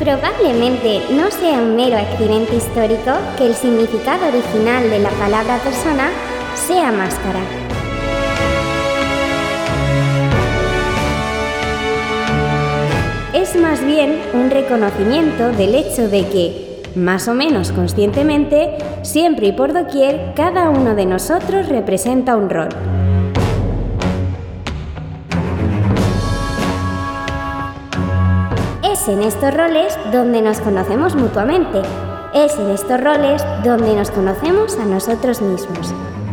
Probablemente no sea un mero accidente histórico que el significado original de la palabra persona sea máscara. Es más bien un reconocimiento del hecho de que, más o menos conscientemente, siempre y por doquier, cada uno de nosotros representa un rol. Es en estos roles donde nos conocemos mutuamente. Es en estos roles donde nos conocemos a nosotros mismos.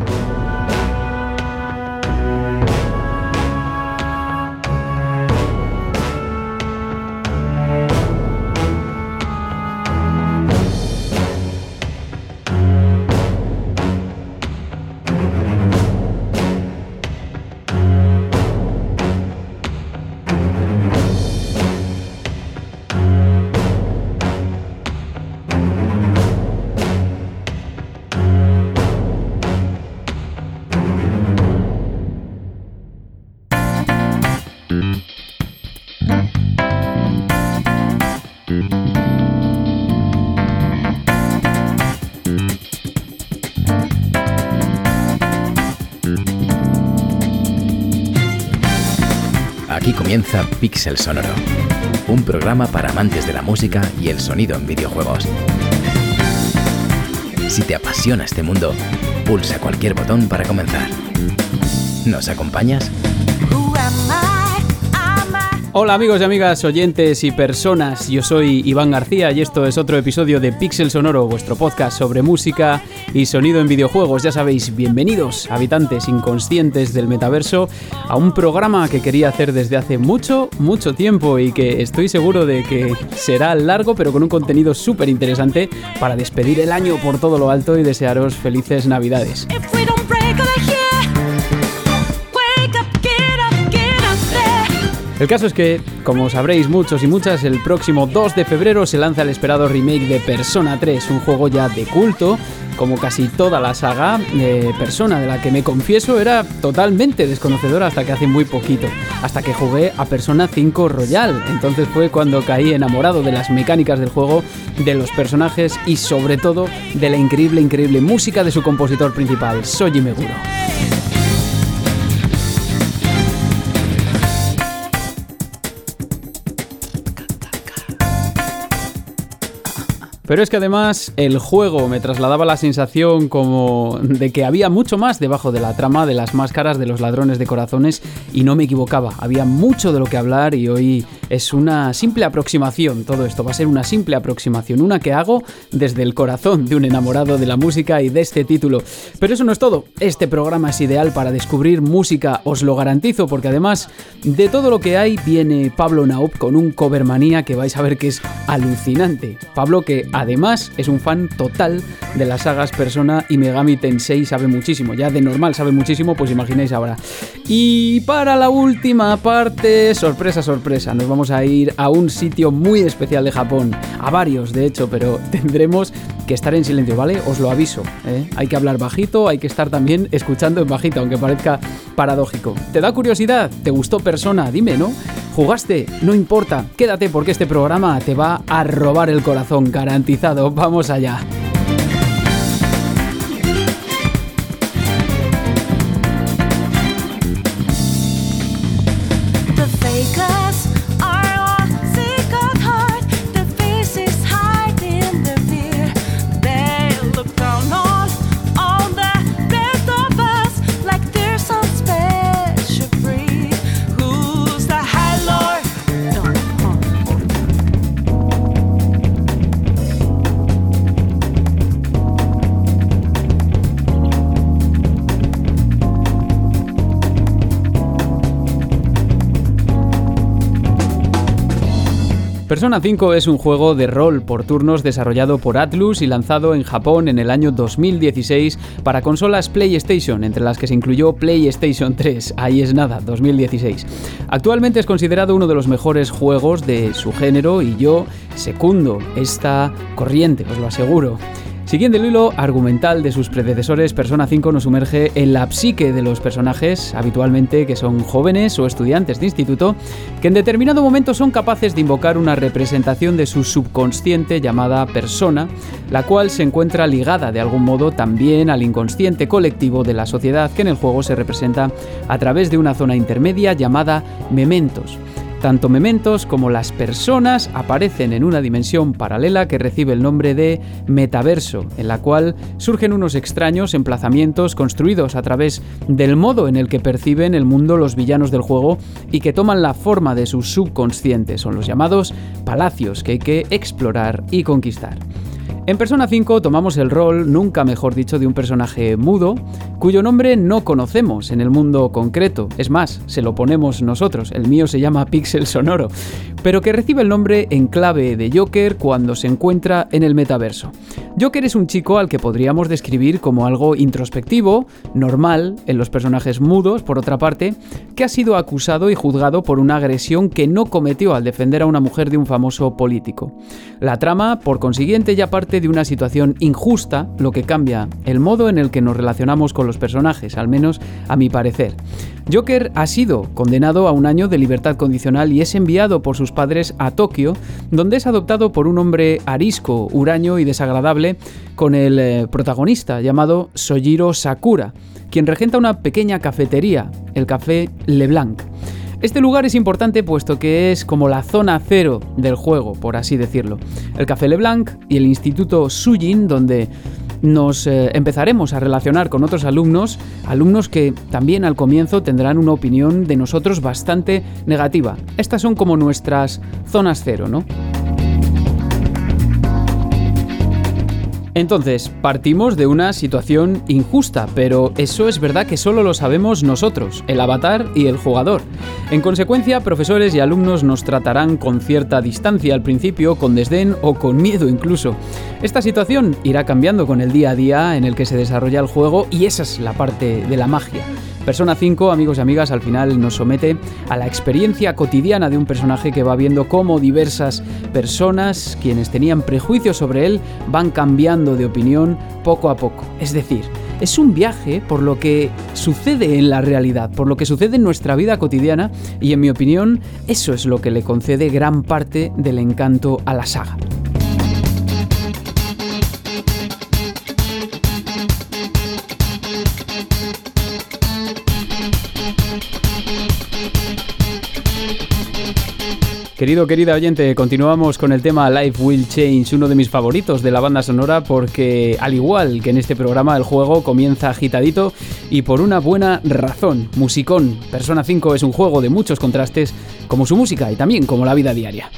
Aquí comienza Pixel Sonoro, un programa para amantes de la música y el sonido en videojuegos. Si te apasiona este mundo, pulsa cualquier botón para comenzar. ¿Nos acompañas? Hola amigos y amigas, oyentes y personas, yo soy Iván García y esto es otro episodio de Pixel Sonoro, vuestro podcast sobre música y sonido en videojuegos. Ya sabéis, bienvenidos, habitantes inconscientes del metaverso, a un programa que quería hacer desde hace mucho tiempo y que estoy seguro de que será largo, pero con un contenido súper interesante para despedir el año por todo lo alto y desearos felices Navidades. El caso es que, como sabréis muchos y muchas, el próximo 2 de febrero se lanza el esperado remake de Persona 3, un juego ya de culto, como casi toda la saga de Persona, de la que me confieso era totalmente desconocedora hasta que hace muy poquito, hasta que jugué a Persona 5 Royal. Entonces fue cuando caí enamorado de las mecánicas del juego, de los personajes y sobre todo de la increíble música de su compositor principal, Shoji Meguro. Pero es que además el juego me trasladaba la sensación como de que había mucho más debajo de la trama de las máscaras de los ladrones de corazones y no me equivocaba, había mucho de lo que hablar y hoy es una simple aproximación, todo esto va a ser una simple aproximación, una que hago desde el corazón de un enamorado de la música y de este título. Pero eso no es todo, este programa es ideal para descubrir música, os lo garantizo, porque además de todo lo que hay viene Pablo Naup con un covermanía que vais a ver que es alucinante. Pablo que además es un fan total de las sagas Persona y Megami Tensei, sabe muchísimo, ya de normal sabe muchísimo, pues imagináis ahora. Y para la última parte, sorpresa, nos vamos a ir a un sitio muy especial de Japón, a varios de hecho, pero tendremos que estar en silencio, ¿vale? Os lo aviso, ¿eh? Hay que hablar bajito, hay que estar también escuchando en bajito, aunque parezca paradójico. ¿Te da curiosidad? ¿Te gustó Persona? Dime, ¿no? ¿Jugaste? No importa, quédate porque este programa te va a robar el corazón, garantizado. Vamos allá. Persona 5 es un juego de rol por turnos desarrollado por Atlus y lanzado en Japón en el año 2016 para consolas PlayStation, entre las que se incluyó PlayStation 3, ahí es nada, 2016. Actualmente es considerado uno de los mejores juegos de su género y yo secundo esta corriente, os lo aseguro. Siguiendo el hilo argumental de sus predecesores, Persona 5 nos sumerge en la psique de los personajes, habitualmente que son jóvenes o estudiantes de instituto, que en determinado momento son capaces de invocar una representación de su subconsciente llamada persona, la cual se encuentra ligada de algún modo también al inconsciente colectivo de la sociedad, que en el juego se representa a través de una zona intermedia llamada mementos. Tanto mementos como las personas aparecen en una dimensión paralela que recibe el nombre de metaverso, en la cual surgen unos extraños emplazamientos construidos a través del modo en el que perciben el mundo los villanos del juego y que toman la forma de su subconsciente. Son los llamados palacios que hay que explorar y conquistar. En Persona 5 tomamos el rol, nunca mejor dicho, de un personaje mudo, cuyo nombre no conocemos en el mundo concreto. Es más, se lo ponemos nosotros. El mío se llama Pixel Sonoro, pero que recibe el nombre en clave de Joker cuando se encuentra en el metaverso. Joker es un chico al que podríamos describir como algo introspectivo, normal en los personajes mudos, por otra parte, que ha sido acusado y juzgado por una agresión que no cometió al defender a una mujer de un famoso político. La trama, por consiguiente, ya parte de una situación injusta, lo que cambia el modo en el que nos relacionamos con los personajes, al menos a mi parecer. Joker ha sido condenado a 1 año de libertad condicional y es enviado por sus padres a Tokio, donde es adoptado por un hombre arisco, huraño y desagradable, con el protagonista llamado Sojiro Sakura, quien regenta una pequeña cafetería, el Café LeBlanc. Este lugar es importante puesto que es como la zona cero del juego, por así decirlo. El Café LeBlanc y el Instituto Sujin, donde nos empezaremos a relacionar con otros alumnos que también al comienzo tendrán una opinión de nosotros bastante negativa. Estas son como nuestras zonas cero, ¿no? Entonces, partimos de una situación injusta, pero eso es verdad que solo lo sabemos nosotros, el avatar y el jugador. En consecuencia, profesores y alumnos nos tratarán con cierta distancia al principio, con desdén o con miedo incluso. Esta situación irá cambiando con el día a día en el que se desarrolla el juego y esa es la parte de la magia. Persona 5, amigos y amigas, al final nos somete a la experiencia cotidiana de un personaje que va viendo cómo diversas personas, quienes tenían prejuicios sobre él, van cambiando de opinión poco a poco. Es decir, es un viaje por lo que sucede en la realidad, por lo que sucede en nuestra vida cotidiana y, en mi opinión, eso es lo que le concede gran parte del encanto a la saga. Querida oyente, continuamos con el tema Life Will Change, uno de mis favoritos de la banda sonora porque, al igual que en este programa, el juego comienza agitadito y por una buena razón. Musicón. Persona 5 es un juego de muchos contrastes, como su música y también como la vida diaria.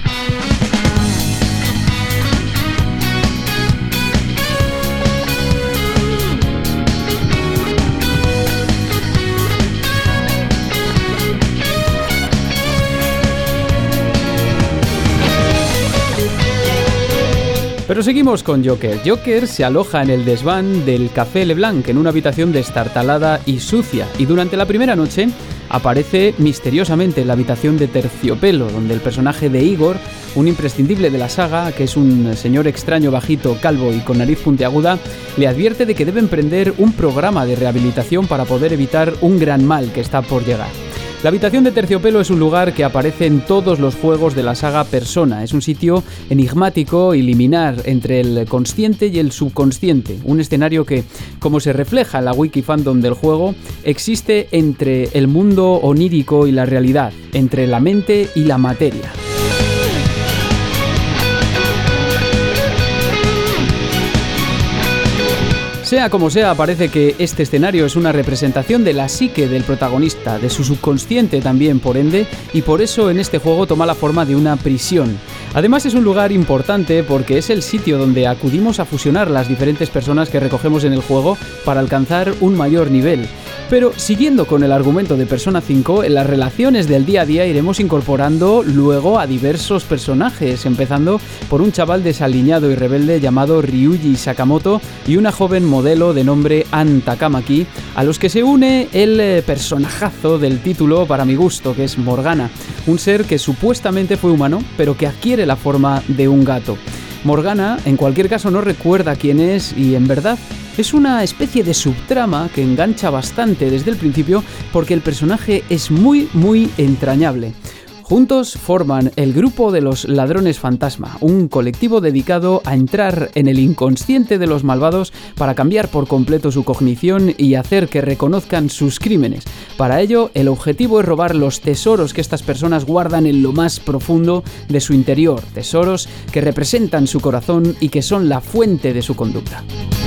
Pero seguimos con Joker. Joker se aloja en el desván del Café LeBlanc en una habitación destartalada y sucia, y durante la primera noche aparece misteriosamente en la habitación de Terciopelo, donde el personaje de Igor, un imprescindible de la saga, que es un señor extraño, bajito, calvo y con nariz puntiaguda, le advierte de que debe emprender un programa de rehabilitación para poder evitar un gran mal que está por llegar. La habitación de Terciopelo es un lugar que aparece en todos los juegos de la saga Persona. Es un sitio enigmático y liminar entre el consciente y el subconsciente. Un escenario que, como se refleja en la wiki fandom del juego, existe entre el mundo onírico y la realidad, entre la mente y la materia. Sea como sea, parece que este escenario es una representación de la psique del protagonista, de su subconsciente también, por ende, y por eso en este juego toma la forma de una prisión. Además es un lugar importante porque es el sitio donde acudimos a fusionar las diferentes personas que recogemos en el juego para alcanzar un mayor nivel. Pero siguiendo con el argumento de Persona 5, en las relaciones del día a día iremos incorporando luego a diversos personajes, empezando por un chaval desaliñado y rebelde llamado Ryuji Sakamoto y una joven modelo de nombre An Takamaki, a los que se une el personajazo del título para mi gusto, que es Morgana, un ser que supuestamente fue humano, pero que adquiere la forma de un gato. Morgana, en cualquier caso, no recuerda quién es y, en verdad, es una especie de subtrama que engancha bastante desde el principio porque el personaje es muy, muy entrañable. Juntos forman el grupo de los Ladrones Fantasma, un colectivo dedicado a entrar en el inconsciente de los malvados para cambiar por completo su cognición y hacer que reconozcan sus crímenes. Para ello, el objetivo es robar los tesoros que estas personas guardan en lo más profundo de su interior, tesoros que representan su corazón y que son la fuente de su conducta.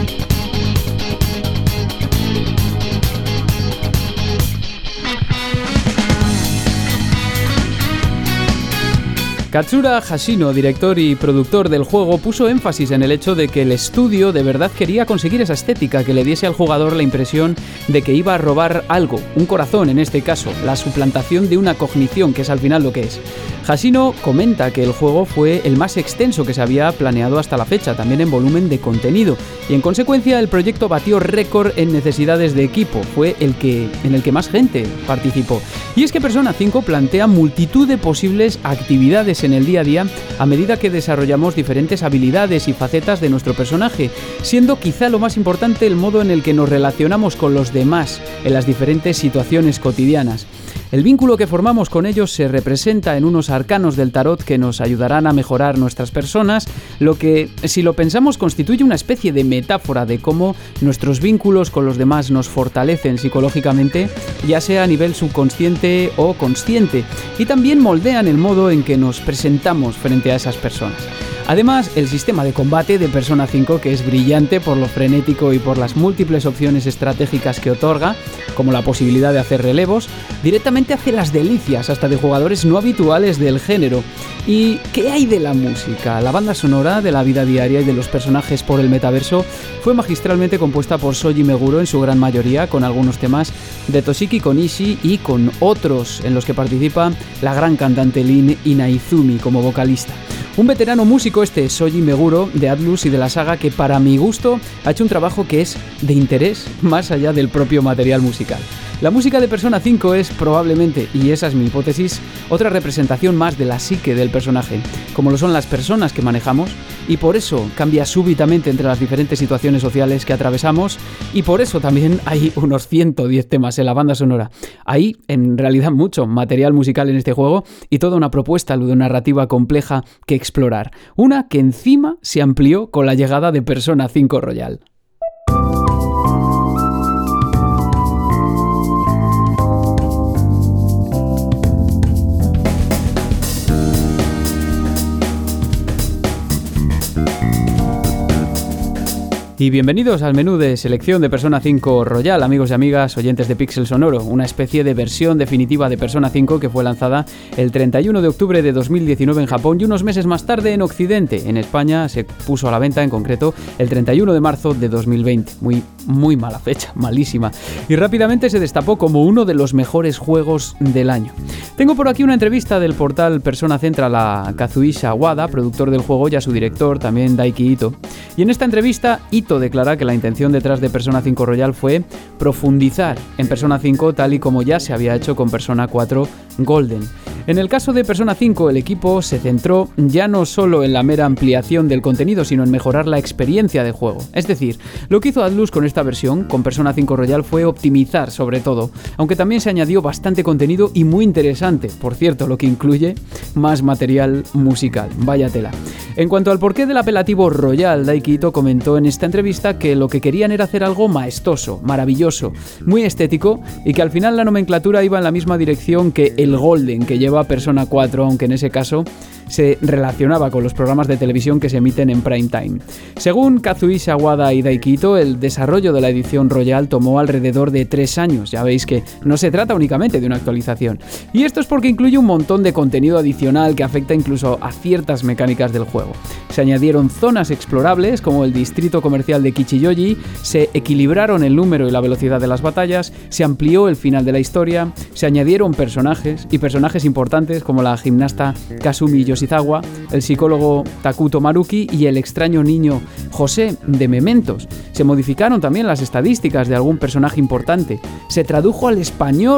Katsura Hashino, director y productor del juego, puso énfasis en el hecho de que el estudio de verdad quería conseguir esa estética que le diese al jugador la impresión de que iba a robar algo, un corazón en este caso, la suplantación de una cognición, que es al final lo que es. Hashino comenta que el juego fue el más extenso que se había planeado hasta la fecha, también en volumen de contenido, y en consecuencia el proyecto batió récord en necesidades de equipo, fue en el que más gente participó. Y es que Persona 5 plantea multitud de posibles actividades en el día a día a medida que desarrollamos diferentes habilidades y facetas de nuestro personaje, siendo quizá lo más importante el modo en el que nos relacionamos con los demás en las diferentes situaciones cotidianas. El vínculo que formamos con ellos se representa en unos arcanos del tarot que nos ayudarán a mejorar nuestras personas, lo que, si lo pensamos, constituye una especie de metáfora de cómo nuestros vínculos con los demás nos fortalecen psicológicamente, ya sea a nivel subconsciente o consciente, y también moldean el modo en que nos presentamos frente a esas personas. Además, el sistema de combate de Persona 5, que es brillante por lo frenético y por las múltiples opciones estratégicas que otorga, como la posibilidad de hacer relevos, directamente hace las delicias hasta de jugadores no habituales del género. ¿Y qué hay de la música? La banda sonora de la vida diaria y de los personajes por el metaverso fue magistralmente compuesta por Shoji Meguro en su gran mayoría, con algunos temas de Toshiki Konishi y con otros en los que participa la gran cantante Lin Inaizumi como vocalista. Un veterano músico Shoji Meguro, de Atlus y de la saga, que para mi gusto ha hecho un trabajo que es de interés más allá del propio material musical. La música de Persona 5 es probablemente, y esa es mi hipótesis, otra representación más de la psique del personaje, como lo son las personas que manejamos, y por eso cambia súbitamente entre las diferentes situaciones sociales que atravesamos, y por eso también hay unos 110 temas en la banda sonora. Hay, en realidad, mucho material musical en este juego y toda una propuesta ludonarrativa compleja que explorar, una que encima se amplió con la llegada de Persona 5 Royal. Y bienvenidos al menú de selección de Persona 5 Royal, amigos y amigas oyentes de Pixel Sonoro, una especie de versión definitiva de Persona 5 que fue lanzada el 31 de octubre de 2019 en Japón y unos meses más tarde en Occidente. En España se puso a la venta, en concreto, el 31 de marzo de 2020. Muy mala fecha, malísima. Y rápidamente se destapó como uno de los mejores juegos del año. Tengo por aquí una entrevista del portal Persona Central a Kazuhisa Wada, productor del juego, y a su director, también Daiki Ito. Y en esta entrevista, Ito declara que la intención detrás de Persona 5 Royal fue profundizar en Persona 5 tal y como ya se había hecho con Persona 4 Golden. En el caso de Persona 5, el equipo se centró ya no solo en la mera ampliación del contenido, sino en mejorar la experiencia de juego. Es decir, lo que hizo Atlus con esta versión, con Persona 5 Royal, fue optimizar sobre todo, aunque también se añadió bastante contenido y muy interesante, por cierto, lo que incluye más material musical. Vaya tela. En cuanto al porqué del apelativo Royal, Daiki Ito comentó en esta entrevista que lo que querían era hacer algo maestoso, maravilloso, muy estético, y que al final la nomenclatura iba en la misma dirección que el Golden que lleva Persona 4, aunque en ese caso se relacionaba con los programas de televisión que se emiten en prime time. Según Kazuhisa Wada y Daiki Ito, el desarrollo de la edición Royal tomó alrededor de 3 años. Ya veis que no se trata únicamente de una actualización. Y esto es porque incluye un montón de contenido adicional que afecta incluso a ciertas mecánicas del juego. Se añadieron zonas explorables como el distrito comercial de Kichiyoji, se equilibraron el número y la velocidad de las batallas, se amplió el final de la historia, se añadieron personajes y personajes importantes como la gimnasta Kasumi Yoshizawa, el psicólogo Takuto Maruki y el extraño niño José de Mementos. Se modificaron también las estadísticas de algún personaje importante. Se tradujo al español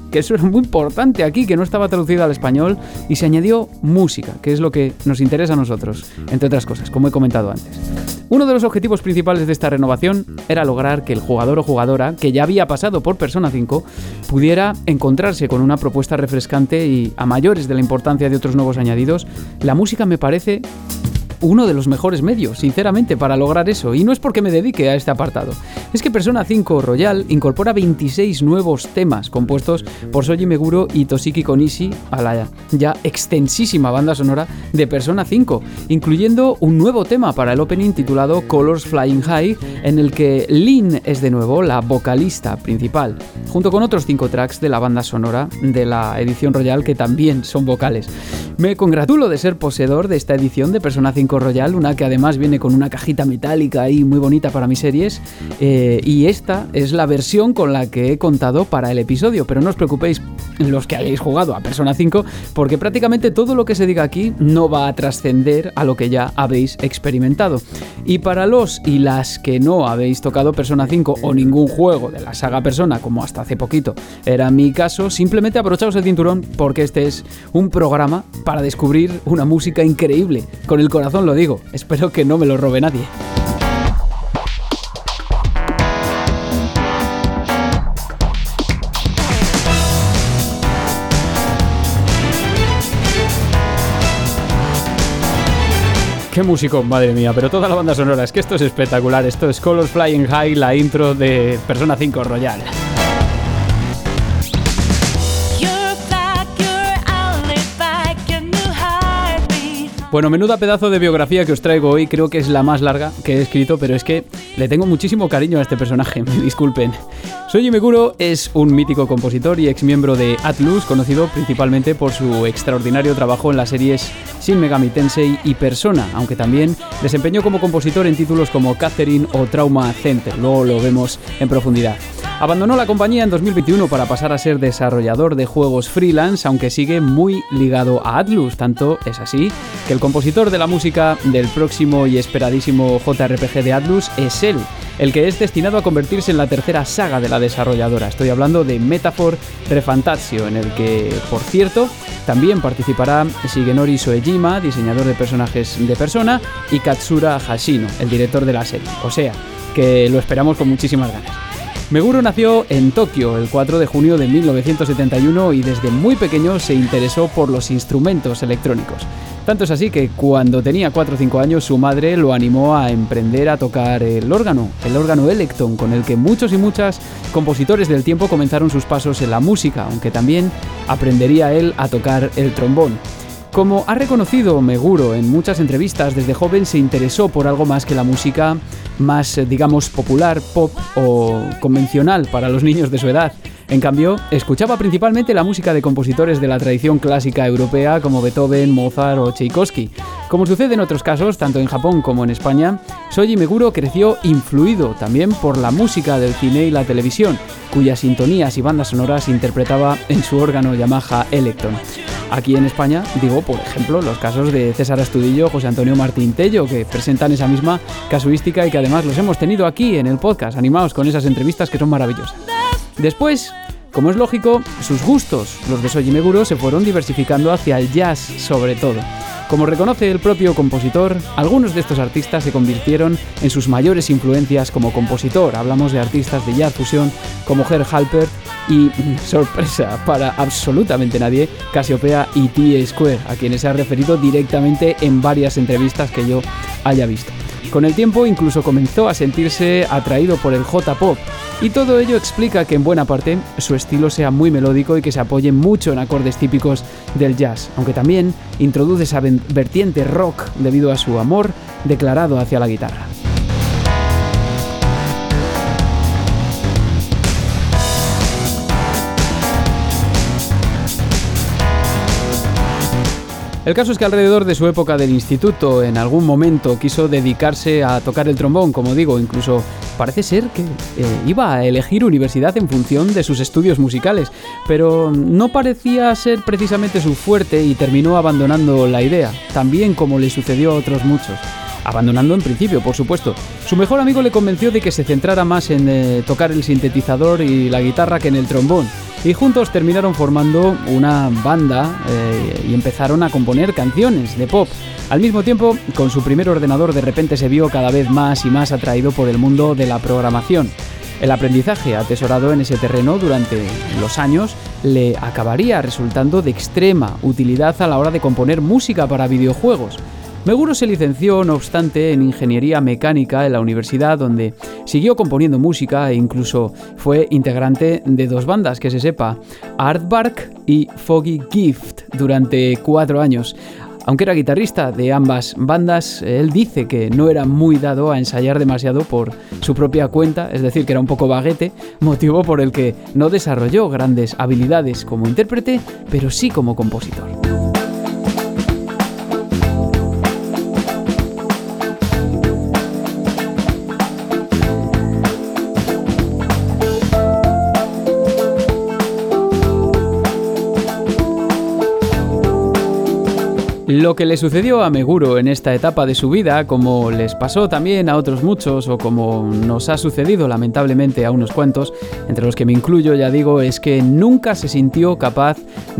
que eso era muy importante aquí, que no estaba traducido al español, y se añadió música, que es lo que nos interesa a nosotros, entre otras cosas, como he comentado antes. Uno de los objetivos principales de esta renovación era lograr que el jugador o jugadora, que ya había pasado por Persona 5, pudiera encontrarse con una propuesta refrescante y, a mayores de la importancia de otros nuevos añadidos, la música me parece uno de los mejores medios, sinceramente, para lograr eso, y no es porque me dedique a este apartado. Es que Persona 5 Royal incorpora 26 nuevos temas compuestos por Shoji Meguro y Toshiki Konishi a la ya extensísima banda sonora de Persona 5, incluyendo un nuevo tema para el opening titulado Colors Flying High, en el que Lin es de nuevo la vocalista principal, junto con otros 5 tracks de la banda sonora de la edición Royal que también son vocales. Me congratulo de ser poseedor de esta edición de Persona 5 Royal, una que además viene con una cajita metálica ahí muy bonita para mis series, y esta es la versión con la que he contado para el episodio, pero no os preocupéis los que hayáis jugado a Persona 5, porque prácticamente todo lo que se diga aquí no va a trascender a lo que ya habéis experimentado. Y para los y las que no habéis tocado Persona 5 o ningún juego de la saga Persona, como hasta hace poquito era mi caso, simplemente abrochaos el cinturón, porque este es un programa para descubrir una música increíble. Con el corazón lo digo, espero que no me lo robe nadie. Qué músico, madre mía, pero toda la banda sonora, es que esto es espectacular. Esto es Colors Flying High, la intro de Persona 5 Royal. Bueno, menuda pedazo de biografía que os traigo hoy, creo que es la más larga que he escrito, pero es que le tengo muchísimo cariño a este personaje, me disculpen. Shoji Meguro es un mítico compositor y exmiembro de Atlus, conocido principalmente por su extraordinario trabajo en las series Shin Megami Tensei y Persona, aunque también desempeñó como compositor en títulos como Catherine o Trauma Center, luego lo vemos en profundidad. Abandonó la compañía en 2021 para pasar a ser desarrollador de juegos freelance, aunque sigue muy ligado a Atlus, tanto es así que el compositor de la música del próximo y esperadísimo JRPG de Atlus es él, el que es destinado a convertirse en la tercera saga de la desarrolladora. Estoy hablando de Metaphor Refantatio, en el que, por cierto, también participará Shigenori Soejima, diseñador de personajes de Persona, y Katsura Hashino, el director de la serie. O sea, que lo esperamos con muchísimas ganas. Meguro nació en Tokio el 4 de junio de 1971 y desde muy pequeño se interesó por los instrumentos electrónicos. Tanto es así que cuando tenía 4 o 5 años su madre lo animó a emprender a tocar el órgano Electon, con el que muchos y muchas compositores del tiempo comenzaron sus pasos en la música, aunque también aprendería él a tocar el trombón. Como ha reconocido Meguro en muchas entrevistas, desde joven se interesó por algo más que la música más, digamos, popular, pop o convencional para los niños de su edad. En cambio, escuchaba principalmente la música de compositores de la tradición clásica europea como Beethoven, Mozart o Tchaikovsky. Como sucede en otros casos, tanto en Japón como en España, Shoji Meguro creció influido también por la música del cine y la televisión, cuyas sintonías y bandas sonoras interpretaba en su órgano Yamaha Electon. Aquí en España, digo, por ejemplo, los casos de César Astudillo, José Antonio Martín Tello, que presentan esa misma casuística y que además los hemos tenido aquí en el podcast. Animaos con esas entrevistas que son maravillosas. Después, como es lógico, sus gustos, los de Shoji Meguro, se fueron diversificando hacia el jazz sobre todo. Como reconoce el propio compositor, algunos de estos artistas se convirtieron en sus mayores influencias como compositor. Hablamos de artistas de jazz fusión como Herb Alpert y, sorpresa para absolutamente nadie, Casiopea y T-Square, a quienes se ha referido directamente en varias entrevistas que yo haya visto. Con el tiempo incluso comenzó a sentirse atraído por el J-Pop, y todo ello explica que en buena parte su estilo sea muy melódico y que se apoye mucho en acordes típicos del jazz, aunque también introduce esa vertiente rock debido a su amor declarado hacia la guitarra. El caso es que alrededor de su época del instituto, en algún momento quiso dedicarse a tocar el trombón, como digo, incluso parece ser que iba a elegir universidad en función de sus estudios musicales, pero no parecía ser precisamente su fuerte y terminó abandonando la idea, también como le sucedió a otros muchos. Abandonando en principio, por supuesto. Su mejor amigo le convenció de que se centrara más en tocar el sintetizador y la guitarra que en el trombón, y juntos terminaron formando una banda y empezaron a componer canciones de pop. Al mismo tiempo, con su primer ordenador de repente se vio cada vez más y más atraído por el mundo de la programación. El aprendizaje atesorado en ese terreno durante los años le acabaría resultando de extrema utilidad a la hora de componer música para videojuegos. Meguro se licenció, no obstante, en ingeniería mecánica en la universidad, donde siguió componiendo música e incluso fue integrante de 2 bandas, que se sepa, Aardvark y Foggy Gift, durante 4 años. Aunque era guitarrista de ambas bandas, él dice que no era muy dado a ensayar demasiado por su propia cuenta, es decir, que era un poco vaguete, motivo por el que no desarrolló grandes habilidades como intérprete, pero sí como compositor. Lo que le sucedió a Meguro en esta etapa de su vida, como les pasó también a otros muchos o como nos ha sucedido lamentablemente a unos cuantos, entre los que me incluyo, ya digo, es que nunca se sintió capaz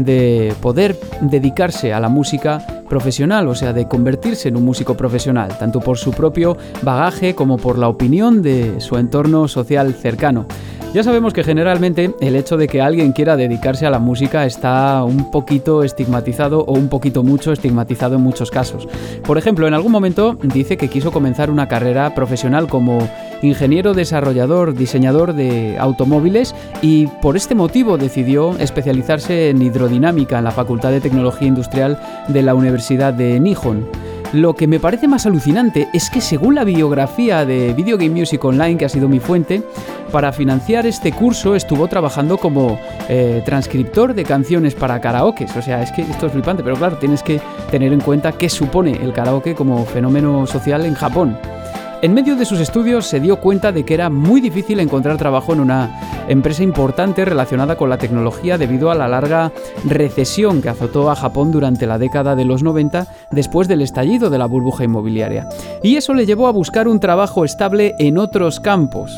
de poder dedicarse a la música profesional, o sea, de convertirse en un músico profesional, tanto por su propio bagaje como por la opinión de su entorno social cercano. Ya sabemos que generalmente el hecho de que alguien quiera dedicarse a la música está un poquito estigmatizado o un poquito mucho estigmatizado en muchos casos. Por ejemplo, en algún momento dice que quiso comenzar una carrera profesional como ingeniero desarrollador, diseñador de automóviles y por este motivo decidió especializarse en hidrodinámica en la Facultad de Tecnología Industrial de la Universidad de Nihon. Lo que me parece más alucinante es que según la biografía de Video Game Music Online, que ha sido mi fuente, para financiar este curso estuvo trabajando como transcriptor de canciones para karaokes. O sea, es que esto es flipante, pero claro, tienes que tener en cuenta qué supone el karaoke como fenómeno social en Japón. En medio de sus estudios se dio cuenta de que era muy difícil encontrar trabajo en una empresa importante relacionada con la tecnología debido a la larga recesión que azotó a Japón durante la década de los 90 después del estallido de la burbuja inmobiliaria. Y eso le llevó a buscar un trabajo estable en otros campos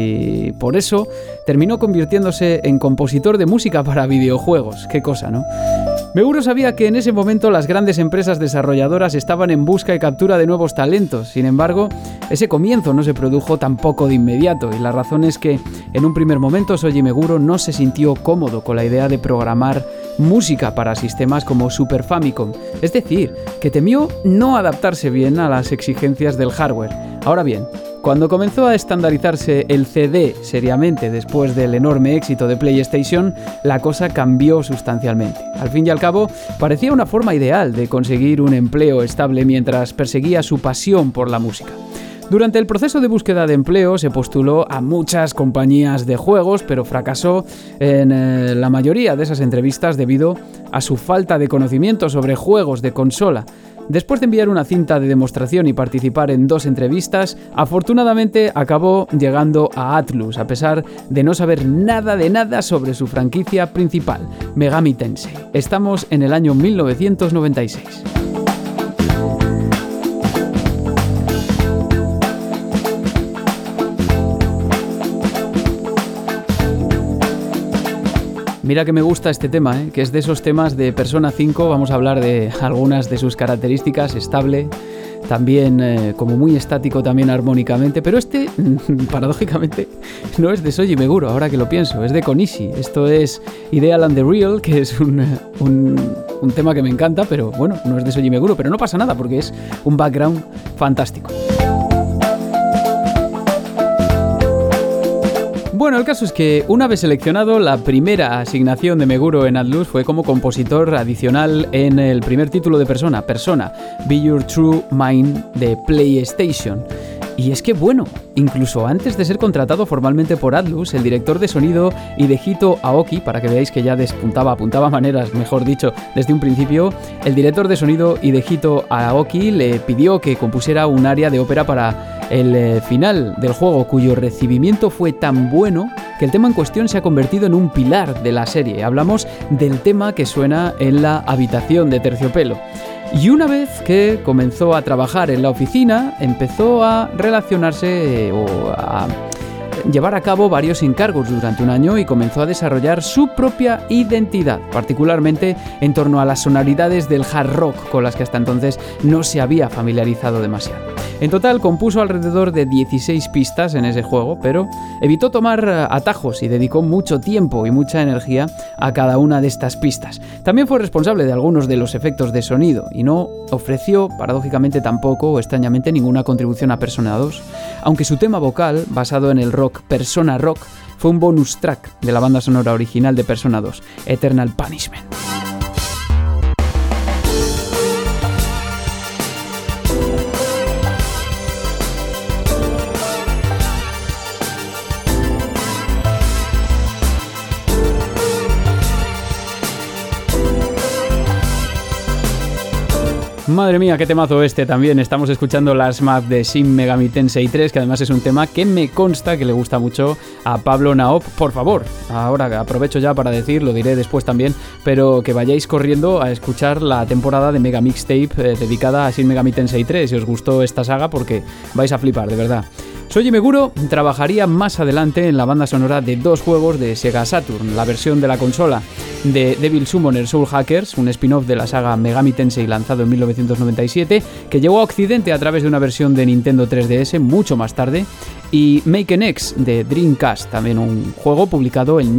y por eso terminó convirtiéndose en compositor de música para videojuegos. Qué cosa, ¿no? Meguro sabía que en ese momento las grandes empresas desarrolladoras estaban en busca y captura de nuevos talentos. Sin embargo, ese comienzo no se produjo tampoco de inmediato y la razón es que en un primer momento Shoji Meguro no se sintió cómodo con la idea de programar música para sistemas como Super Famicom. Es decir, que temió no adaptarse bien a las exigencias del hardware. Ahora bien, cuando comenzó a estandarizarse el CD seriamente después del enorme éxito de PlayStation, la cosa cambió sustancialmente. Al fin y al cabo, parecía una forma ideal de conseguir un empleo estable mientras perseguía su pasión por la música. Durante el proceso de búsqueda de empleo se postuló a muchas compañías de juegos, pero fracasó en la mayoría de esas entrevistas debido a su falta de conocimiento sobre juegos de consola. Después de enviar una cinta de demostración y participar en 2 entrevistas, afortunadamente acabó llegando a Atlus, a pesar de no saber nada de nada sobre su franquicia principal, Megami Tensei. Estamos en el año 1996. Mira que me gusta este tema, que es de esos temas de Persona 5, vamos a hablar de algunas de sus características, estable, también como muy estático también armónicamente, pero este, paradójicamente, no es de Shoji Meguro, ahora que lo pienso, es de Konishi. Esto es Ideal and the Real, que es un tema que me encanta, pero bueno, no es de Shoji Meguro, pero no pasa nada porque es un background fantástico. Bueno, el caso es que una vez seleccionado, la primera asignación de Meguro en Atlus fue como compositor adicional en el primer título de Persona, Be Your True Mind de PlayStation. Y es que bueno, incluso antes de ser contratado formalmente por Atlus, el director de sonido Hidehito Aoki, para que veáis que ya apuntaba maneras, mejor dicho, desde un principio, el director de sonido Hidehito Aoki le pidió que compusiera un área de ópera para el final del juego, cuyo recibimiento fue tan bueno que el tema en cuestión se ha convertido en un pilar de la serie. Hablamos del tema que suena en la habitación de Terciopelo. Y una vez que comenzó a trabajar en la oficina, empezó a relacionarse o a llevar a cabo varios encargos durante un año y comenzó a desarrollar su propia identidad, particularmente en torno a las sonoridades del hard rock con las que hasta entonces no se había familiarizado demasiado. En total compuso alrededor de 16 pistas en ese juego, pero evitó tomar atajos y dedicó mucho tiempo y mucha energía a cada una de estas pistas. También fue responsable de algunos de los efectos de sonido y no ofreció, paradójicamente tampoco o extrañamente, ninguna contribución a Persona 2, aunque su tema vocal, basado en el rock Persona Rock, fue un bonus track de la banda sonora original de Persona 2, Eternal Punishment. Madre mía, qué temazo este también. Estamos escuchando Last Map de Shin Megami Tensei 3, que además es un tema que me consta que le gusta mucho a Pablo Naop. Por favor, ahora aprovecho ya para decir, lo diré después también, pero que vayáis corriendo a escuchar la temporada de Mega Mixtape dedicada a Shin Megami Tensei 3, si os gustó esta saga, porque vais a flipar, de verdad. Shoji Meguro trabajaría más adelante en la banda sonora de 2 juegos de Sega Saturn, la versión de la consola de Devil Summoner Soul Hackers, un spin-off de la saga Megami Tensei lanzado en 1997, que llegó a Occidente a través de una versión de Nintendo 3DS mucho más tarde, y Make X de Dreamcast, también un juego publicado en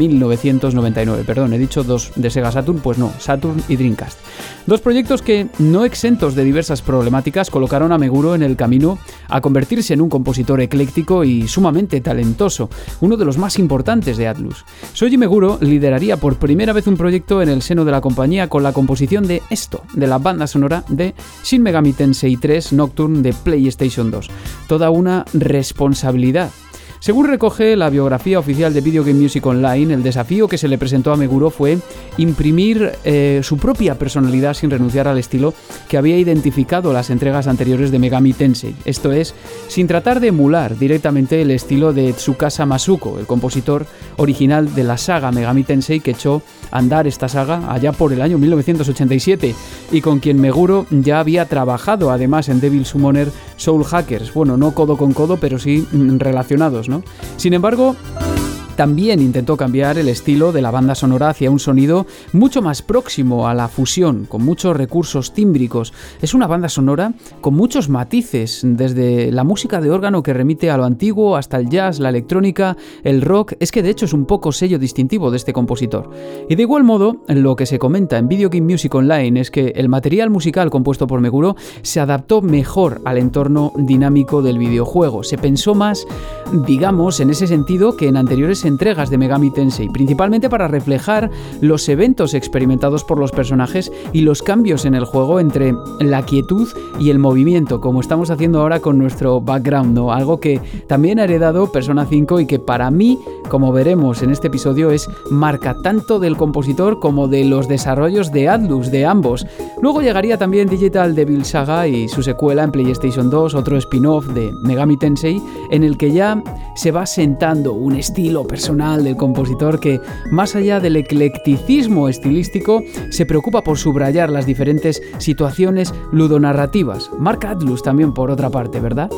1999. Perdón, he dicho 2 de Sega Saturn, pues no, Saturn y Dreamcast. 2 proyectos que, no exentos de diversas problemáticas, colocaron a Meguro en el camino a convertirse en un compositor ecléctico y sumamente talentoso, uno de los más importantes de Atlus. Shoji Meguro lideraría por primera vez un proyecto en el seno de la compañía con la composición de esto, de la banda sonora de Shin Megami Tensei 3 Nocturne de PlayStation 2. Toda una responsabilidad. Según recoge la biografía oficial de Video Game Music Online, el desafío que se le presentó a Meguro fue imprimir su propia personalidad sin renunciar al estilo que había identificado las entregas anteriores de Megami Tensei. Esto es, sin tratar de emular directamente el estilo de Tsukasa Masuko, el compositor original de la saga Megami Tensei que echó a andar esta saga allá por el año 1987 y con quien Meguro ya había trabajado además en Devil Summoner Soul Hackers. Bueno, no codo con codo, pero sí relacionados, ¿no? Sin embargo, también intentó cambiar el estilo de la banda sonora hacia un sonido mucho más próximo a la fusión, con muchos recursos tímbricos. Es una banda sonora con muchos matices, desde la música de órgano que remite a lo antiguo hasta el jazz, la electrónica, el rock. Es que de hecho es un poco sello distintivo de este compositor. Y de igual modo, lo que se comenta en Video Game Music Online es que el material musical compuesto por Meguro se adaptó mejor al entorno dinámico del videojuego. Se pensó más, digamos, en ese sentido que en anteriores entregas de Megami Tensei, principalmente para reflejar los eventos experimentados por los personajes y los cambios en el juego entre la quietud y el movimiento, como estamos haciendo ahora con nuestro background, ¿no? Algo que también ha heredado Persona 5 y que para mí, como veremos en este episodio, es marca tanto del compositor como de los desarrollos de Atlus, de ambos. Luego llegaría también Digital Devil Saga y su secuela en PlayStation 2, otro spin-off de Megami Tensei, en el que ya se va sentando un estilo personal del compositor que, más allá del eclecticismo estilístico, se preocupa por subrayar las diferentes situaciones ludonarrativas. Marca Atlus también, por otra parte, ¿verdad?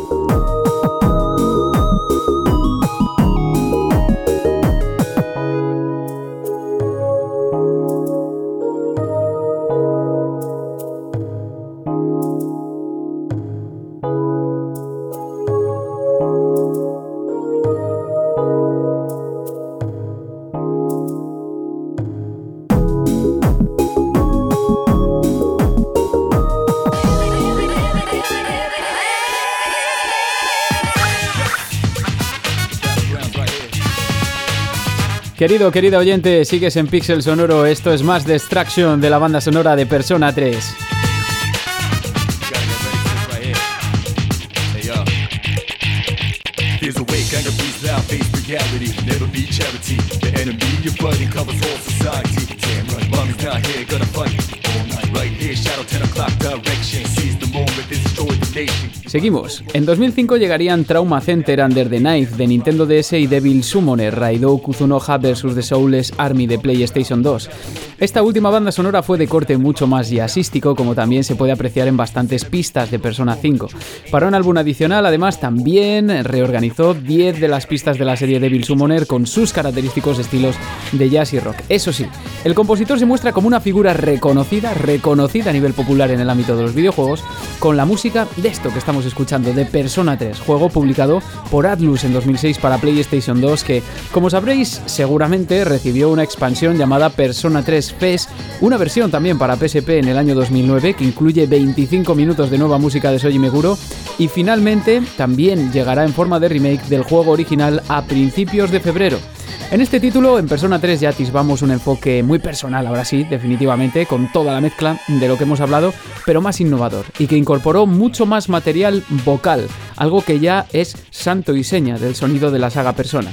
Querido oyente, sigues en Pixel Sonoro, esto es más Destruction de la banda sonora de Persona 3. Seguimos. En 2005 llegarían Trauma Center Under the Knife de Nintendo DS y Devil Summoner Raidou Kuzunoha vs. The Soulless Army de PlayStation 2. Esta última banda sonora fue de corte mucho más jazzístico, como también se puede apreciar en bastantes pistas de Persona 5. Para un álbum adicional, además, también reorganizó 10 de las pistas de la serie Devil Summoner con sus característicos estilos de jazz y rock. Eso sí, el compositor se muestra como una figura reconocida a nivel popular en el ámbito de los videojuegos, con la música de esto que estamos escuchando, de Persona 3, juego publicado por Atlus en 2006 para PlayStation 2, que, como sabréis, seguramente recibió una expansión llamada Persona 3 FES, una versión también para PSP en el año 2009, que incluye 25 minutos de nueva música de Shoji Meguro, y finalmente también llegará en forma de remake del juego original a principios de febrero. En este título, en Persona 3, ya atisbamos un enfoque muy personal, ahora sí, definitivamente, con toda la mezcla de lo que hemos hablado, pero más innovador, y que incorporó mucho más material vocal, algo que ya es santo y seña del sonido de la saga Persona.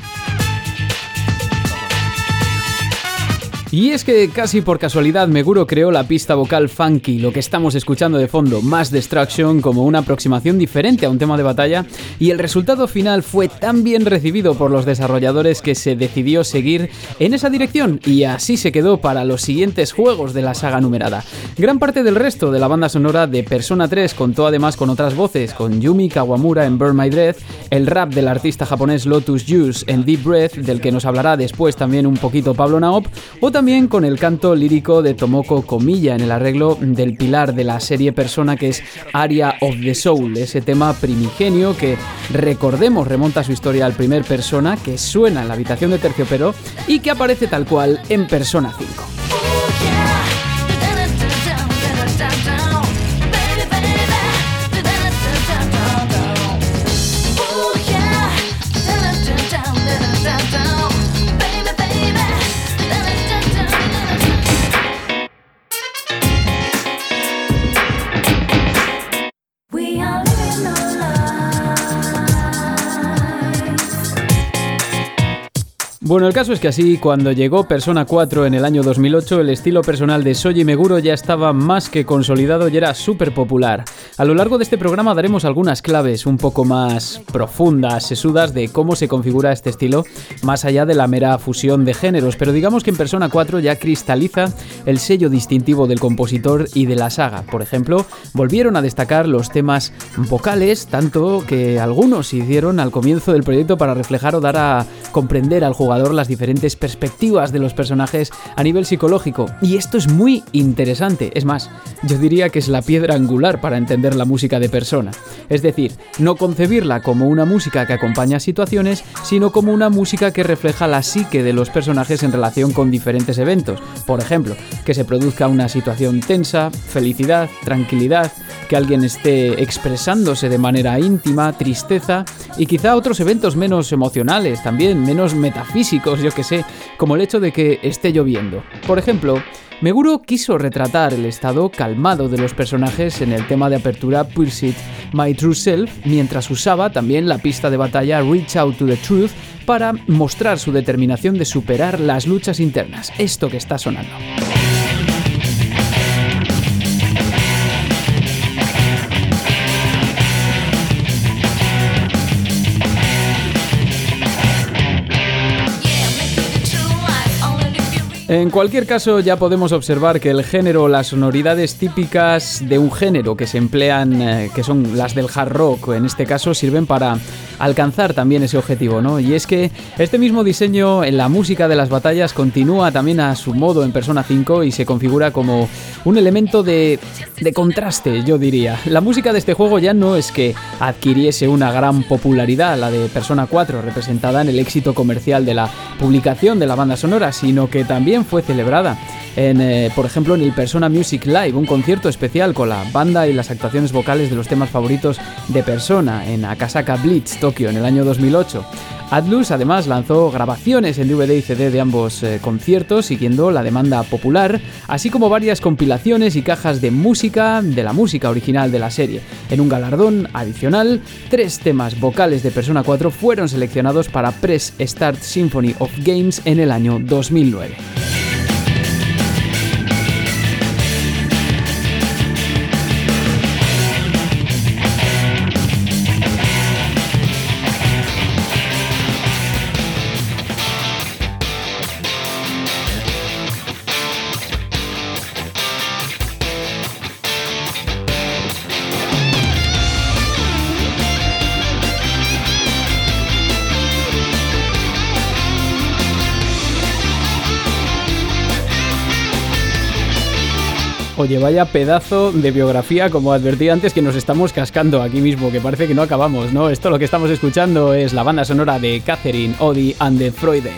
Y es que casi por casualidad Meguro creó la pista vocal Funky, lo que estamos escuchando de fondo, Mass Destruction, como una aproximación diferente a un tema de batalla, y el resultado final fue tan bien recibido por los desarrolladores que se decidió seguir en esa dirección, y así se quedó para los siguientes juegos de la saga numerada. Gran parte del resto de la banda sonora de Persona 3 contó además con otras voces, con Yumi Kawamura en Burn My Dread, el rap del artista japonés Lotus Juice en Deep Breath, del que nos hablará después también un poquito Pablo Naop, o también con el canto lírico de Tomoko Komiya en el arreglo del pilar de la serie Persona, que es Aria of the Soul, ese tema primigenio que, recordemos, remonta su historia al primer Persona, que suena en la habitación de Terciopelo y que aparece tal cual en Persona 5. Bueno, el caso es que así, cuando llegó Persona 4 en el año 2008, el estilo personal de Shoji Meguro ya estaba más que consolidado y era súper popular. A lo largo de este programa daremos algunas claves un poco más profundas, sesudas, de cómo se configura este estilo, más allá de la mera fusión de géneros, pero digamos que en Persona 4 ya cristaliza el sello distintivo del compositor y de la saga. Por ejemplo, volvieron a destacar los temas vocales, tanto que algunos se hicieron al comienzo del proyecto para reflejar o dar a comprender al jugador las diferentes perspectivas de los personajes a nivel psicológico, y esto es muy interesante. Es más, yo diría que es la piedra angular para entender la música de Persona, es decir, no concebirla como una música que acompaña situaciones, sino como una música que refleja la psique de los personajes en relación con diferentes eventos. Por ejemplo, que se produzca una situación tensa, felicidad, tranquilidad, que alguien esté expresándose de manera íntima, tristeza, y quizá otros eventos menos emocionales, también menos metafísicos, yo que sé, como el hecho de que esté lloviendo. Por ejemplo, Meguro quiso retratar el estado calmado de los personajes en el tema de apertura Pursuit My True Self, mientras usaba también la pista de batalla Reach Out to the Truth para mostrar su determinación de superar las luchas internas. Esto que está sonando. En cualquier caso, ya podemos observar que el género, las sonoridades típicas de un género que se emplean, que son las del hard rock, en este caso, sirven para alcanzar también ese objetivo, ¿no? Y es que este mismo diseño en la música de las batallas continúa también a su modo en Persona 5 y se configura como un elemento de contraste, yo diría. La música de este juego ya no es que adquiriese una gran popularidad, la de Persona 4, representada en el éxito comercial de la publicación de la banda sonora, sino que también fue celebrada por ejemplo, en el Persona Music Live, un concierto especial con la banda y las actuaciones vocales de los temas favoritos de Persona en Akasaka Blitz, Tokio, en el año 2008. Atlus además lanzó grabaciones en DVD y CD de ambos conciertos, siguiendo la demanda popular, así como varias compilaciones y cajas de música, de la música original de la serie. En un galardón adicional, 3 temas vocales de Persona 4 fueron seleccionados para Press Start Symphony of Games en el año 2009. Oye, vaya pedazo de biografía, como advertí antes, que nos estamos cascando aquí mismo, que parece que no acabamos, ¿no? Esto lo que estamos escuchando es la banda sonora de Catherine, Odi and the Freude.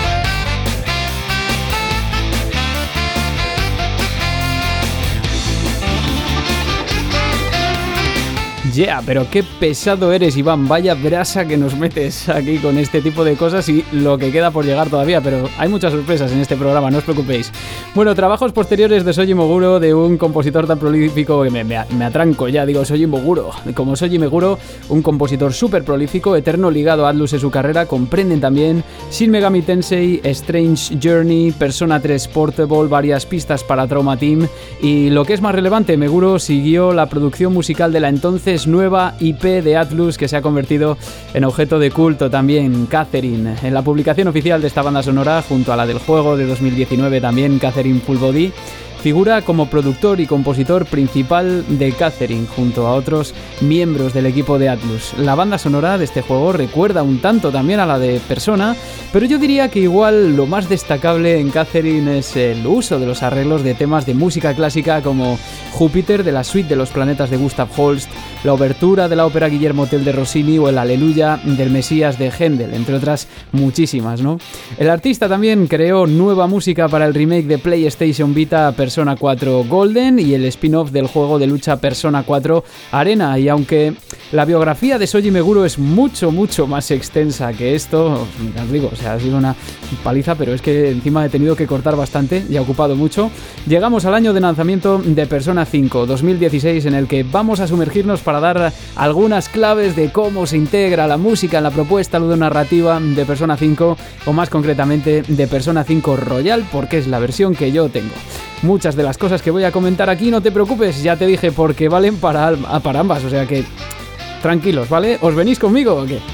Yeah, pero qué pesado eres, Iván, vaya brasa que nos metes aquí con este tipo de cosas y lo que queda por llegar todavía, pero hay muchas sorpresas en este programa, no os preocupéis. Bueno, trabajos posteriores de Shoji Meguro, de un compositor tan prolífico que me atranco ya, digo Shoji Meguro. Como Shoji Meguro, un compositor súper prolífico, eterno ligado a Atlus en su carrera, comprenden también Shin Megami Tensei, Strange Journey, Persona 3 Portable, varias pistas para Trauma Team y lo que es más relevante, Meguro siguió la producción musical de la entonces nueva IP de Atlus que se ha convertido en objeto de culto también, Catherine. En la publicación oficial de esta banda sonora, junto a la del juego de 2019 también, Catherine Full Body, figura como productor y compositor principal de Catherine, junto a otros miembros del equipo de Atlus. La banda sonora de este juego recuerda un tanto también a la de Persona, pero yo diría que igual lo más destacable en Catherine es el uso de los arreglos de temas de música clásica como Júpiter de la suite de los planetas de Gustav Holst, la obertura de la ópera Guillermo Tell de Rossini o el Aleluya del Mesías de Händel, entre otras muchísimas, ¿no? El artista también creó nueva música para el remake de PlayStation Vita Persona 4 Golden y el spin-off del juego de lucha Persona 4 Arena, y aunque la biografía de Shoji Meguro es mucho más extensa que esto, os digo, o sea, ha sido una paliza, pero es que encima he tenido que cortar bastante y ha ocupado mucho. Llegamos al año de lanzamiento de Persona 5 2016, en el que vamos a sumergirnos para dar algunas claves de cómo se integra la música en la propuesta ludonarrativa de Persona 5, o más concretamente de Persona 5 Royal, porque es la versión que yo tengo. Muchas de las cosas que voy a comentar aquí, no te preocupes, ya te dije, porque valen para ambas, o sea que tranquilos, ¿vale? ¿Os venís conmigo o qué?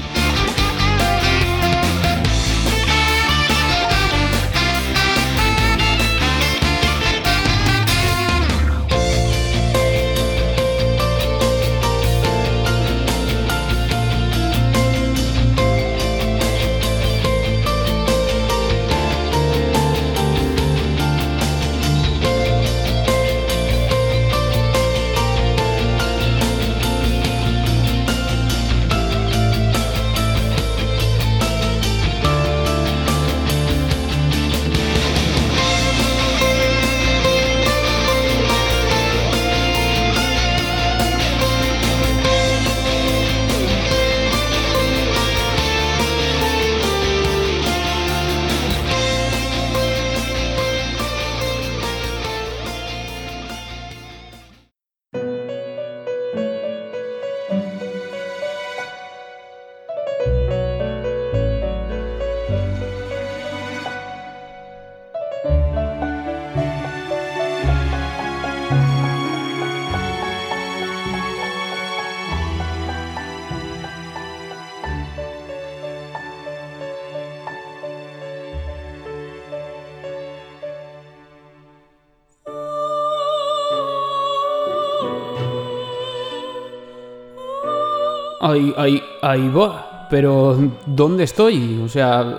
Ahí va, pero ¿dónde estoy? O sea,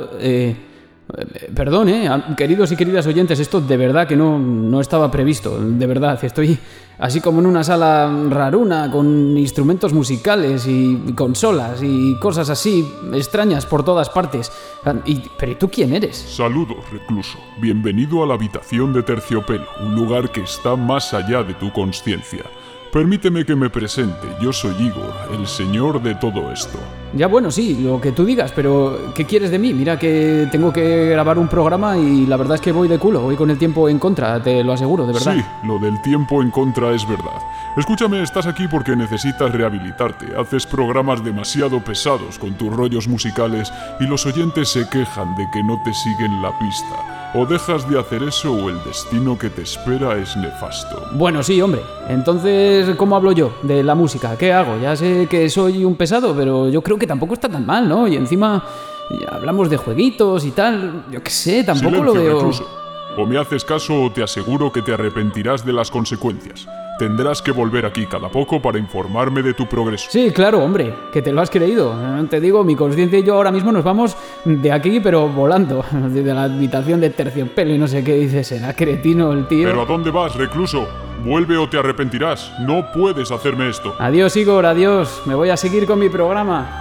perdón, queridos y queridas oyentes, esto de verdad que no estaba previsto, de verdad, estoy así como en una sala raruna con instrumentos musicales y consolas y cosas así extrañas por todas partes. ¿Pero tú quién eres? Saludos, recluso. Bienvenido a la habitación de Terciopelo, un lugar que está más allá de tu consciencia. Permíteme que me presente, yo soy Igor, el señor de todo esto. Ya bueno, sí, lo que tú digas, pero ¿qué quieres de mí? Mira que tengo que grabar un programa y la verdad es que voy de culo, voy con el tiempo en contra, te lo aseguro, de verdad. Sí, lo del tiempo en contra es verdad. Escúchame, estás aquí porque necesitas rehabilitarte, haces programas demasiado pesados con tus rollos musicales y los oyentes se quejan de que no te siguen la pista. O dejas de hacer eso o el destino que te espera es nefasto. Bueno, sí, hombre. Entonces, ¿cómo hablo yo de la música? ¿Qué hago? Ya sé que soy un pesado, pero yo creo que tampoco está tan mal, ¿no? Y encima hablamos de jueguitos y tal. Yo qué sé, tampoco Silencio, lo veo... recluso. O me haces caso o te aseguro que te arrepentirás de las consecuencias. Tendrás que volver aquí cada poco para informarme de tu progreso. Sí, claro, hombre, que te lo has creído. Te digo, mi consciencia y yo ahora mismo nos vamos de aquí, pero volando. De la habitación de Terciopelo y no sé qué dices, será cretino el tío. ¿Pero a dónde vas, recluso? Vuelve o te arrepentirás. No puedes hacerme esto. Adiós, Igor, adiós. Me voy a seguir con mi programa.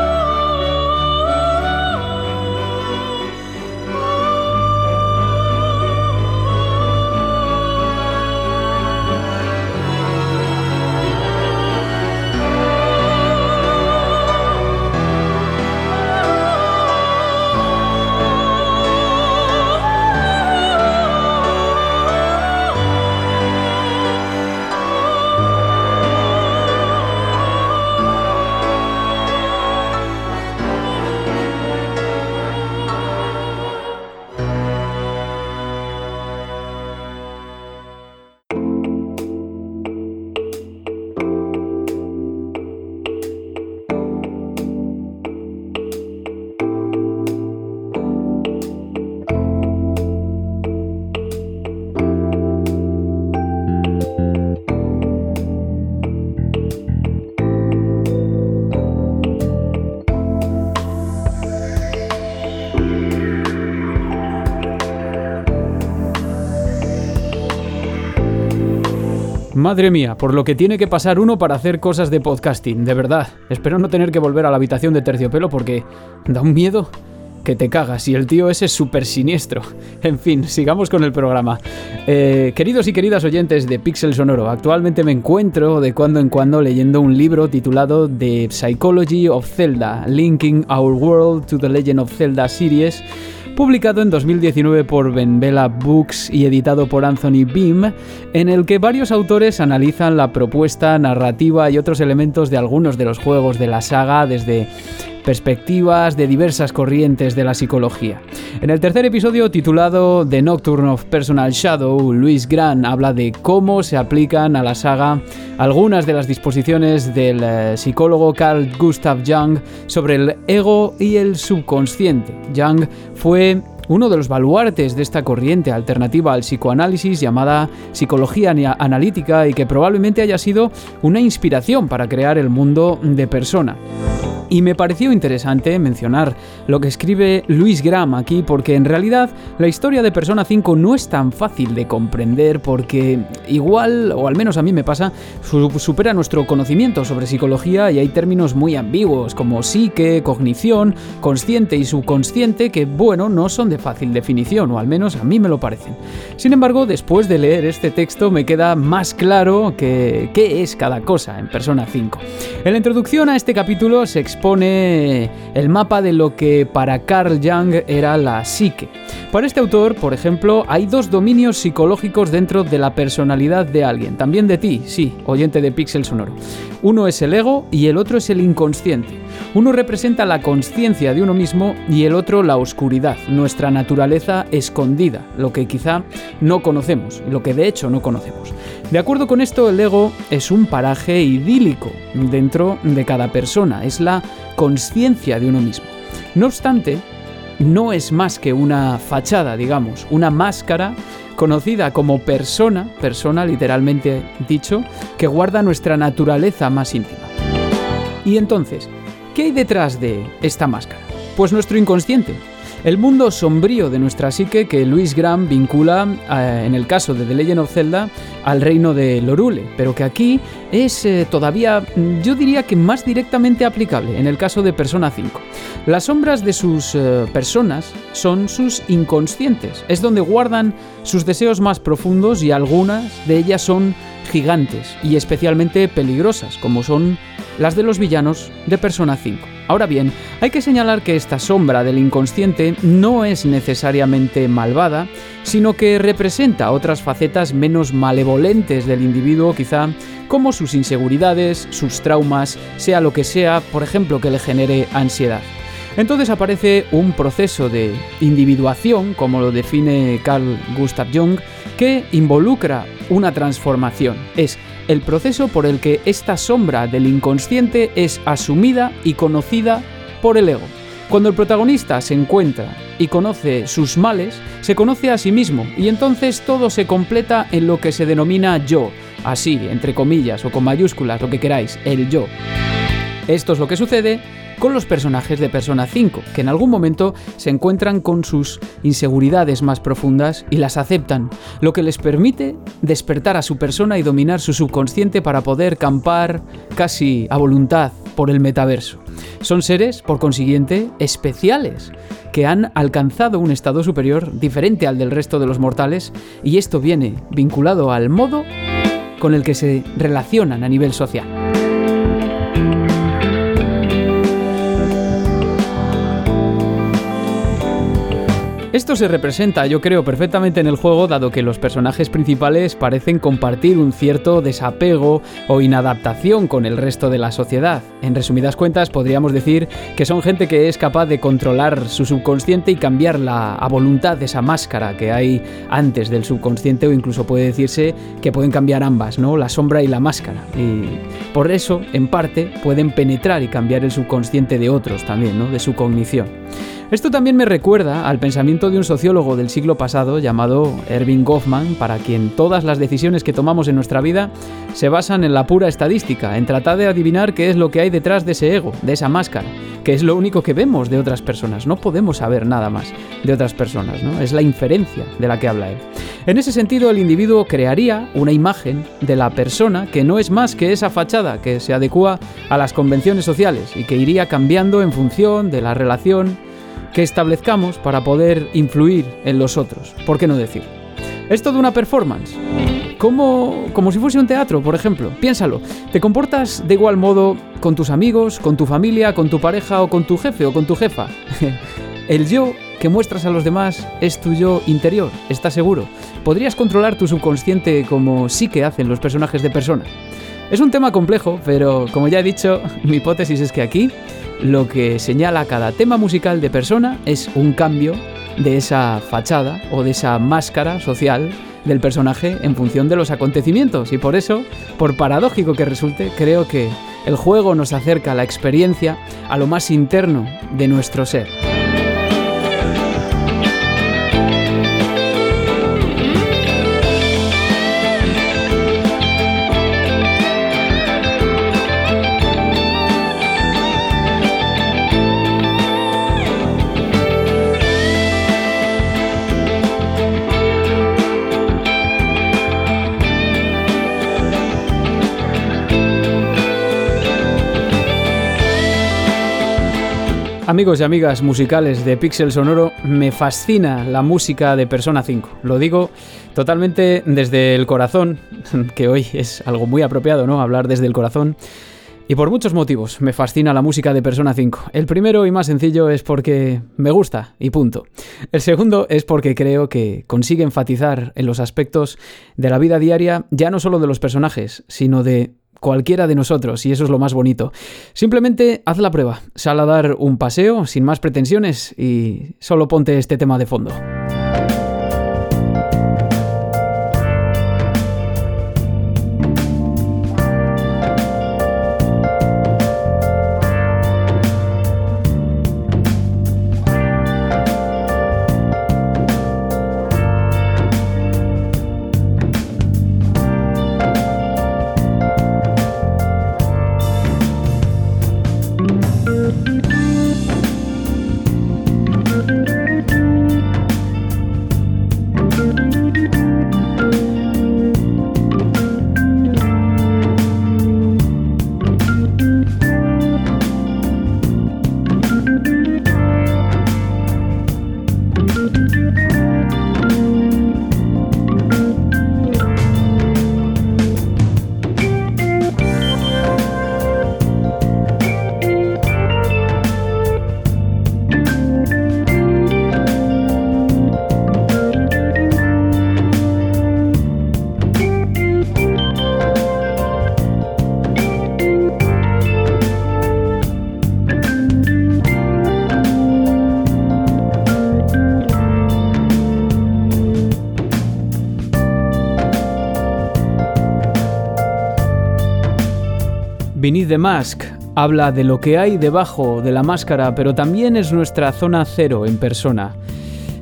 Madre mía, por lo que tiene que pasar uno para hacer cosas de podcasting, de verdad. Espero no tener que volver a la habitación de Terciopelo porque da un miedo que te cagas y el tío ese es súper siniestro. En fin, sigamos con el programa. Queridos y queridas oyentes de Pixel Sonoro, actualmente me encuentro de cuando en cuando leyendo un libro titulado The Psychology of Zelda, Linking Our World to the Legend of Zelda Series, publicado en 2019 por Benvela Books y editado por Anthony Beam, en el que varios autores analizan la propuesta narrativa y otros elementos de algunos de los juegos de la saga desde perspectivas de diversas corrientes de la psicología. En el tercer episodio, titulado The Nocturne of Personal Shadow, Louis Grant habla de cómo se aplican a la saga algunas de las disposiciones del psicólogo Carl Gustav Jung sobre el ego y el subconsciente. Jung fue uno de los baluartes de esta corriente alternativa al psicoanálisis llamada psicología analítica y que probablemente haya sido una inspiración para crear el mundo de Persona. Y me pareció interesante mencionar lo que escribe Louis Graham aquí porque en realidad la historia de Persona 5 no es tan fácil de comprender porque igual, o al menos a mí me pasa, supera nuestro conocimiento sobre psicología y hay términos muy ambiguos como psique, cognición, consciente y subconsciente que, bueno, no son de fácil definición, o al menos a mí me lo parecen. Sin embargo, después de leer este texto me queda más claro qué es cada cosa en Persona 5. En la introducción a este capítulo se expone el mapa de lo que para Carl Jung era la psique. Para este autor, por ejemplo, hay dos dominios psicológicos dentro de la personalidad de alguien, también de ti, sí, oyente de Pixel Sonoro. Uno es el ego y el otro es el inconsciente. Uno representa la consciencia de uno mismo y el otro la oscuridad, nuestra naturaleza escondida, lo que quizá no conocemos, lo que de hecho no conocemos. De acuerdo con esto, el ego es un paraje idílico dentro de cada persona, es la consciencia de uno mismo. No obstante, no es más que una fachada, digamos, una máscara conocida como persona literalmente dicho, que guarda nuestra naturaleza más íntima. Y entonces, ¿qué hay detrás de esta máscara? Pues nuestro inconsciente. El mundo sombrío de nuestra psique que Louis Graham vincula, en el caso de The Legend of Zelda, al reino de Lorule, pero que aquí es todavía, yo diría que más directamente aplicable en el caso de Persona 5. Las sombras de sus personas son sus inconscientes, es donde guardan sus deseos más profundos y algunas de ellas son gigantes y especialmente peligrosas, como son las de los villanos de Persona 5. Ahora bien, hay que señalar que esta sombra del inconsciente no es necesariamente malvada, sino que representa otras facetas menos malevolentes del individuo, quizá, como sus inseguridades, sus traumas, sea lo que sea, por ejemplo, que le genere ansiedad. Entonces aparece un proceso de individuación, como lo define Carl Gustav Jung, que involucra una transformación. Es el proceso por el que esta sombra del inconsciente es asumida y conocida por el ego. Cuando el protagonista se encuentra y conoce sus males, se conoce a sí mismo y entonces todo se completa en lo que se denomina yo, así, entre comillas o con mayúsculas, lo que queráis, el yo. Esto es lo que sucede con los personajes de Persona 5, que en algún momento se encuentran con sus inseguridades más profundas y las aceptan, lo que les permite despertar a su persona y dominar su subconsciente para poder campar casi a voluntad por el metaverso. Son seres, por consiguiente, especiales, que han alcanzado un estado superior diferente al del resto de los mortales, y esto viene vinculado al modo con el que se relacionan a nivel social. Esto se representa, yo creo, perfectamente en el juego, dado que los personajes principales parecen compartir un cierto desapego o inadaptación con el resto de la sociedad. En resumidas cuentas, podríamos decir que son gente que es capaz de controlar su subconsciente y cambiarla a voluntad de esa máscara que hay antes del subconsciente, o incluso puede decirse que pueden cambiar ambas, ¿no? La sombra y la máscara. Y por eso, en parte, pueden penetrar y cambiar el subconsciente de otros también, ¿no? De su cognición. Esto también me recuerda al pensamiento de un sociólogo del siglo pasado llamado Erving Goffman, para quien todas las decisiones que tomamos en nuestra vida se basan en la pura estadística, en tratar de adivinar qué es lo que hay detrás de ese ego, de esa máscara, que es lo único que vemos de otras personas. No podemos saber nada más de otras personas, ¿no? Es la inferencia de la que habla él. En ese sentido, el individuo crearía una imagen de la persona que no es más que esa fachada que se adecúa a las convenciones sociales y que iría cambiando en función de la relación que establezcamos para poder influir en los otros. ¿Por qué no decir? Es toda una performance. Como si fuese un teatro, por ejemplo. Piénsalo. ¿Te comportas de igual modo con tus amigos, con tu familia, con tu pareja o con tu jefe o con tu jefa? El yo que muestras a los demás es tu yo interior, ¿estás seguro? ¿Podrías controlar tu subconsciente como sí que hacen los personajes de Persona? Es un tema complejo, pero como ya he dicho, mi hipótesis es que aquí lo que señala cada tema musical de Persona es un cambio de esa fachada o de esa máscara social del personaje en función de los acontecimientos, y por eso, por paradójico que resulte, creo que el juego nos acerca a la experiencia, a lo más interno de nuestro ser. Amigos y amigas musicales de Pixel Sonoro, me fascina la música de Persona 5. Lo digo totalmente desde el corazón, que hoy es algo muy apropiado, ¿no? Hablar desde el corazón. Y por muchos motivos me fascina la música de Persona 5. El primero y más sencillo es porque me gusta y punto. El segundo es porque creo que consigue enfatizar en los aspectos de la vida diaria, ya no solo de los personajes, sino de cualquiera de nosotros, y eso es lo más bonito. Simplemente haz la prueba, sal a dar un paseo sin más pretensiones y solo ponte este tema de fondo. Beneath the Mask habla de lo que hay debajo de la máscara, pero también es nuestra zona cero en Persona.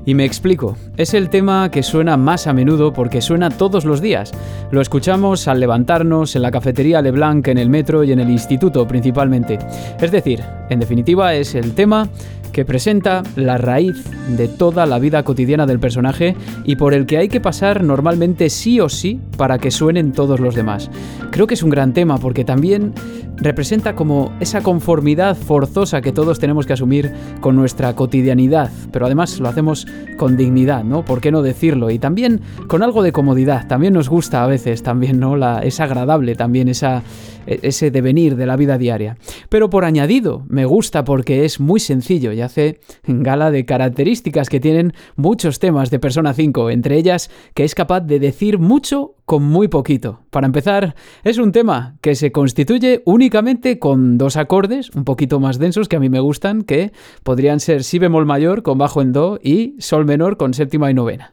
Y me explico, es el tema que suena más a menudo porque suena todos los días. Lo escuchamos al levantarnos, en la cafetería Leblanc, en el metro y en el instituto principalmente. Es decir, en definitiva es el tema que presenta la raíz de toda la vida cotidiana del personaje y por el que hay que pasar normalmente sí o sí para que suenen todos los demás. Creo que es un gran tema porque también representa como esa conformidad forzosa que todos tenemos que asumir con nuestra cotidianidad, pero además lo hacemos con dignidad, ¿no? ¿Por qué no decirlo? Y también con algo de comodidad, también nos gusta a veces, también, ¿no? Es agradable también ese devenir de la vida diaria. Pero por añadido, me gusta porque es muy sencillo y hace gala de características que tienen muchos temas de Persona 5, entre ellas que es capaz de decir mucho con muy poquito. Para empezar, es un tema que se constituye únicamente con 2 acordes, un poquito más densos que a mí me gustan, que podrían ser si bemol mayor con bajo en do y sol menor con séptima y novena.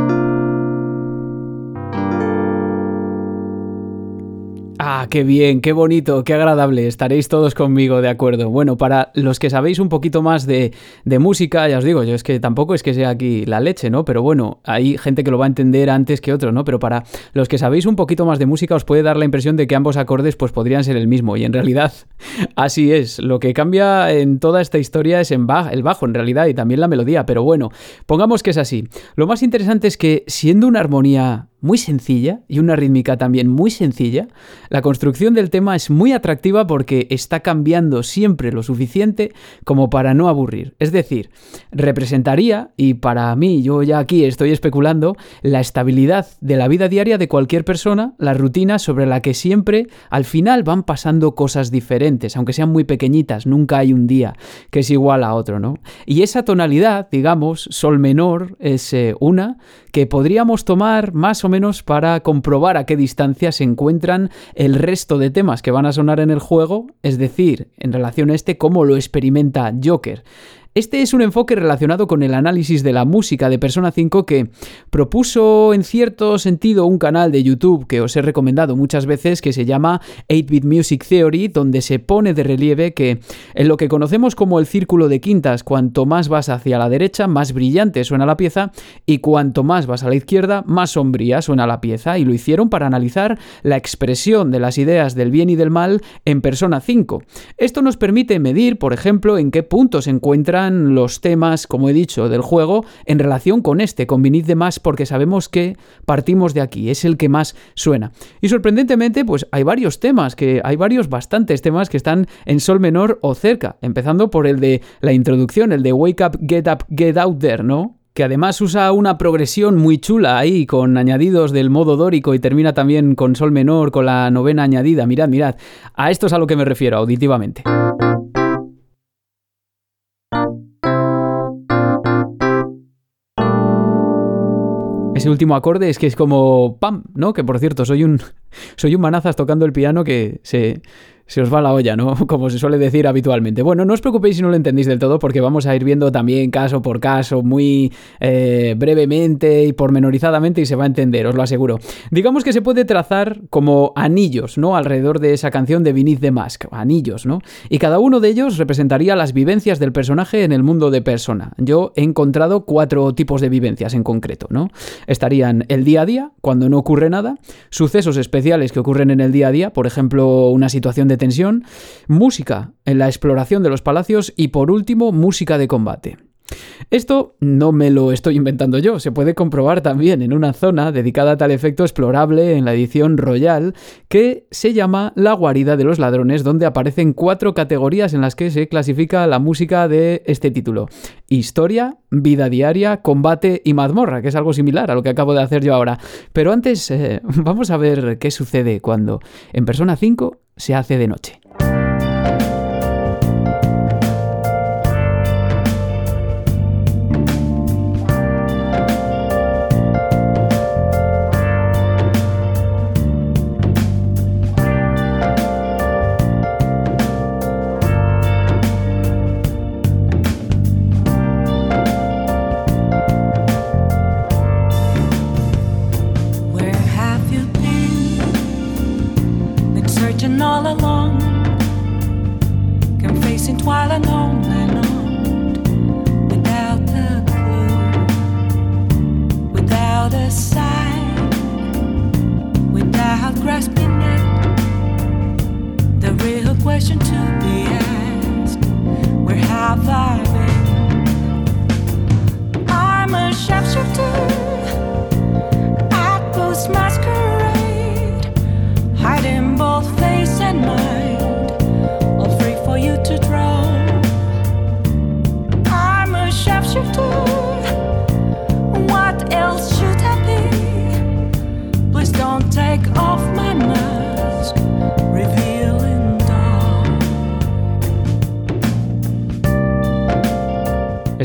Ah, qué bien, qué bonito, qué agradable, estaréis todos conmigo, de acuerdo. Bueno, para los que sabéis un poquito más de música, ya os digo, yo es que tampoco es que sea aquí la leche, ¿no? Pero bueno, hay gente que lo va a entender antes que otros, ¿no? Pero para los que sabéis un poquito más de música os puede dar la impresión de que ambos acordes pues podrían ser el mismo, y en realidad así es. Lo que cambia en toda esta historia es el bajo en realidad y también la melodía, pero bueno, pongamos que es así. Lo más interesante es que siendo una armonía muy sencilla y una rítmica también muy sencilla, la construcción del tema es muy atractiva porque está cambiando siempre lo suficiente como para no aburrir. Es decir, representaría, y para mí, yo ya aquí estoy especulando, la estabilidad de la vida diaria de cualquier persona, la rutina sobre la que siempre al final van pasando cosas diferentes, aunque sean muy pequeñitas, nunca hay un día que es igual a otro, ¿no? Y esa tonalidad, digamos, sol menor, es una que podríamos tomar más o menos para comprobar a qué distancia se encuentran el resto de temas que van a sonar en el juego, es decir, en relación a cómo lo experimenta Joker. Este es un enfoque relacionado con el análisis de la música de Persona 5 que propuso en cierto sentido un canal de YouTube que os he recomendado muchas veces que se llama 8-Bit Music Theory, donde se pone de relieve que en lo que conocemos como el círculo de quintas, cuanto más vas hacia la derecha, más brillante suena la pieza, y cuanto más vas a la izquierda, más sombría suena la pieza, y lo hicieron para analizar la expresión de las ideas del bien y del mal en Persona 5. Esto nos permite medir, por ejemplo, en qué punto se encuentran los temas, como he dicho, del juego en relación con con Beneath the Mask, porque sabemos que partimos de aquí, es el que más suena. Y sorprendentemente, pues hay bastantes temas que están en sol menor o cerca, empezando por el de la introducción, el de Wake Up, Get Out There, ¿no? Que además usa una progresión muy chula ahí, con añadidos del modo dórico, y termina también con sol menor, con la novena añadida. Mirad, a esto es a lo que me refiero auditivamente. Ese último acorde es que es como ¡pam!, ¿no? Que por cierto, soy un manazas tocando el piano que se os va la olla, ¿no? Como se suele decir habitualmente. Bueno, no os preocupéis si no lo entendéis del todo, porque vamos a ir viendo también caso por caso, muy brevemente y pormenorizadamente, y se va a entender, os lo aseguro. Digamos que se puede trazar como anillos, ¿no? Alrededor de esa canción de Beneath the Mask, anillos, ¿no? Y cada uno de ellos representaría las vivencias del personaje en el mundo de Persona. Yo he encontrado 4 tipos de vivencias en concreto, ¿no? Estarían el día a día, cuando no ocurre nada, sucesos especiales que ocurren en el día a día, por ejemplo, una situación de tensión, música en la exploración de los palacios y, por último, música de combate. Esto no me lo estoy inventando yo, se puede comprobar también en una zona dedicada a tal efecto explorable en la edición Royal, que se llama La Guarida de los Ladrones, donde aparecen 4 categorías en las que se clasifica la música de este título: historia, vida diaria, combate y mazmorra, que es algo similar a lo que acabo de hacer yo ahora. Pero antes vamos a ver qué sucede cuando en Persona 5 se hace de noche. All along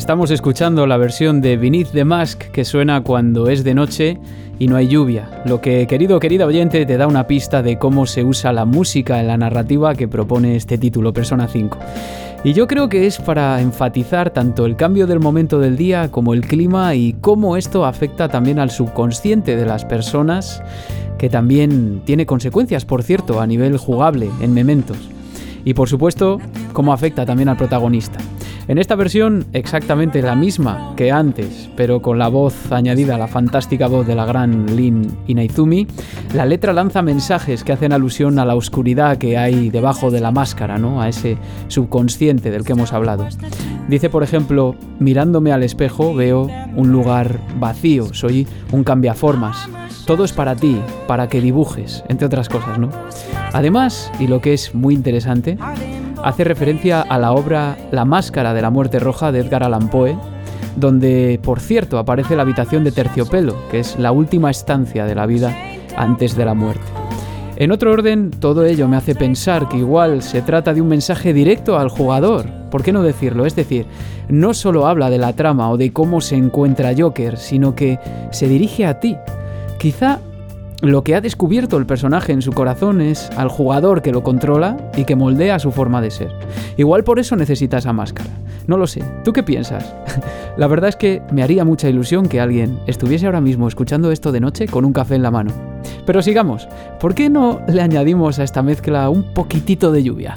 Estamos escuchando la versión de Beneath the Mask que suena cuando es de noche y no hay lluvia, lo que, querida oyente, te da una pista de cómo se usa la música en la narrativa que propone este título, Persona 5. Y yo creo que es para enfatizar tanto el cambio del momento del día como el clima y cómo esto afecta también al subconsciente de las personas, que también tiene consecuencias, por cierto, a nivel jugable en Mementos. Y por supuesto, cómo afecta también al protagonista. En esta versión, exactamente la misma que antes, pero con la voz añadida, la fantástica voz de la gran Lin Inaizumi, la letra lanza mensajes que hacen alusión a la oscuridad que hay debajo de la máscara, ¿no? A ese subconsciente del que hemos hablado. Dice, por ejemplo, mirándome al espejo veo un lugar vacío, soy un cambiaformas. Todo es para ti, para que dibujes, entre otras cosas, ¿no? Además, y lo que es muy interesante, hace referencia a la obra La Máscara de la Muerte Roja de Edgar Allan Poe, donde, por cierto, aparece la habitación de Terciopelo, que es la última estancia de la vida antes de la muerte. En otro orden, todo ello me hace pensar que igual se trata de un mensaje directo al jugador. ¿Por qué no decirlo? Es decir, no solo habla de la trama o de cómo se encuentra Joker, sino que se dirige a ti. Quizá lo que ha descubierto el personaje en su corazón es al jugador que lo controla y que moldea su forma de ser. Igual por eso necesita esa máscara. No lo sé. ¿Tú qué piensas? La verdad es que me haría mucha ilusión que alguien estuviese ahora mismo escuchando esto de noche con un café en la mano. Pero sigamos. ¿Por qué no le añadimos a esta mezcla un poquitito de lluvia?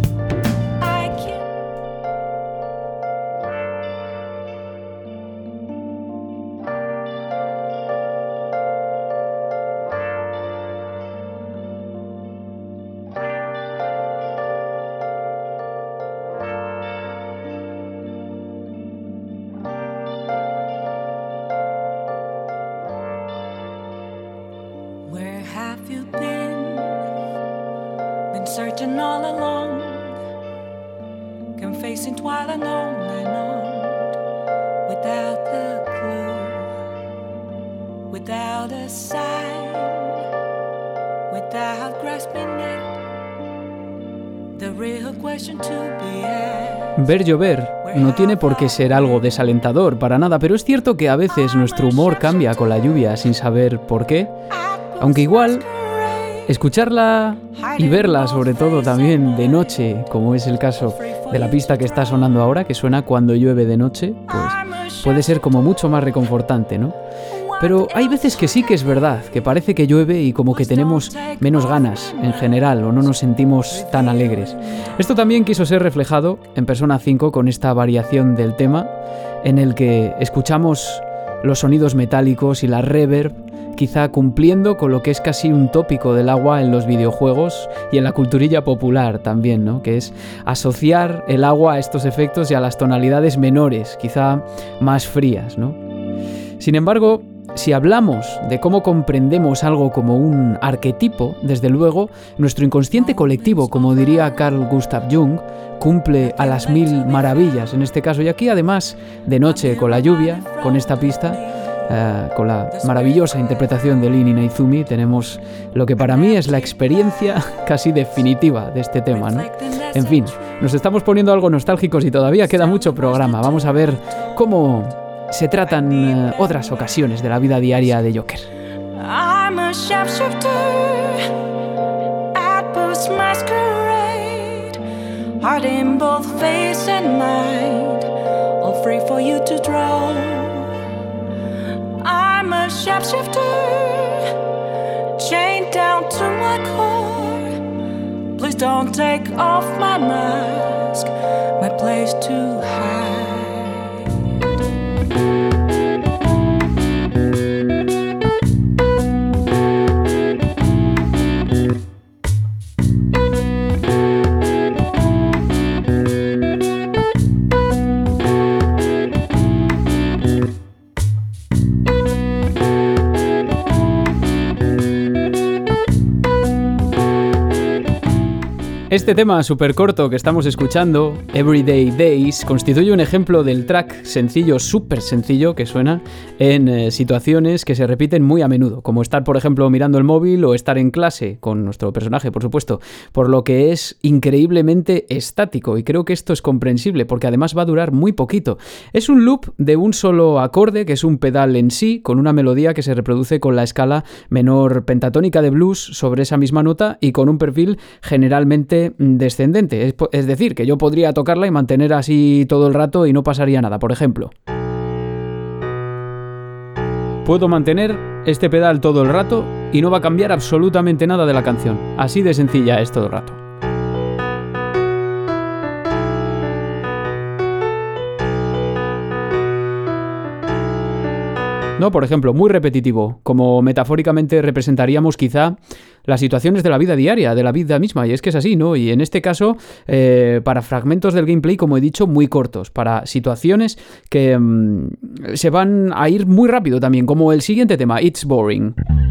Searching all along, confessing twilight on and on, without the clue, without a sign, without grasping it, the real question to be asked. Ver llover no tiene por qué ser algo desalentador, para nada, pero es cierto que a veces nuestro humor cambia con la lluvia sin saber por qué, aunque igual escucharla y verla, sobre todo también de noche, como es el caso de la pista que está sonando ahora, que suena cuando llueve de noche, pues puede ser como mucho más reconfortante, ¿no? Pero hay veces que sí que es verdad, que parece que llueve y como que tenemos menos ganas en general o no nos sentimos tan alegres. Esto también quiso ser reflejado en Persona 5 con esta variación del tema en el que escuchamos los sonidos metálicos y la reverb, quizá cumpliendo con lo que es casi un tópico del agua en los videojuegos y en la culturilla popular también, ¿no? Que es asociar el agua a estos efectos y a las tonalidades menores, quizá más frías, ¿no? Sin embargo, si hablamos de cómo comprendemos algo como un arquetipo, desde luego, nuestro inconsciente colectivo, como diría Carl Gustav Jung, cumple a las 1000 maravillas en este caso. Y aquí, además, de noche con la lluvia, con esta pista, con la maravillosa interpretación de Lin Inaizumi, tenemos lo que para mí es la experiencia casi definitiva de este tema, ¿no? En fin, nos estamos poniendo algo nostálgicos y todavía queda mucho programa. Vamos a ver cómo se tratan otras ocasiones de la vida diaria de Joker. I'm a shapeshifter at Post Masquerade, heart in both face and mind, all free for you to draw. I'm a shapeshifter, chained down to my core. Please don't take off my mask, my place to hide. Este tema súper corto que estamos escuchando, Everyday Days, constituye un ejemplo del track sencillo, súper sencillo, que suena en situaciones que se repiten muy a menudo, como estar, por ejemplo, mirando el móvil o estar en clase con nuestro personaje, por supuesto, por lo que es increíblemente estático, y creo que esto es comprensible porque además va a durar muy poquito. Es un loop de un solo acorde, que es un pedal en sí, con una melodía que se reproduce con la escala menor pentatónica de blues sobre esa misma nota y con un perfil generalmente descendente, es decir, que yo podría tocarla y mantener así todo el rato y no pasaría nada. Por ejemplo, puedo mantener este pedal todo el rato y no va a cambiar absolutamente nada de la canción. Así de sencilla es todo el rato. No, por ejemplo, muy repetitivo, como metafóricamente representaríamos quizá las situaciones de la vida diaria, de la vida misma, y es que es así, ¿no? Y en este caso, para fragmentos del gameplay, como he dicho, muy cortos, para situaciones que se van a ir muy rápido también, como el siguiente tema, It's Boring.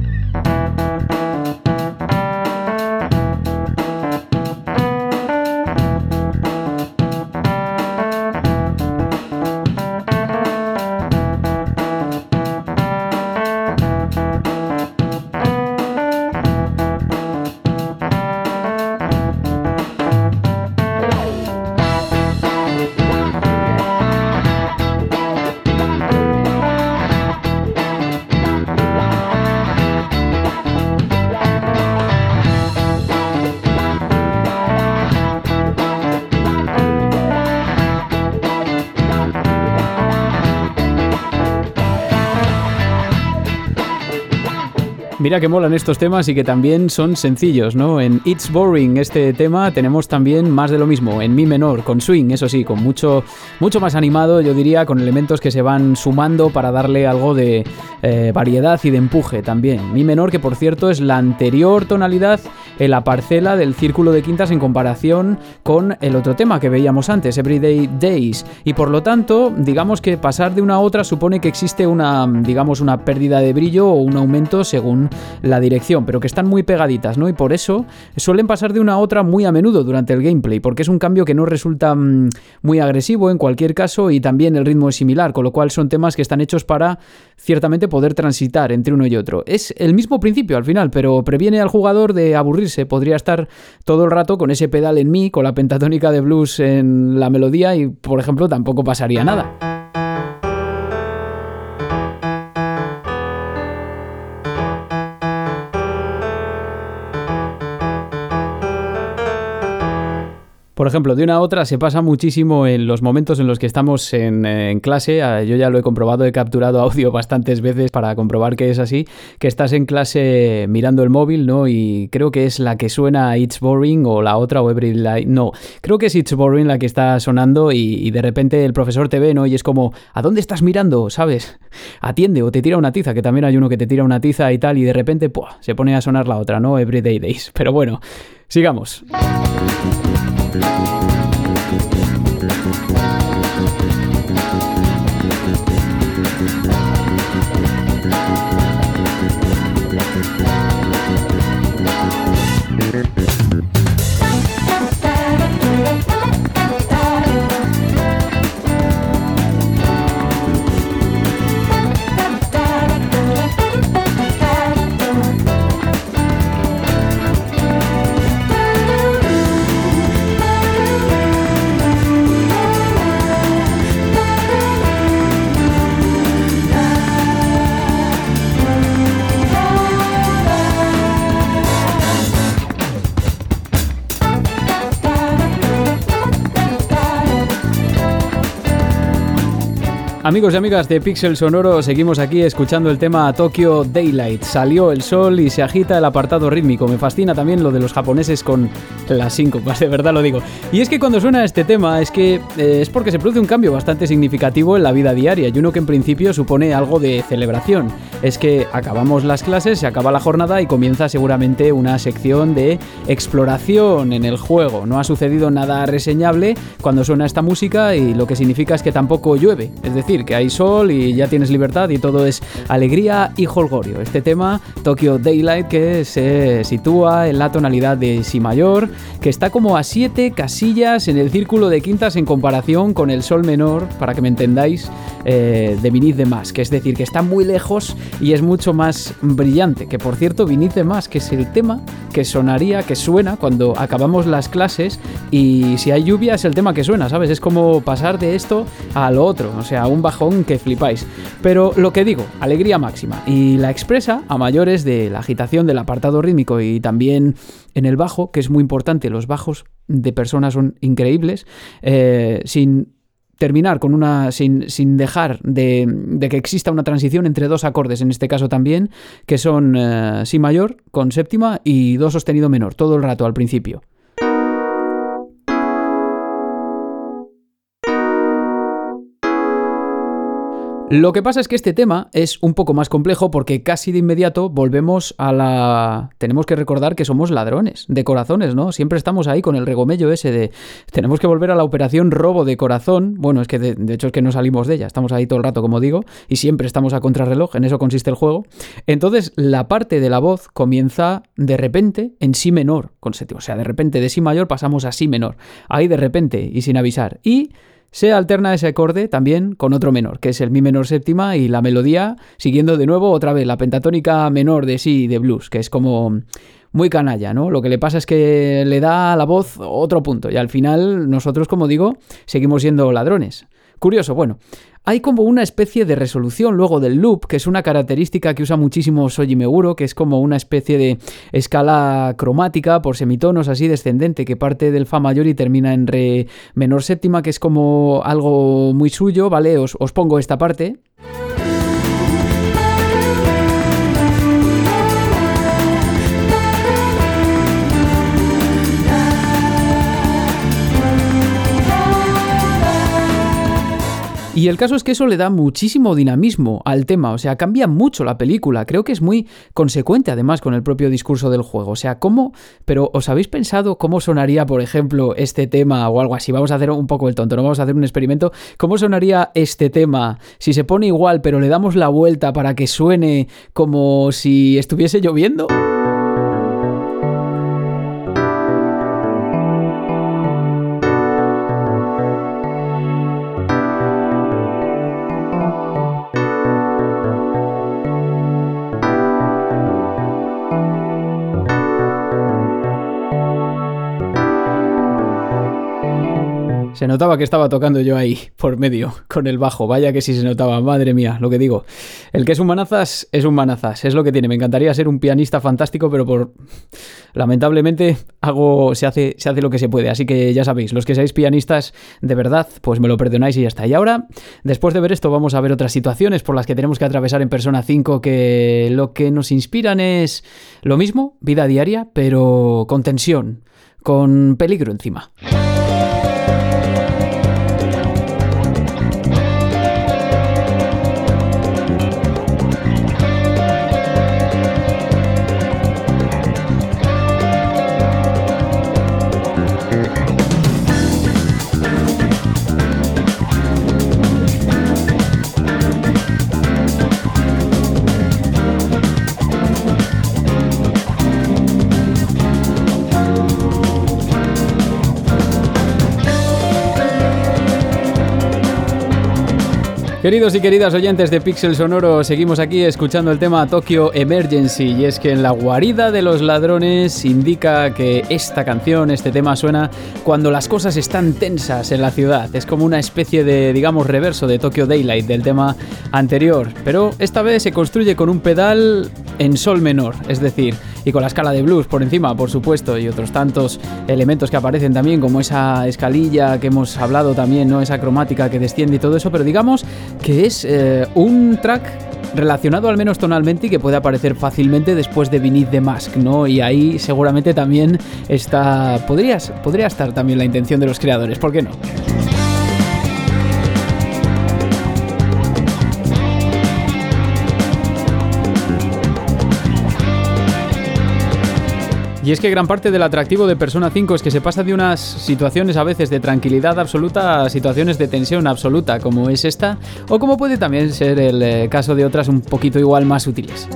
Mira que molan estos temas y que también son sencillos, ¿no? En It's Boring, este tema, tenemos también más de lo mismo, en mi menor, con swing, eso sí, con mucho más animado, yo diría, con elementos que se van sumando para darle algo de variedad y de empuje también. Mi menor, que por cierto es la anterior tonalidad en la parcela del círculo de quintas en comparación con el otro tema que veíamos antes, Everyday Days, y por lo tanto, digamos que pasar de una a otra supone que existe una pérdida de brillo o un aumento según la dirección, pero que están muy pegaditas, ¿no? Y por eso suelen pasar de una a otra muy a menudo durante el gameplay, porque es un cambio que no resulta muy agresivo en cualquier caso, y también el ritmo es similar, con lo cual son temas que están hechos para ciertamente poder transitar entre uno y otro. Es el mismo principio al final, pero previene al jugador de aburrirse. Podría estar todo el rato con ese pedal en mi, con la pentatónica de blues en la melodía, y por ejemplo tampoco pasaría nada. Por ejemplo, de una a otra se pasa muchísimo en los momentos en los que estamos en clase. Yo ya lo he comprobado, he capturado audio bastantes veces para comprobar que es así, que estás en clase mirando el móvil, ¿no? Y creo que es la que suena It's Boring, o la otra, o Every... No, creo que es It's Boring la que está sonando, y de repente el profesor te ve, ¿no? Y es como, ¿a dónde estás mirando? ¿Sabes? Atiende, o te tira una tiza, que también hay uno que te tira una tiza y tal, y de repente ¡pua!, se pone a sonar la otra, ¿no? Everyday Days. Pero bueno, sigamos. Amigos y amigas de Pixel Sonoro, seguimos aquí escuchando el tema Tokyo Daylight. Salió el sol y se agita el apartado rítmico. Me fascina también lo de los japoneses con las síncopas, de verdad lo digo. Y es que cuando suena este tema es porque se produce un cambio bastante significativo en la vida diaria, y uno que en principio supone algo de celebración. es que acabamos las clases, se acaba la jornada y comienza seguramente una sección de exploración en el juego. No ha sucedido nada reseñable cuando suena esta música y lo que significa es que tampoco llueve, es decir, que hay sol y ya tienes libertad y todo es alegría y jolgorio. Este tema, Tokyo Daylight, que se sitúa en la tonalidad de Si mayor, que está como a 7 casillas en el círculo de quintas en comparación con el sol menor, para que me entendáis, de Beneath the Mask, es decir, que está muy lejos y es mucho más brillante, que por cierto Beneath the Mask es el tema que suena cuando acabamos las clases y si hay lluvia es el tema que suena, ¿sabes? Es como pasar de esto a lo otro, o sea, un bajón que flipáis. Pero lo que digo, alegría máxima, y la expresa a mayores de la agitación del apartado rítmico y también en el bajo, que es muy importante, los bajos de Persona son increíbles, sin terminar con sin dejar de que exista una transición entre dos acordes, en este caso también, que son Si mayor con séptima y do sostenido menor, todo el rato al principio. Lo que pasa es que este tema es un poco más complejo porque casi de inmediato volvemos tenemos que recordar que somos ladrones de corazones, ¿no? Siempre estamos ahí con el regomello ese de tenemos que volver a la operación robo de corazón. Bueno, es que de hecho es que no salimos de ella, estamos ahí todo el rato, como digo, y siempre estamos a contrarreloj, en eso consiste el juego. Entonces la parte de la voz comienza de repente en Si menor con séptima, o sea, de repente de Si mayor pasamos a Si menor, ahí de repente y sin avisar, y se alterna ese acorde también con otro menor, que es el Mi menor séptima, y la melodía siguiendo de nuevo otra vez la pentatónica menor de Si de blues, que es como muy canalla, ¿no? Lo que le pasa es que le da a la voz otro punto y al final nosotros, como digo, seguimos siendo ladrones. Curioso, bueno. Hay como una especie de resolución luego del loop, que es una característica que usa muchísimo Shoji Meguro, que es como una especie de escala cromática por semitonos así descendente, que parte del Fa mayor y termina en Re menor séptima, que es como algo muy suyo, ¿vale? Os pongo esta parte. Y el caso es que eso le da muchísimo dinamismo al tema, o sea, cambia mucho la película. Creo que es muy consecuente además con el propio discurso del juego. O sea, pero ¿os habéis pensado cómo sonaría, por ejemplo, este tema o algo así? Vamos a hacer un poco el tonto, no vamos a hacer un experimento. ¿Cómo sonaría este tema si se pone igual, pero le damos la vuelta para que suene como si estuviese lloviendo? Se notaba que estaba tocando yo ahí, por medio, con el bajo. Vaya que sí se notaba, madre mía, lo que digo. El que es un manazas, es un manazas. Es lo que tiene. Me encantaría ser un pianista fantástico, pero lamentablemente se hace lo que se puede. Así que ya sabéis, los que seáis pianistas de verdad, pues me lo perdonáis y ya está. Y ahora, después de ver esto, vamos a ver otras situaciones por las que tenemos que atravesar en Persona 5, que lo que nos inspiran es lo mismo, vida diaria, pero con tensión, con peligro encima. Queridos y queridas oyentes de Pixel Sonoro, seguimos aquí escuchando el tema Tokyo Emergency, y es que en la guarida de los ladrones indica que esta canción, este tema suena cuando las cosas están tensas en la ciudad. Es como una especie de, digamos, reverso de Tokyo Daylight del tema anterior, pero esta vez se construye con un pedal en sol menor, es decir, y con la escala de blues por encima, por supuesto, y otros tantos elementos que aparecen también, como esa escalilla que hemos hablado también, ¿no? Esa cromática que desciende y todo eso, pero digamos que es un track relacionado al menos tonalmente y que puede aparecer fácilmente después de Beneath the Mask, ¿no? Y ahí seguramente también podría estar también la intención de los creadores, ¿por qué no? Y es que gran parte del atractivo de Persona 5 es que se pasa de unas situaciones a veces de tranquilidad absoluta a situaciones de tensión absoluta, como es esta, o como puede también ser el caso de otras un poquito igual más sutiles.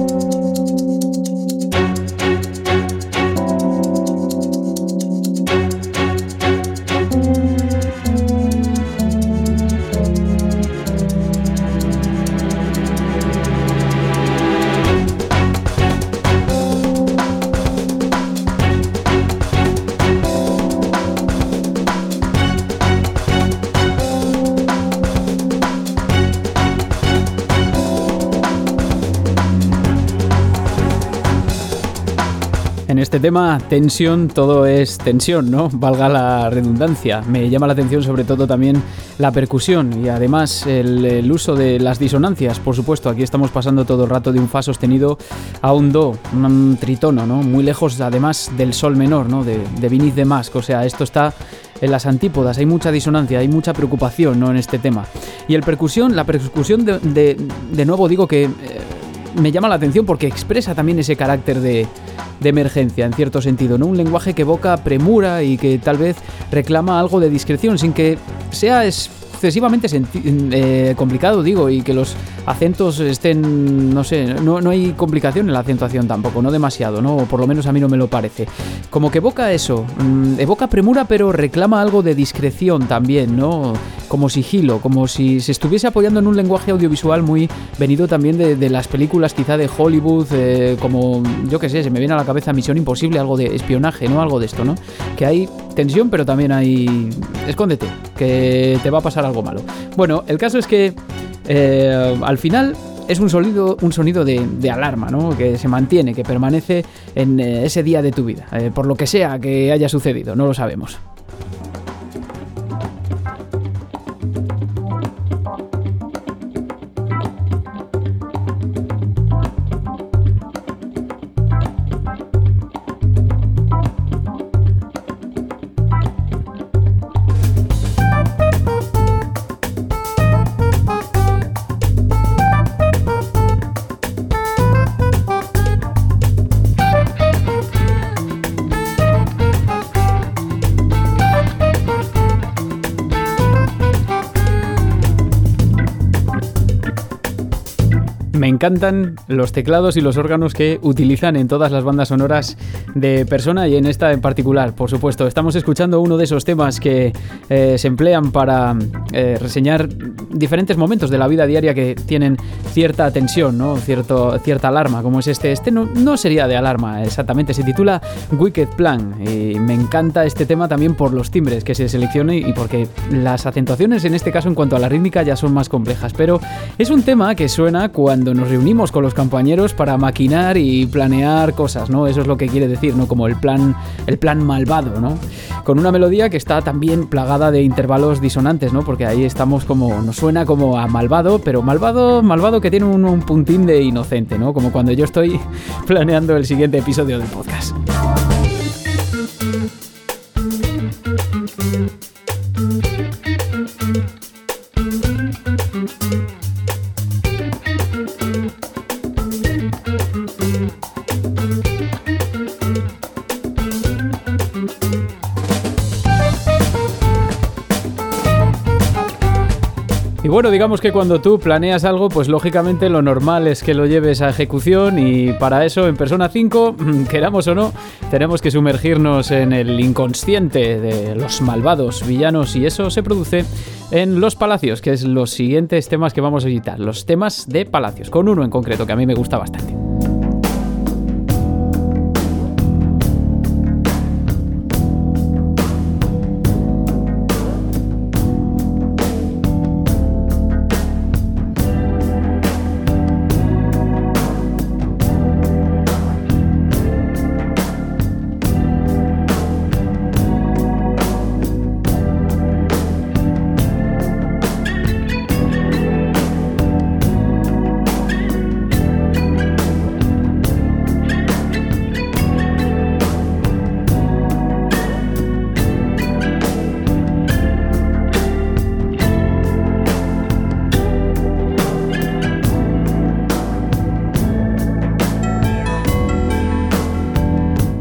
En este tema, tensión, todo es tensión, ¿no? Valga la redundancia. Me llama la atención sobre todo también la percusión y además el uso de las disonancias. Por supuesto, aquí estamos pasando todo el rato de un fa sostenido a un do, un tritono, ¿no? Muy lejos además del sol menor, ¿no? De Beneath the Mask. O sea, esto está en las antípodas, hay mucha disonancia, hay mucha preocupación, ¿no? En este tema. Y la percusión de nuevo digo que me llama la atención porque expresa también ese carácter de emergencia, en cierto sentido, ¿no? Un lenguaje que evoca premura y que tal vez reclama algo de discreción, sin que sea excesivamente complicado, digo, y que los acentos estén, no sé, no hay complicación en la acentuación tampoco, no demasiado, ¿no? O por lo menos a mí no me lo parece. Como que evoca eso, evoca premura, pero reclama algo de discreción también, ¿no? Como sigilo, como si se estuviese apoyando en un lenguaje audiovisual muy venido también de las películas quizá de Hollywood, como, yo qué sé, se me viene a la cabeza Misión Imposible, algo de espionaje, ¿no? Algo de esto, ¿no? Que hay tensión, pero también hay... Escóndete, que te va a pasar algo malo. Bueno, el caso es que al final es un sonido de alarma, ¿no? Que se mantiene, que permanece en ese día de tu vida, por lo que sea que haya sucedido, no lo sabemos. Me encantan los teclados y los órganos que utilizan en todas las bandas sonoras de Persona y en esta en particular, por supuesto. Estamos escuchando uno de esos temas que se emplean para reseñar diferentes momentos de la vida diaria que tienen cierta tensión, ¿no? Cierta alarma, como es este. Este no sería de alarma exactamente, se titula Wicked Plan y me encanta este tema también por los timbres que se seleccionan y porque las acentuaciones en este caso en cuanto a la rítmica ya son más complejas, pero es un tema que suena cuando nos reunimos con los compañeros para maquinar y planear cosas, ¿no? Eso es lo que quiere decir, ¿no? Como el plan malvado, ¿no? Con una melodía que está también plagada de intervalos disonantes, ¿no? Porque ahí estamos como, nos suena como a malvado, pero malvado que tiene un puntín de inocente, ¿no? Como cuando yo estoy planeando el siguiente episodio del podcast. Y bueno, digamos que cuando tú planeas algo, pues lógicamente lo normal es que lo lleves a ejecución y para eso en Persona 5, queramos o no, tenemos que sumergirnos en el inconsciente de los malvados villanos y eso se produce en Los Palacios, que es los siguientes temas que vamos a visitar, los temas de Palacios, con uno en concreto que a mí me gusta bastante.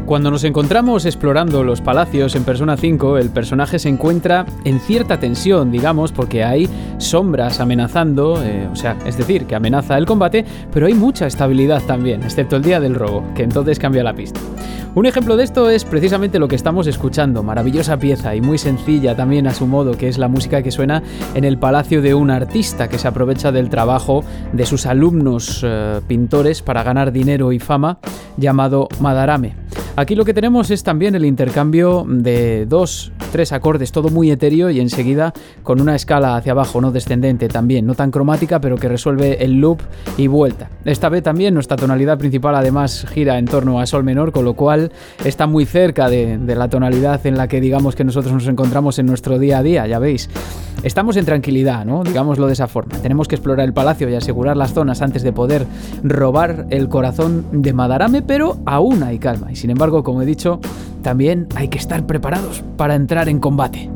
Cuando nos encontramos explorando los palacios en Persona 5, el personaje se encuentra en cierta tensión, digamos, porque hay sombras amenazando, es decir, que amenaza el combate, pero hay mucha estabilidad también, excepto el día del robo, que entonces cambia la pista. Un ejemplo de esto es precisamente lo que estamos escuchando, maravillosa pieza y muy sencilla también a su modo, que es la música que suena en el palacio de un artista que se aprovecha del trabajo de sus alumnos pintores para ganar dinero y fama, llamado Madarame. Aquí lo que tenemos es también el intercambio de 2-3 acordes, todo muy etéreo y enseguida con una escala hacia abajo, no descendente también, no tan cromática, pero que resuelve el loop y vuelta. Esta vez también nuestra tonalidad principal además gira en torno a sol menor, con lo cual está muy cerca de la tonalidad en la que digamos que nosotros nos encontramos en nuestro día a día, ya veis. Estamos en tranquilidad, ¿no? Digámoslo de esa forma. Tenemos que explorar el palacio y asegurar las zonas antes de poder robar el corazón de Madarame, pero aún hay calma. Y sin embargo, como he dicho, también hay que estar preparados para entrar en combate.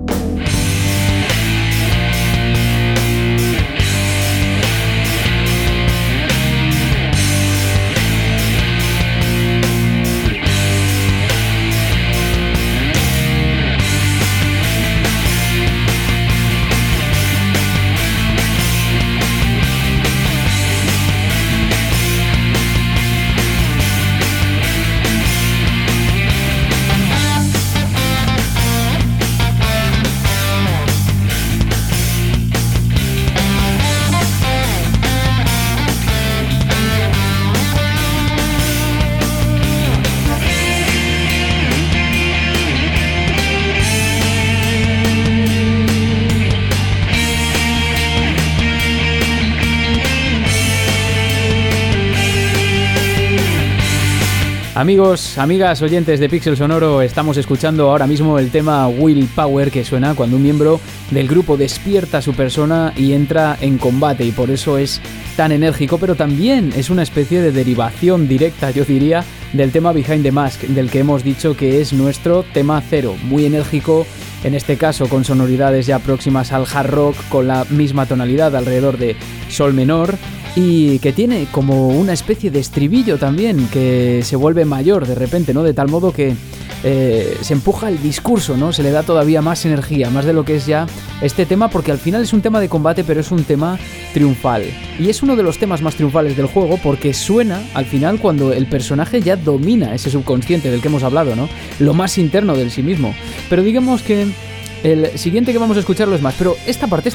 Amigos, amigas, oyentes de Pixel Sonoro, estamos escuchando ahora mismo el tema Willpower, que suena cuando un miembro del grupo despierta su persona y entra en combate, y por eso es tan enérgico, pero también es una especie de derivación directa, yo diría, del tema Behind the Mask, del que hemos dicho que es nuestro tema 0, muy enérgico, en este caso con sonoridades ya próximas al hard rock, con la misma tonalidad alrededor de sol menor, y que tiene como una especie de estribillo también que se vuelve mayor de repente, ¿no? De tal modo que se empuja el discurso, ¿no? Se le da todavía más energía, más de lo que es ya este tema, porque al final es un tema de combate, pero es un tema triunfal. Y es uno de los temas más triunfales del juego porque suena al final cuando el personaje ya domina ese subconsciente del que hemos hablado, ¿no? Lo más interno del sí mismo. Pero digamos que el siguiente que vamos a escucharlo es más, pero esta parte.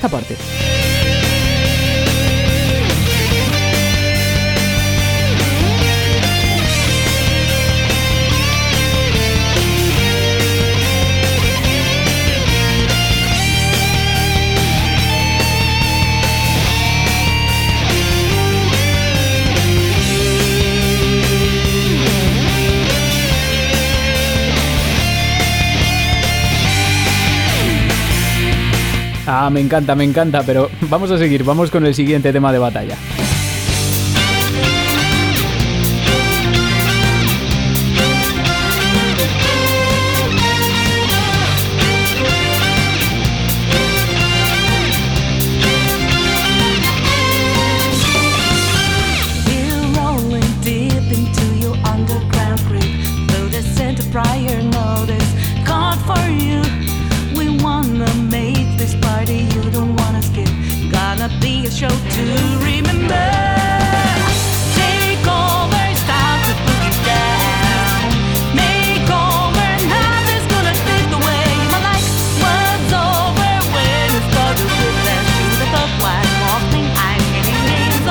Ah, me encanta, pero vamos a seguir, vamos con el siguiente tema de batalla. Show to remember. Take over, it's time to boogie down. Make over, nothing's gonna take away. My life was over when it started with that shoe that the white walking. I'm getting games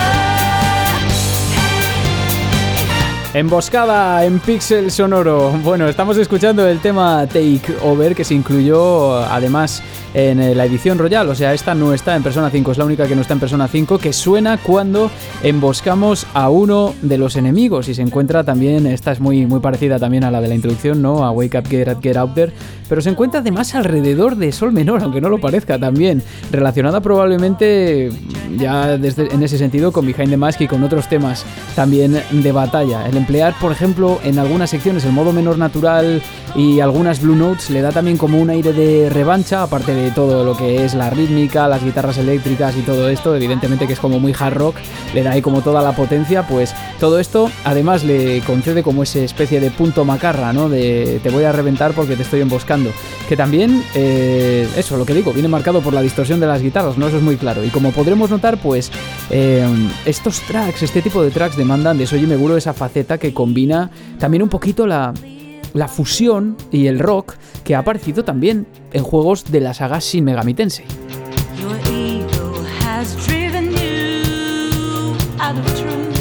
over. Emboscada en Pixel Sonoro. Bueno, estamos escuchando el tema Take Over, que se incluyó además en la edición Royal, o sea, esta no está en Persona 5, es la única que no está en Persona 5, que suena cuando emboscamos a uno de los enemigos y se encuentra también, esta es muy, muy parecida también a la de la introducción, ¿no? A Wake Up, Get Out There, pero se encuentra además alrededor de sol menor, aunque no lo parezca también, relacionada probablemente ya en ese sentido con Behind the Mask y con otros temas también de batalla. El emplear, por ejemplo, en algunas secciones el modo menor natural y algunas Blue Notes le da también como un aire de revancha, aparte de todo lo que es la rítmica, las guitarras eléctricas y todo esto, evidentemente que es como muy hard rock, le da ahí como toda la potencia, pues todo esto además le concede como esa especie de punto macarra, ¿no? De te voy a reventar porque te estoy emboscando, que también, eso, lo que digo, viene marcado por la distorsión de las guitarras, ¿no? Eso es muy claro, y como podremos notar, pues estos tracks, este tipo de tracks demandan de Shoji Meguro esa faceta que combina también un poquito la fusión y el rock que ha aparecido también en juegos de la saga Shin Megami Tensei. Your ego has driven you out of truth.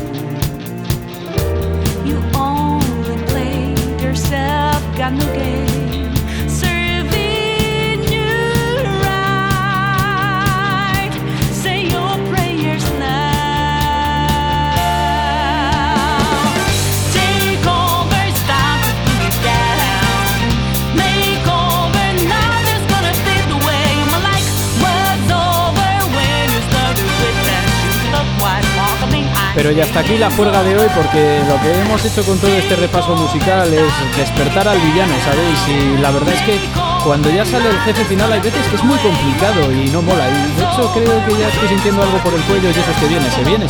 You only play yourself, got no game. Serving you right. Say your prayers now. Take over, stop the boogie down. Make over, nothing's gonna fade away. My life was over when you started with that shoot the white walk. I mean, Pero ya hasta aquí la juerga de hoy, porque lo que hemos hecho con todo este repaso musical es despertar al villano, ¿sabéis? Y la verdad es que cuando ya sale el jefe final hay veces que es muy complicado y no mola. Y de hecho creo que ya estoy sintiendo algo por el cuello y eso es que viene, se viene.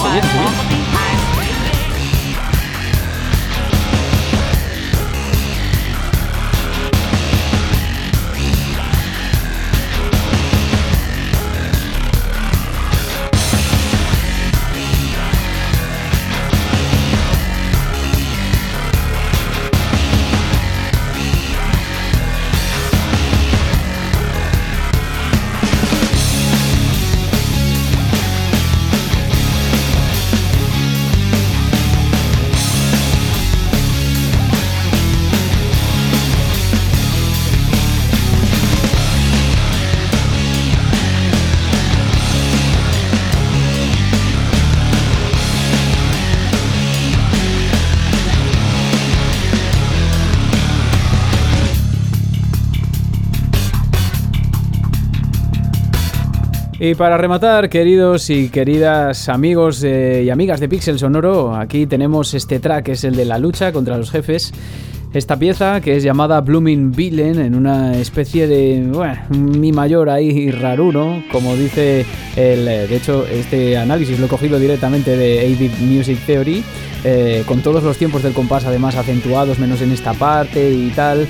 Y para rematar, queridos y queridas amigos y amigas de Pixel Sonoro, aquí tenemos este track, que es el de la lucha contra los jefes. Esta pieza, que es llamada Blooming Villain, en una especie de, bueno, mi mayor ahí raruro, como dice el... De hecho, este análisis lo he cogido directamente de 8-Bit Music Theory, con todos los tiempos del compás además acentuados, menos en esta parte y tal,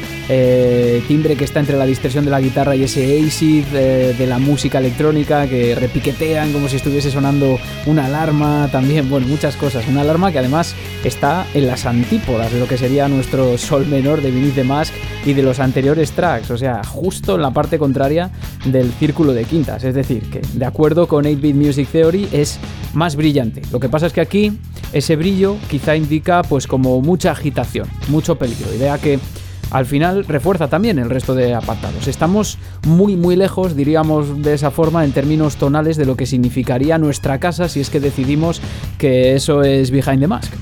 timbre que está entre la distorsión de la guitarra y ese acid de la música electrónica que repiquetean como si estuviese sonando una alarma, también, bueno, muchas cosas. Una alarma que además está en las antípodas de lo que sería nuestro sol menor de Beneath the Mask y de los anteriores tracks, o sea, justo en la parte contraria del círculo de quintas, es decir, que de acuerdo con 8-Bit Music Theory es más brillante. Lo que pasa es que aquí ese brillo quizá indica pues como mucha agitación, mucho peligro, idea que al final refuerza también el resto de apartados. Estamos muy muy lejos, diríamos de esa forma, en términos tonales de lo que significaría nuestra casa si es que decidimos que eso es Behind the Mask.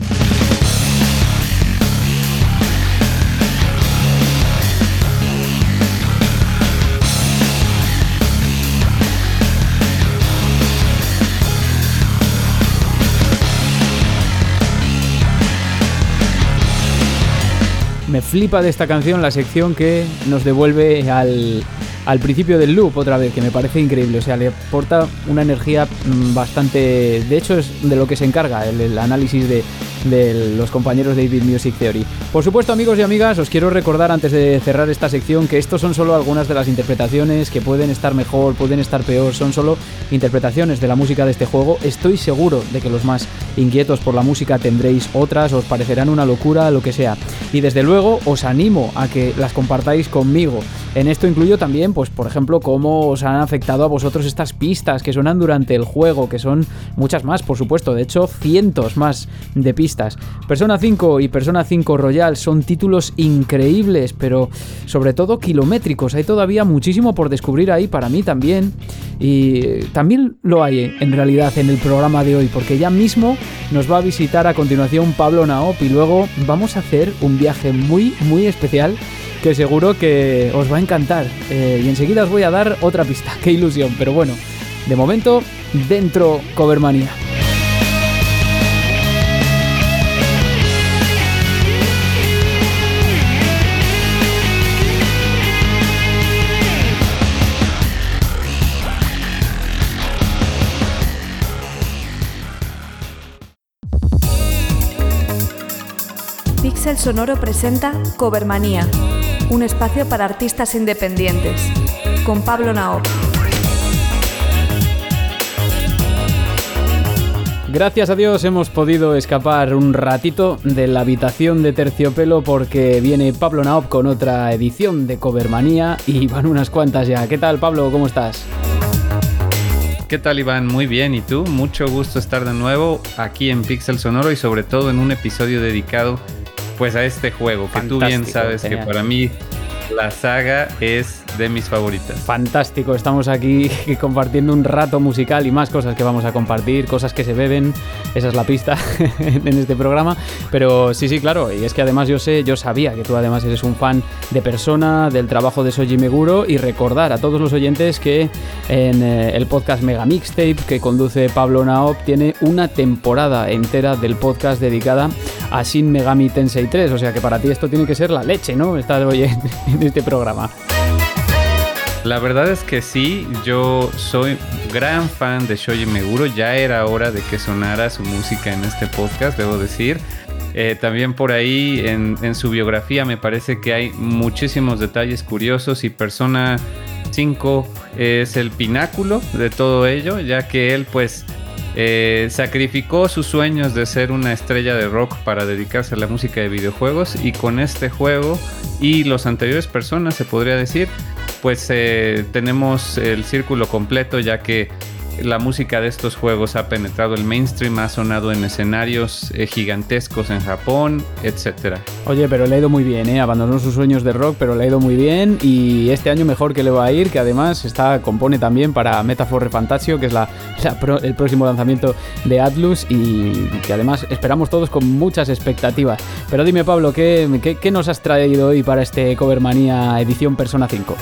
Me flipa de esta canción la sección que nos devuelve al principio del loop otra vez, que me parece increíble, o sea, le aporta una energía bastante... De hecho, es de lo que se encarga el análisis de los compañeros de 8-Bit Music Theory. Por supuesto, amigos y amigas, os quiero recordar antes de cerrar esta sección que estos son solo algunas de las interpretaciones que pueden estar mejor, pueden estar peor, son solo interpretaciones de la música de este juego. Estoy seguro de que los más inquietos por la música tendréis otras, os parecerán una locura, lo que sea. Y desde luego os animo a que las compartáis conmigo. En esto incluyo también, pues por ejemplo, cómo os han afectado a vosotros estas pistas que suenan durante el juego, que son muchas más, por supuesto, de hecho cientos más de pistas. Persona 5 y Persona 5 Royal son títulos increíbles, pero sobre todo kilométricos. Hay todavía muchísimo por descubrir ahí para mí también, y también lo hay en realidad en el programa de hoy, porque ya mismo nos va a visitar a continuación Pablo Naop y luego vamos a hacer un viaje muy muy especial que seguro que os va a encantar, y enseguida os voy a dar otra pista. ¡Qué ilusión! Pero bueno, de momento, dentro Covermanía. Pixel Sonoro presenta Covermanía, un espacio para artistas independientes, con Pablo Naop. Gracias a Dios hemos podido escapar un ratito de la habitación de Terciopelo porque viene Pablo Naop con otra edición de Covermanía y van unas cuantas ya. ¿Qué tal, Pablo? ¿Cómo estás? ¿Qué tal, Iván? Muy bien, ¿y tú? Mucho gusto estar de nuevo aquí en Pixel Sonoro y sobre todo en un episodio dedicado pues a este juego, que Fantástico, tú bien sabes genial. que para mí la saga es de mis favoritas. Fantástico, estamos aquí compartiendo un rato musical y más cosas que vamos a compartir, cosas que se beben, esa es la pista en este programa, pero sí, claro, y es que además yo sabía que tú además eres un fan de Persona, del trabajo de Shoji Meguro, y recordar a todos los oyentes que en el podcast Mega Mixtape que conduce Pablo Naop tiene una temporada entera del podcast dedicada a Shin Megami Tensei 3, o sea que para ti esto tiene que ser la leche, ¿no? Estar hoy en este programa. La verdad es que sí, yo soy gran fan de Shoji Meguro, ya era hora de que sonara su música en este podcast, debo decir. También por ahí en su biografía me parece que hay muchísimos detalles curiosos y Persona 5 es el pináculo de todo ello, ya que él pues sacrificó sus sueños de ser una estrella de rock para dedicarse a la música de videojuegos, y con este juego y los anteriores Personas, se podría decir, pues tenemos el círculo completo, ya que la música de estos juegos ha penetrado el mainstream, ha sonado en escenarios gigantescos en Japón, etc. Oye, pero le ha ido muy bien, abandonó sus sueños de rock, pero le ha ido muy bien, y este año mejor que le va a ir, que además compone también para Metaphor Refantasio, que es el próximo lanzamiento de Atlus, y que además esperamos todos con muchas expectativas. Pero dime, Pablo, ¿qué nos has traído hoy para este Covermanía edición Persona 5?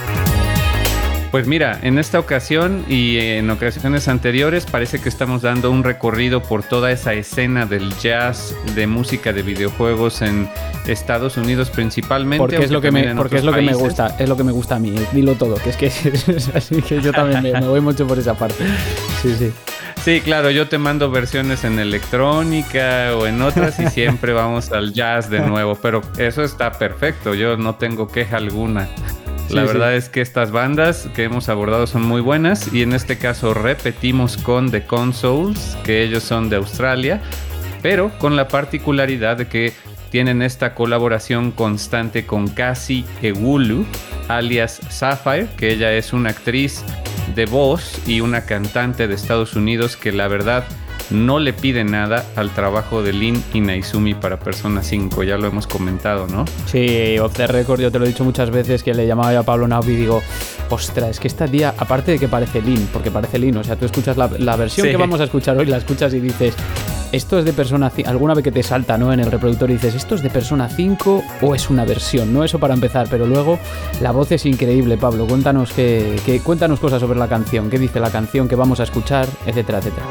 Pues mira, en esta ocasión y en ocasiones anteriores parece que estamos dando un recorrido por toda esa escena del jazz de música de videojuegos en Estados Unidos principalmente. Porque es lo que me gusta, es lo que me gusta a mí, dilo todo, que es que es así, que yo también me voy mucho por esa parte. Sí. Sí, claro, yo te mando versiones en electrónica o en otras y siempre vamos al jazz de nuevo, pero eso está perfecto, yo no tengo queja alguna. La verdad es que estas bandas que hemos abordado son muy buenas, y en este caso repetimos con The Consoles, que ellos son de Australia, pero con la particularidad de que tienen esta colaboración constante con Cassie Egulu, alias Sapphire, que ella es una actriz de voz y una cantante de Estados Unidos que la verdad no le pide nada al trabajo de Lin Inaizumi para Persona 5, ya lo hemos comentado, ¿no? Sí, off the record, yo te lo he dicho muchas veces, que le llamaba yo a Pablo Naop y digo, ostras, es que esta tía, aparte de que parece Lin, porque parece Lin, o sea, tú escuchas la versión que vamos a escuchar hoy, la escuchas y dices, esto es de Persona 5, alguna vez que te salta, ¿no?, en el reproductor y dices, ¿esto es de Persona 5 o es una versión? ¿No? Eso para empezar, pero luego la voz es increíble, Pablo, cuéntanos cuéntanos cosas sobre la canción, qué dice la canción que vamos a escuchar, etcétera, etcétera.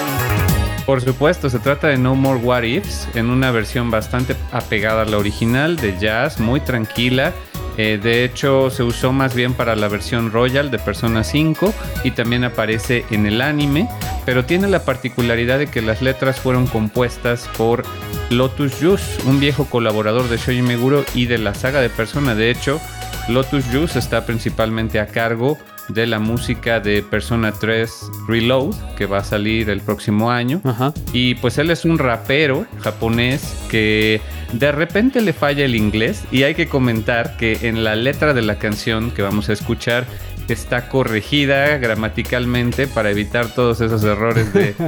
Por supuesto, se trata de No More What Ifs, en una versión bastante apegada a la original, de jazz, muy tranquila. De hecho, se usó más bien para la versión Royal de Persona 5 y también aparece en el anime, pero tiene la particularidad de que las letras fueron compuestas por Lotus Juice, un viejo colaborador de Shoji Meguro y de la saga de Persona. De hecho, Lotus Juice está principalmente a cargo de la música de Persona 3 Reload, que va a salir el próximo año. Ajá. Y pues él es un rapero japonés que de repente le falla el inglés, y hay que comentar que en la letra de la canción que vamos a escuchar está corregida gramaticalmente para evitar todos esos errores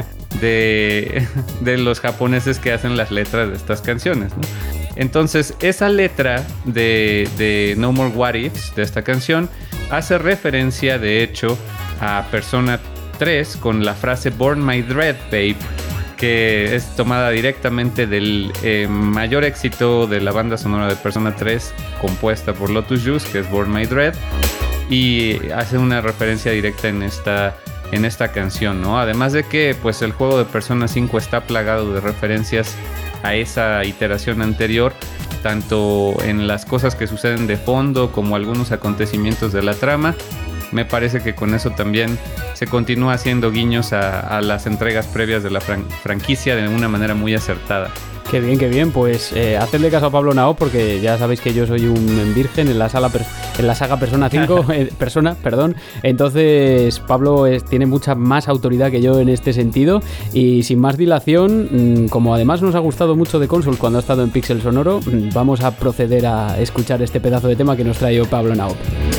de los japoneses que hacen las letras de estas canciones, ¿no? Entonces, esa letra de No More What Ifs, de esta canción, hace referencia, de hecho, a Persona 3 con la frase Born My Dread, Babe, que es tomada directamente del mayor éxito de la banda sonora de Persona 3, compuesta por Lotus Juice, que es Born My Dread, y hace una referencia directa en esta canción, ¿no? Además de que pues el juego de Persona 5 está plagado de referencias a esa iteración anterior, tanto en las cosas que suceden de fondo como algunos acontecimientos de la trama. Me parece que con eso también se continúa haciendo guiños a las entregas previas de la franquicia de una manera muy acertada. Qué bien, pues hacedle caso a Pablo Naop, porque ya sabéis que yo soy un virgen en la saga Persona 5, entonces Pablo tiene mucha más autoridad que yo en este sentido, y sin más dilación, como además nos ha gustado mucho de Consoles cuando ha estado en Pixel Sonoro, vamos a proceder a escuchar este pedazo de tema que nos trae Pablo Naop.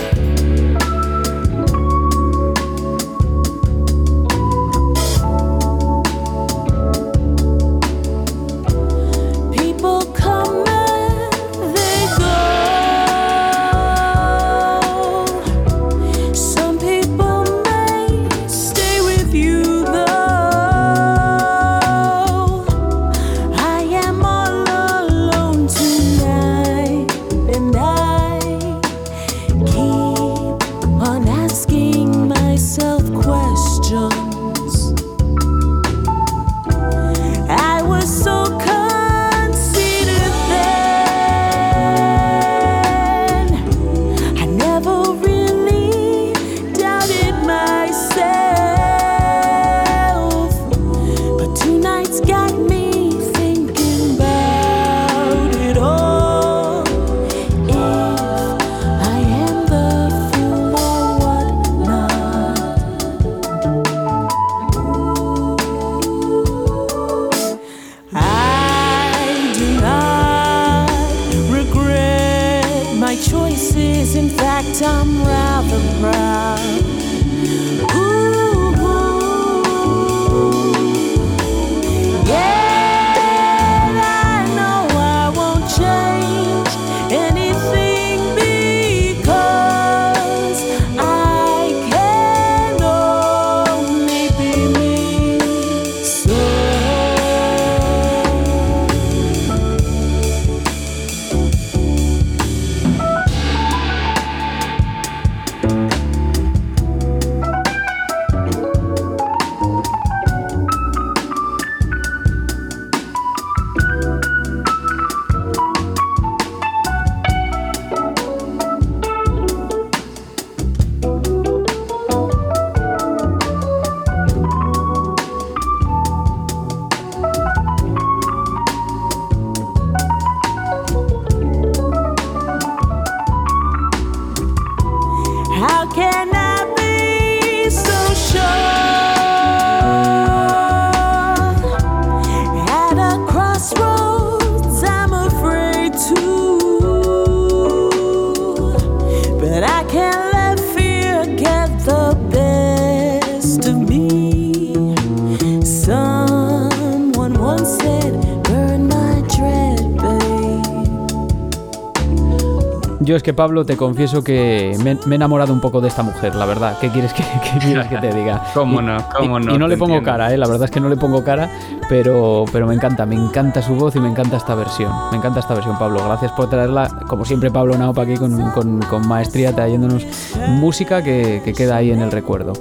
Yo es que, Pablo, te confieso que me he enamorado un poco de esta mujer, la verdad. ¿Qué quieres que te diga? ¿Cómo no? Y no le pongo cara, la verdad es que no le pongo cara, pero me encanta su voz y me encanta esta versión. Me encanta esta versión, Pablo. Gracias por traerla, como siempre, Pablo Naop aquí con maestría, trayéndonos música que queda ahí en el recuerdo.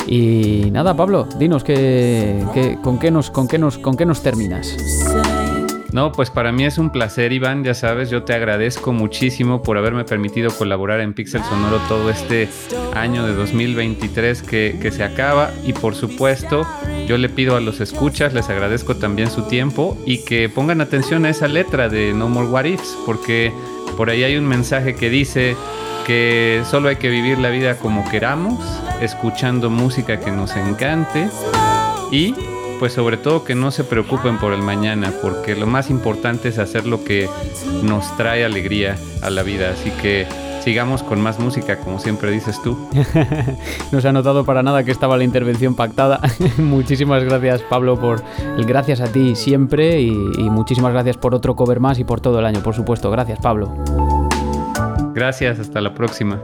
Y nada, Pablo, dinos ¿con qué nos terminas? No, pues para mí es un placer, Iván, ya sabes, yo te agradezco muchísimo por haberme permitido colaborar en Pixel Sonoro todo este año de 2023 que se acaba, y por supuesto yo le pido a los escuchas, les agradezco también su tiempo y que pongan atención a esa letra de No More What Ifs, porque por ahí hay un mensaje que dice que solo hay que vivir la vida como queramos, escuchando música que nos encante y pues sobre todo que no se preocupen por el mañana, porque lo más importante es hacer lo que nos trae alegría a la vida. Así que sigamos con más música, como siempre dices tú. No se ha notado para nada que estaba la intervención pactada. Muchísimas gracias, Pablo, gracias a ti siempre, y muchísimas gracias por otro cover más y por todo el año, por supuesto. Gracias, Pablo. Gracias, hasta la próxima.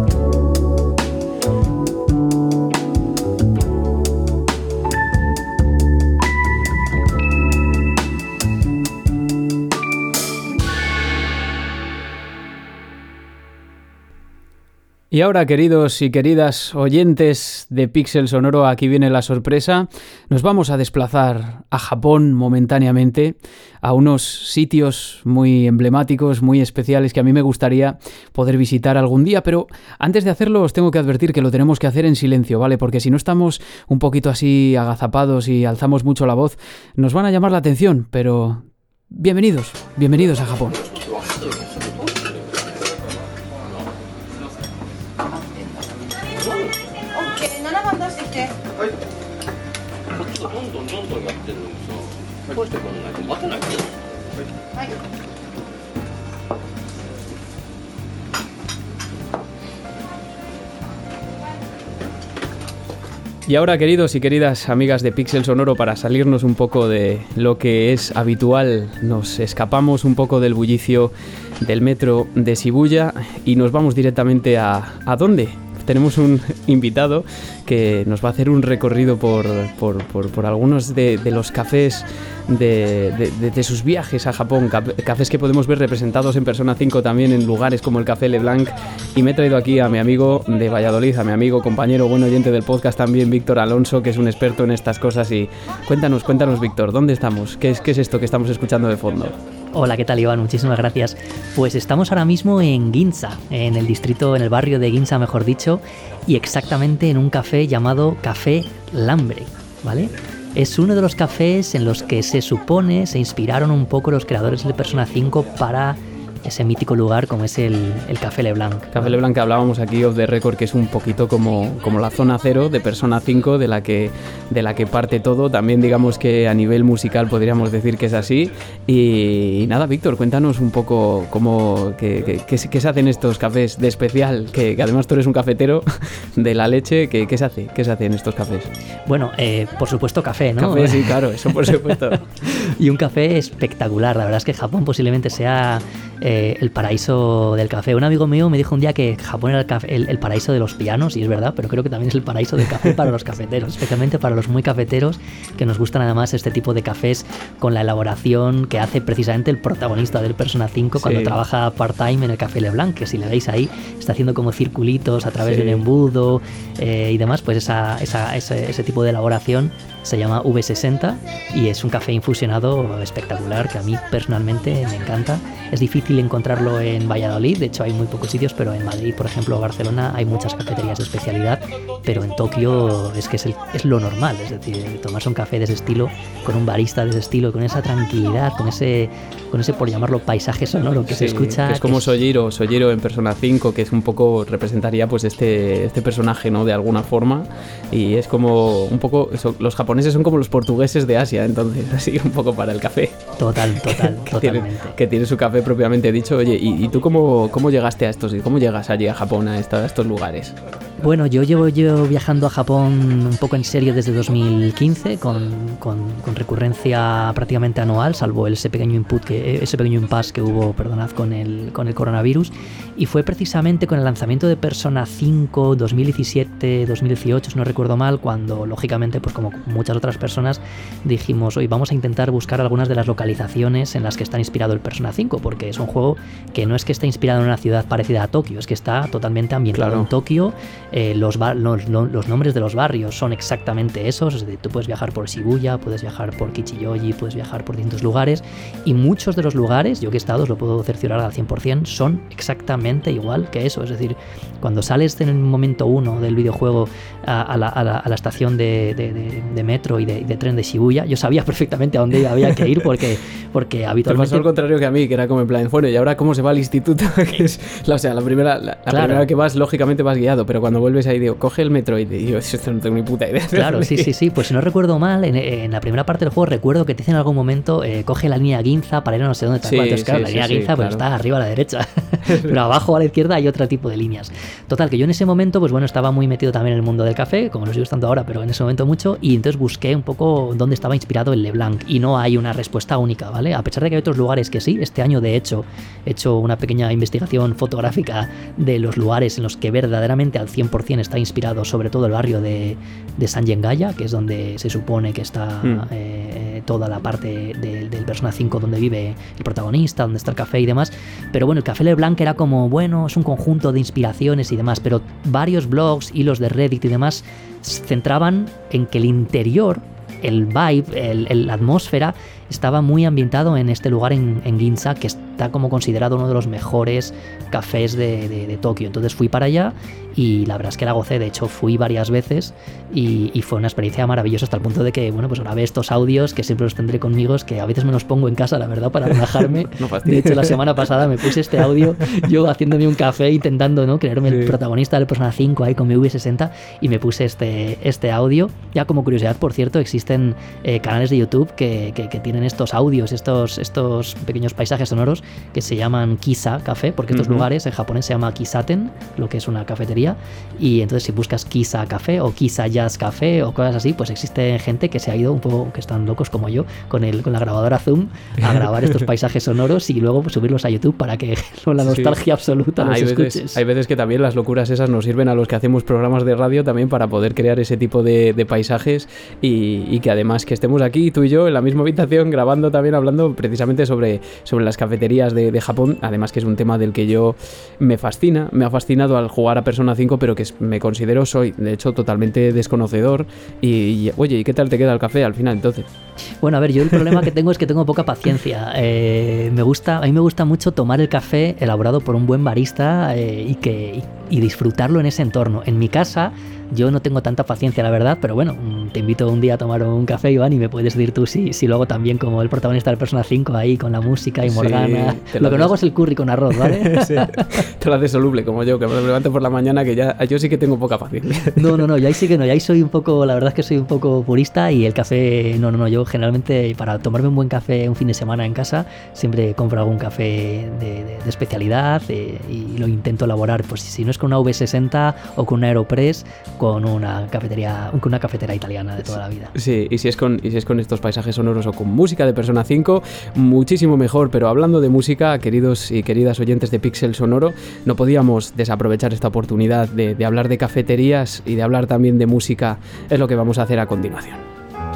Y ahora, queridos y queridas oyentes de Pixel Sonoro, aquí viene la sorpresa. Nos vamos a desplazar a Japón momentáneamente, a unos sitios muy emblemáticos, muy especiales, que a mí me gustaría poder visitar algún día, pero antes de hacerlo os tengo que advertir que lo tenemos que hacer en silencio, ¿vale? Porque si no estamos un poquito así agazapados y alzamos mucho la voz, nos van a llamar la atención, pero bienvenidos a Japón. Y ahora, queridos y queridas amigas de Pixel Sonoro, para salirnos un poco de lo que es habitual, nos escapamos un poco del bullicio del metro de Shibuya y nos vamos directamente ¿a dónde? Tenemos un invitado que nos va a hacer un recorrido por algunos de los cafés de sus viajes a Japón, cafés que podemos ver representados en Persona 5 también en lugares como el Café Leblanc. Y me he traído aquí a mi amigo de Valladolid, a mi amigo, compañero, buen oyente del podcast también, Víctor Alonso, que es un experto en estas cosas. Y cuéntanos, Víctor, ¿dónde estamos? ¿Qué es esto que estamos escuchando de fondo? Hola, ¿qué tal, Iván? Muchísimas gracias. Pues estamos ahora mismo en Ginza, en el distrito, en el barrio de Ginza, mejor dicho, y exactamente en un café llamado Café Lambre, ¿vale? Es uno de los cafés en los que se supone se inspiraron un poco los creadores de Persona 5 para ese mítico lugar como es el Café Leblanc. Café Leblanc, que hablábamos aquí off the record, que es un poquito como la zona cero de Persona 5 de la que parte todo. También digamos que a nivel musical podríamos decir que es así. Y nada, Víctor, cuéntanos un poco qué se hace en estos cafés de especial, que además tú eres un cafetero de la leche. ¿Qué se hace en estos cafés? Bueno, por supuesto café, ¿no? Café, sí, claro, eso por supuesto. Y un café espectacular. La verdad es que Japón posiblemente sea el paraíso del café. Un amigo mío me dijo un día que Japón era el paraíso de los pianos, y es verdad, pero creo que también es el paraíso del café para los cafeteros, especialmente para los muy cafeteros, que nos gustan además este tipo de cafés con la elaboración que hace precisamente el protagonista del Persona 5 cuando trabaja part-time en el Café Leblanc, que si le veis ahí, está haciendo como circulitos a través del embudo y demás, pues ese tipo de elaboración se llama V60 y es un café infusionado espectacular que a mí personalmente me encanta. Es difícil encontrarlo en Valladolid, de hecho hay muy pocos sitios, pero en Madrid, por ejemplo, o Barcelona hay muchas cafeterías de especialidad, pero en Tokio es lo normal, es decir, tomarse un café de ese estilo, con un barista de ese estilo, con esa tranquilidad, con ese por llamarlo paisaje sonoro que se escucha. Que es como Sojiro en Persona 5, que es un poco, representaría pues este personaje, ¿no? De alguna forma, y es como un poco, los japoneses son como los portugueses de Asia, entonces, así un poco para el café. Totalmente. Que tiene su café propiamente dicho. Oye, ¿y tú cómo llegaste a estos? ¿Cómo llegas allí a Japón, a estos lugares? Bueno, yo llevo viajando a Japón un poco en serio desde 2015, con recurrencia prácticamente anual, salvo ese pequeño impasse que hubo, perdonad, con el coronavirus, y fue precisamente con el lanzamiento de Persona 5 2017-2018, si no recuerdo mal, cuando lógicamente, pues como muchas otras personas, dijimos, hoy vamos a intentar buscar algunas de las localizaciones en las que está inspirado el Persona 5, porque es un juego que no es que esté inspirado en una ciudad parecida a Tokio, es que está totalmente ambientado en Tokio. Los nombres de los barrios son exactamente esos, es decir, tú puedes viajar por Shibuya, puedes viajar por Kichiyoji, puedes viajar por distintos lugares, y muchos de los lugares, yo que he estado, os lo puedo cerciorar al 100%, son exactamente igual que eso. Es decir, cuando sales en el momento 1 del videojuego a la estación de metro y de tren de Shibuya, yo sabía perfectamente a dónde había que ir porque habitualmente... Te pasó al contrario que a mí, que era como en plan, bueno, ¿y ahora cómo se va al instituto? La primera que vas, lógicamente vas guiado, pero cuando vuelves ahí digo, coge el metro y digo, esto no tengo ni puta idea. Claro, sí, pues si no recuerdo mal, en la primera parte del juego recuerdo que te dicen en algún momento, coge la línea Ginza para ir a no sé dónde. Entonces, claro, la línea Ginza pues está arriba a la derecha, pero abajo a la izquierda hay otro tipo de líneas. Total, que yo en ese momento, pues bueno, estaba muy metido también en el mundo del café, como lo sigo estando ahora, pero en ese momento mucho, y entonces busqué un poco dónde estaba inspirado el Leblanc, y no hay una respuesta única, ¿vale? A pesar de que hay otros lugares que sí, este año de hecho he hecho una pequeña investigación fotográfica de los lugares en los que verdaderamente al 100% está inspirado, sobre todo el barrio de Sanjengaya, que es donde se supone que está toda la parte del Persona 5 donde vive el protagonista, donde está el café y demás. Pero bueno, el Café Leblanc era como, bueno, es un conjunto de inspiraciones y demás, pero varios blogs, hilos de Reddit y demás centraban en que el interior el vibe, la atmósfera estaba muy ambientado en este lugar en Ginza, que está como considerado uno de los mejores cafés de Tokio. Entonces fui para allá y la verdad es que la gocé. De hecho, fui varias veces y fue una experiencia maravillosa, hasta el punto de que, bueno, pues grabé estos audios que siempre los tendré conmigo, que a veces me los pongo en casa, la verdad, para relajarme. De hecho, la semana pasada me puse este audio, yo haciéndome un café, intentando, ¿no?, creerme el protagonista del Persona 5 ahí con mi V60, y me puse este audio. Ya como curiosidad, por cierto, existen canales de YouTube que tienen estos audios, estos pequeños paisajes sonoros que se llaman Kisa Café, porque estos lugares en japonés se llama Kisaten, lo que es una cafetería, y entonces si buscas Kisa Café o Kisa Jazz Café o cosas así, pues existe gente que se ha ido un poco, que están locos como yo, con la grabadora Zoom a grabar estos paisajes sonoros y luego pues, subirlos a YouTube para que con la nostalgia absoluta los escuches. Hay veces que también las locuras esas nos sirven a los que hacemos programas de radio también para poder crear ese tipo de paisajes y que además que estemos aquí tú y yo en la misma habitación grabando también, hablando precisamente sobre las cafeterías de Japón, además que es un tema del que yo me ha fascinado al jugar a Persona 5, pero que me considero, soy de hecho totalmente desconocedor y oye, ¿y qué tal te queda el café al final entonces? Bueno, a ver, yo el problema que tengo es que tengo poca paciencia. A mí me gusta mucho tomar el café elaborado por un buen barista y disfrutarlo en ese entorno. En mi casa yo no tengo tanta paciencia, la verdad, pero bueno, te invito un día a tomar un café, Iván, y me puedes decir tú si luego también como el protagonista del Persona 5 ahí con la música y Morgana. Sí, lo que no hago es el curry con arroz, ¿vale? Sí, te lo haces soluble como yo, que me levanto por la mañana, que ya yo sí que tengo poca paciencia. No, ya ahí sí que no, ya ahí soy un poco, la verdad es que soy un poco purista y el café, no, yo generalmente para tomarme un buen café un fin de semana en casa siempre compro algún café de especialidad y lo intento elaborar, pues si no es con una V60 o con una Aeropress, con una cafetera italiana de toda la vida. Sí, y si es con estos paisajes sonoros o con música de Persona 5, muchísimo mejor. Pero hablando de música, queridos y queridas oyentes de Pixel Sonoro, no podíamos desaprovechar esta oportunidad de hablar de cafeterías y de hablar también de música. Es lo que vamos a hacer a continuación.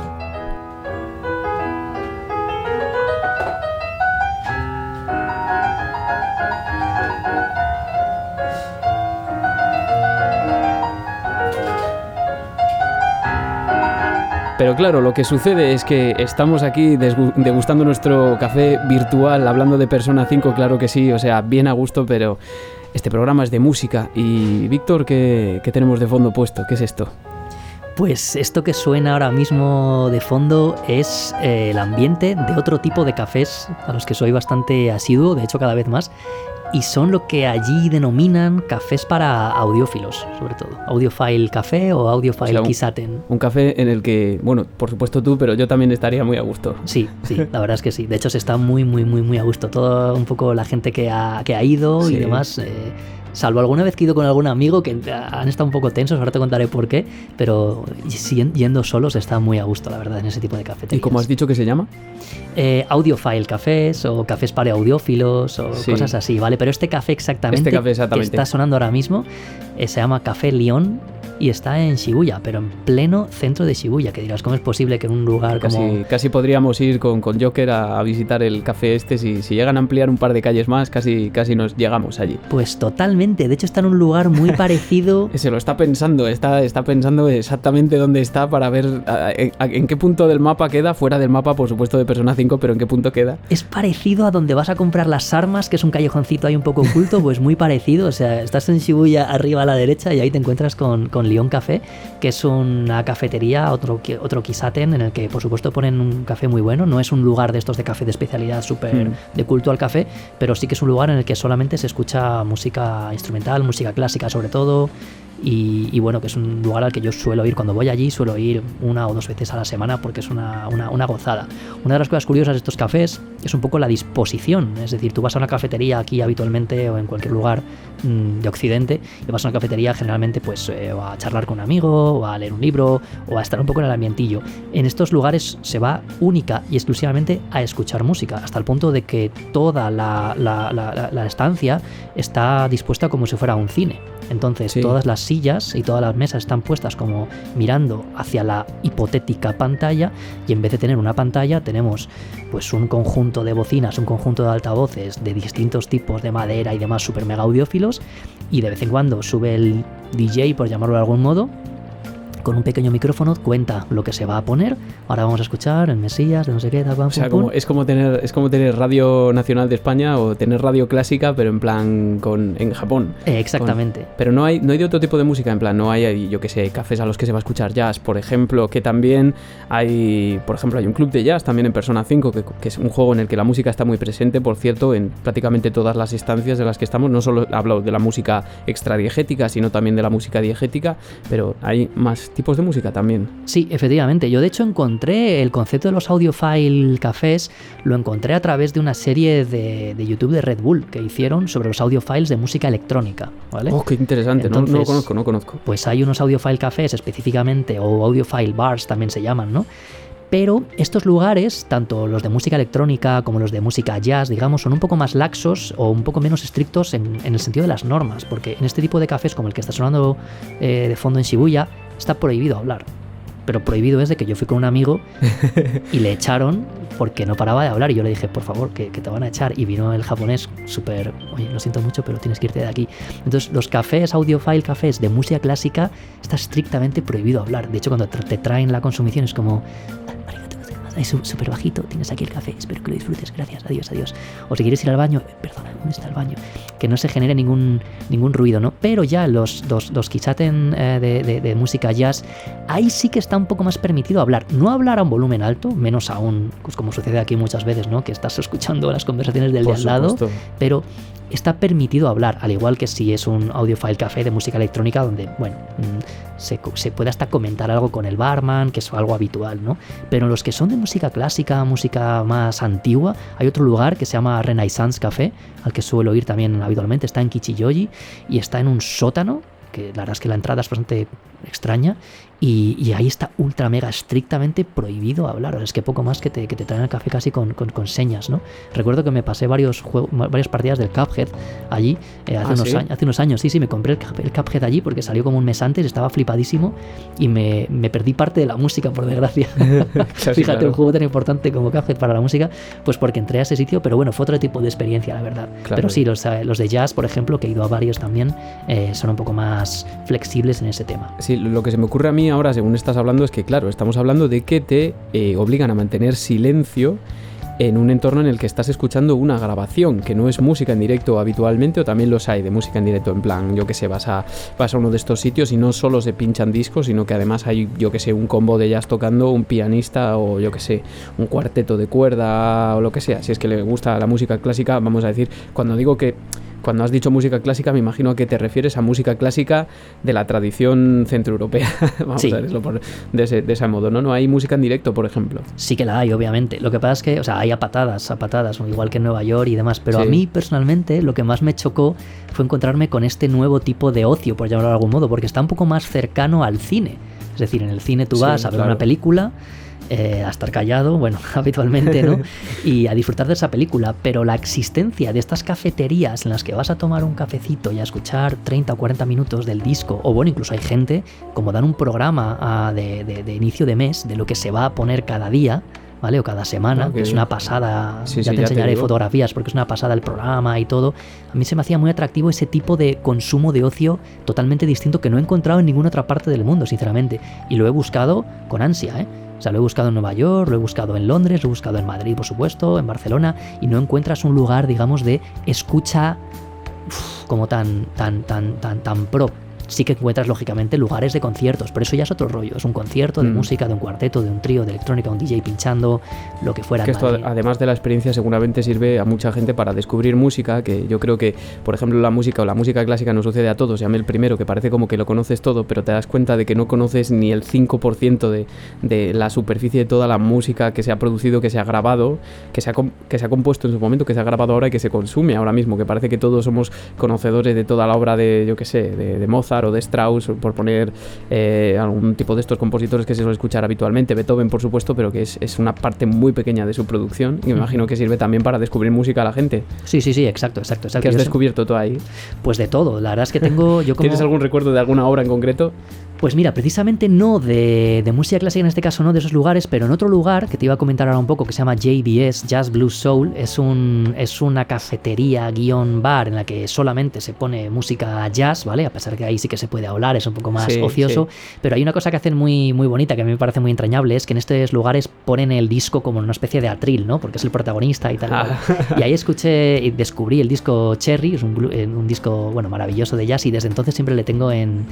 Pero claro, lo que sucede es que estamos aquí degustando nuestro café virtual, hablando de Persona 5, claro que sí, o sea, bien a gusto, pero este programa es de música. Y Víctor, ¿qué tenemos de fondo puesto? ¿Qué es esto? Pues esto que suena ahora mismo de fondo es el ambiente de otro tipo de cafés a los que soy bastante asiduo, de hecho cada vez más, y son lo que allí denominan cafés para audiófilos, sobre todo. Audiophile café o audiophile kisaten. Un café en el que, bueno, por supuesto tú, pero yo también estaría muy a gusto. Sí, la verdad es que sí. De hecho se está muy, muy, muy, muy a gusto. Todo un poco la gente que ha ido y demás... Salvo alguna vez que he ido con algún amigo que han estado un poco tensos, ahora te contaré por qué, pero yendo solos está muy a gusto, la verdad, en ese tipo de cafeterías. ¿Y cómo has dicho que se llama? Audiophile cafés o cafés para audiófilos o cosas así, ¿vale? Pero este café exactamente que está sonando ahora mismo se llama Café Lyon y está en Shibuya, pero en pleno centro de Shibuya, que dirás, ¿cómo es posible que en un lugar como... Casi podríamos ir con Joker a visitar el café este, si llegan a ampliar un par de calles más, casi nos llegamos allí. Pues totalmente, de hecho está en un lugar muy parecido... Se lo está pensando, está pensando exactamente dónde está para ver en qué punto del mapa queda, fuera del mapa por supuesto de Persona 5, pero en qué punto queda. Es parecido a donde vas a comprar las armas, que es un callejoncito ahí un poco oculto, pues muy parecido, o sea, estás en Shibuya arriba a la derecha y ahí te encuentras con Lyon Café, que es una cafetería, otro kisaten, en el que por supuesto ponen un café muy bueno. No es un lugar de estos de café de especialidad súper de culto al café, pero sí que es un lugar en el que solamente se escucha música instrumental, música clásica sobre todo. Y bueno, que es un lugar al que yo suelo ir cuando voy allí, suelo ir 1 o 2 veces a la semana porque es una gozada. Una de las cosas curiosas de estos cafés es un poco la disposición, es decir, tú vas a una cafetería aquí habitualmente o en cualquier lugar de Occidente y vas a una cafetería generalmente pues o a charlar con un amigo o a leer un libro o a estar un poco en el ambientillo. En estos lugares se va única y exclusivamente a escuchar música, hasta el punto de que toda la estancia está dispuesta como si fuera un cine. Entonces todas las sillas y todas las mesas están puestas como mirando hacia la hipotética pantalla y en vez de tener una pantalla tenemos pues un conjunto de bocinas, un conjunto de altavoces de distintos tipos de madera y demás super mega audiófilos y de vez en cuando sube el DJ, por llamarlo de algún modo, con un pequeño micrófono cuenta lo que se va a poner. Ahora vamos a escuchar el Mesías de no sé qué, tal, O sea, es como tener Radio Nacional de España o tener radio clásica, pero en plan en Japón. Exactamente. Pero no hay de otro tipo de música, en plan, no hay, yo que sé, cafés a los que se va a escuchar jazz, por ejemplo, que también hay, por ejemplo, hay un club de jazz también en Persona 5, que es un juego en el que la música está muy presente, por cierto, en prácticamente todas las instancias de las que estamos. No solo hablo de la música extradiegética, sino también de la música diegética, pero hay más tipos de música también. Sí, efectivamente. Yo de hecho encontré el concepto de los audiophile cafés, lo encontré a través de una serie de YouTube de Red Bull que hicieron sobre los audiophiles de música electrónica, ¿vale? Oh, qué interesante. Entonces, no lo conozco. Pues hay unos audiophile cafés específicamente, o audiophile bars también se llaman, ¿no? Pero estos lugares, tanto los de música electrónica como los de música jazz, digamos, son un poco más laxos o un poco menos estrictos en el sentido de las normas, porque en este tipo de cafés como el que está sonando de fondo en Shibuya, está prohibido hablar. Pero prohibido es de que yo fui con un amigo y le echaron porque no paraba de hablar, y yo le dije, por favor, que te van a echar, y vino el japonés súper, oye, lo siento mucho, pero tienes que irte de aquí. Entonces los cafés, audiophile cafés de música clásica, está estrictamente prohibido hablar. De hecho, cuando te traen la consumición es como, es súper bajito, tienes aquí el café, espero que lo disfrutes, gracias, adiós. O si quieres ir al baño, perdona, ¿dónde está el baño? Que no se genere ningún ruido, ¿no? Pero ya los kisaten de música jazz, ahí sí que está un poco más permitido hablar. No hablar a un volumen alto, menos aún, pues como sucede aquí muchas veces, ¿no? Que estás escuchando las conversaciones del de al lado, pero está permitido hablar, al igual que si es un audiophile café de música electrónica donde, bueno, se puede hasta comentar algo con el barman, que es algo habitual, ¿no? Pero los que son de música clásica, música más antigua, hay otro lugar que se llama Renaissance Café, al que suelo ir también habitualmente, está en Kichiyoji y está en un sótano, que la verdad es que la entrada es bastante extraña, y ahí está ultra mega estrictamente prohibido hablar. Es que poco más que te traen el café casi con señas, ¿no? Recuerdo que me pasé varias partidas del Cuphead allí hace unos años. Sí, me compré el Cuphead allí porque salió como un mes antes, estaba flipadísimo y me perdí parte de la música, por desgracia. Fíjate, claro. Un juego tan importante como Cuphead para la música, pues porque entré a ese sitio, pero bueno, fue otro tipo de experiencia, la verdad. Claro. Pero sí, los de jazz, por ejemplo, que he ido a varios también, son un poco más flexibles en ese tema. Sí, lo que se me ocurre a mí ahora, según estás hablando, es que, claro, estamos hablando de que te obligan a mantener silencio en un entorno en el que estás escuchando una grabación, que no es música en directo habitualmente, o también los hay de música en directo, en plan, yo que sé, vas a uno de estos sitios y no solo se pinchan discos, sino que además hay, yo que sé, un combo de jazz tocando, un pianista o yo que sé, un cuarteto de cuerda o lo que sea. Si es que le gusta la música clásica, vamos a decir, cuando has dicho música clásica, me imagino a que te refieres a música clásica de la tradición centroeuropea. Vamos a decirlo de ese modo, ¿no? No hay música en directo, por ejemplo. Sí que la hay, obviamente. Lo que pasa es que, o sea, hay a patadas, igual que en Nueva York y demás. Pero sí, a mí, personalmente, lo que más me chocó fue encontrarme con este nuevo tipo de ocio, por llamarlo de algún modo, porque está un poco más cercano al cine. Es decir, en el cine tú vas a ver una película, a estar callado, bueno, habitualmente, ¿no? Y a disfrutar de esa película, pero la existencia de estas cafeterías en las que vas a tomar un cafecito y a escuchar 30 o 40 minutos del disco, o bueno, incluso hay gente, como dan un programa de inicio de mes de lo que se va a poner cada día, ¿vale? O cada semana, que es una pasada, ya te enseñaré fotografías porque es una pasada el programa y todo. A mí se me hacía muy atractivo ese tipo de consumo de ocio totalmente distinto que no he encontrado en ninguna otra parte del mundo, sinceramente, y lo he buscado con ansia, ¿eh? O sea, lo he buscado en Nueva York, lo he buscado en Londres, lo he buscado en Madrid, por supuesto, en Barcelona, y no encuentras un lugar, digamos, de escucha como tan pro. Sí que encuentras, lógicamente, lugares de conciertos, pero eso ya es otro rollo. Es un concierto de música, de un cuarteto, de un trío, de electrónica, un DJ pinchando, lo que fuera. Que esto, además de la experiencia, seguramente sirve a mucha gente para descubrir música, que yo creo que, por ejemplo, la música clásica nos sucede a todos. Llame el primero, que parece como que lo conoces todo, pero te das cuenta de que no conoces ni el 5% de la superficie de toda la música que se ha producido, que se ha grabado, que se ha compuesto en su momento, que se ha grabado ahora y que se consume ahora mismo, que parece que todos somos conocedores de toda la obra de, yo que sé, de Mozart o de Strauss, por poner algún tipo de estos compositores que se suele escuchar habitualmente, Beethoven, por supuesto, pero que es una parte muy pequeña de su producción, y me imagino que sirve también para descubrir música a la gente. Sí, exacto. ¿Qué has descubierto tú ahí? Pues de todo, la verdad es que tengo... ¿Tienes algún recuerdo de alguna obra en concreto? Pues mira, precisamente no de música clásica en este caso, no de esos lugares, pero en otro lugar que te iba a comentar ahora un poco, que se llama JBS, Jazz Blues Soul, es una cafetería bar en la que solamente se pone música jazz, ¿vale? A pesar que ahí sí que se puede hablar, es un poco más ocioso, pero hay una cosa que hacen muy, muy bonita, que a mí me parece muy entrañable, es que en estos lugares ponen el disco como en una especie de atril, ¿no? Porque es el protagonista y tal. Y ahí escuché y descubrí el disco Cherry, es un disco, bueno, maravilloso de jazz, y desde entonces siempre le tengo en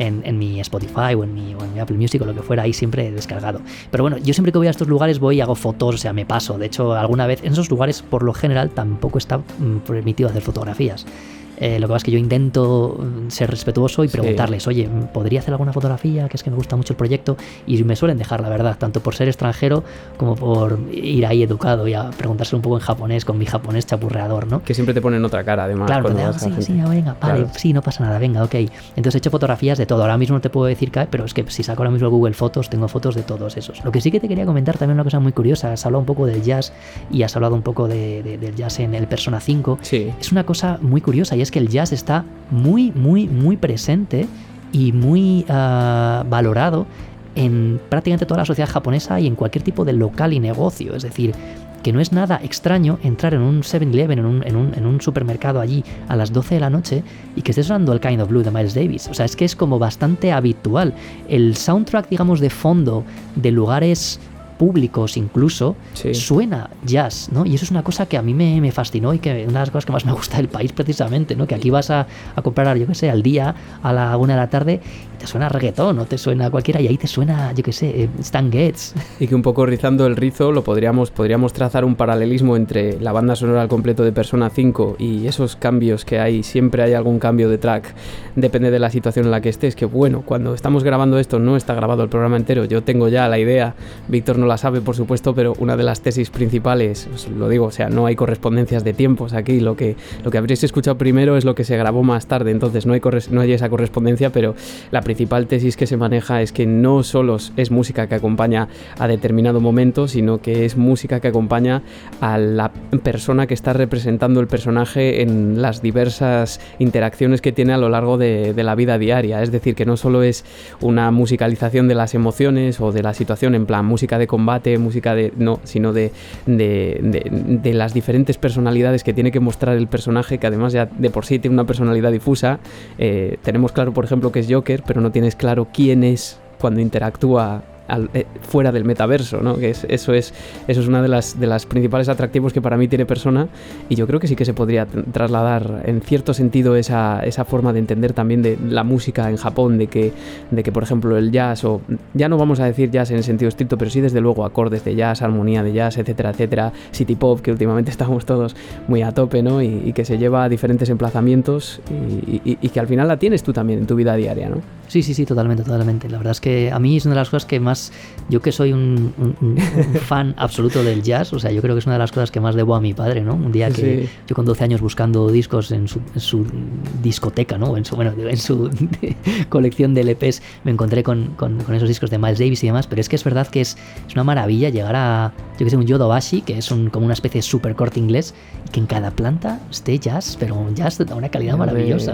mi Spotify o en mi Apple Music o lo que fuera, ahí siempre descargado. Pero bueno, yo siempre que voy a estos lugares voy y hago fotos, o sea, me paso. De hecho, alguna vez en esos lugares, por lo general, tampoco está permitido hacer fotografías. Lo que pasa es que yo intento ser respetuoso y preguntarles, oye, ¿podría hacer alguna fotografía? Que es que me gusta mucho el proyecto, y me suelen dejar, la verdad, tanto por ser extranjero como por ir ahí educado y a preguntarse un poco en japonés con mi japonés chapurreador, ¿no? Que siempre te ponen otra cara, además. Claro, venga, vale, sí, no pasa nada, venga, ok. Entonces he hecho fotografías de todo. Ahora mismo no te puedo decir qué, pero es que si saco ahora mismo Google Fotos, tengo fotos de todos esos. Lo que sí que te quería comentar también, una cosa muy curiosa, has hablado un poco del jazz y has hablado un poco del jazz en el Persona 5. Sí. Es una cosa muy curiosa, y es que el jazz está muy, muy, muy presente y muy valorado en prácticamente toda la sociedad japonesa y en cualquier tipo de local y negocio. Es decir, que no es nada extraño entrar en un 7-Eleven, en un supermercado allí a las 12 de la noche y que esté sonando el Kind of Blue de Miles Davis. O sea, es que es como bastante habitual. El soundtrack, digamos, de fondo de lugares públicos incluso, suena jazz, ¿no? Y eso es una cosa que a mí me fascinó y que una de las cosas que más me gusta del país precisamente, ¿no? Que aquí vas a comprar, yo qué sé, al día a la 1 de la tarde y te suena reggaetón, no te suena cualquiera, y ahí te suena, yo qué sé, Stan Getz. Y que un poco rizando el rizo podríamos trazar un paralelismo entre la banda sonora al completo de Persona 5 y esos cambios que hay. Siempre hay algún cambio de track, depende de la situación en la que estés, que bueno, cuando estamos grabando esto no está grabado el programa entero, yo tengo ya la idea, Víctor no la sabe, por supuesto, pero una de las tesis principales, os lo digo, o sea, no hay correspondencias de tiempos aquí, lo que habréis escuchado primero es lo que se grabó más tarde, entonces no hay esa correspondencia, pero la principal tesis que se maneja es que no solo es música que acompaña a determinado momento, sino que es música que acompaña a la persona que está representando el personaje en las diversas interacciones que tiene a lo largo de la vida diaria, es decir, que no solo es una musicalización de las emociones o de la situación en plan música de combate, sino de las diferentes personalidades que tiene que mostrar el personaje, que además ya de por sí tiene una personalidad difusa. Tenemos claro, por ejemplo, que es Joker, pero no tienes claro quién es cuando interactúa fuera del metaverso, ¿no? Que eso es una de las principales atractivos que para mí tiene Persona, y yo creo que sí que se podría trasladar en cierto sentido esa forma de entender también de la música en Japón, de que por ejemplo el jazz, o ya no vamos a decir jazz en sentido estricto, pero sí desde luego acordes de jazz, armonía de jazz, etcétera, etcétera, city pop, que últimamente estamos todos muy a tope, ¿no? Y que se lleva a diferentes emplazamientos y que al final la tienes tú también en tu vida diaria, ¿no? Sí, totalmente. La verdad es que a mí es una de las cosas que más, yo que soy un fan absoluto del jazz, o sea, yo creo que es una de las cosas que más debo a mi padre, ¿no? Un día que yo con 12 años buscando discos en su discoteca, ¿no? En su colección de LPs me encontré con esos discos de Miles Davis y demás, pero es que es verdad que es una maravilla llegar a, yo que sé, un Yodobashi, que es como una especie de super corte inglés, y que en cada planta esté jazz, pero un jazz de una calidad maravillosa.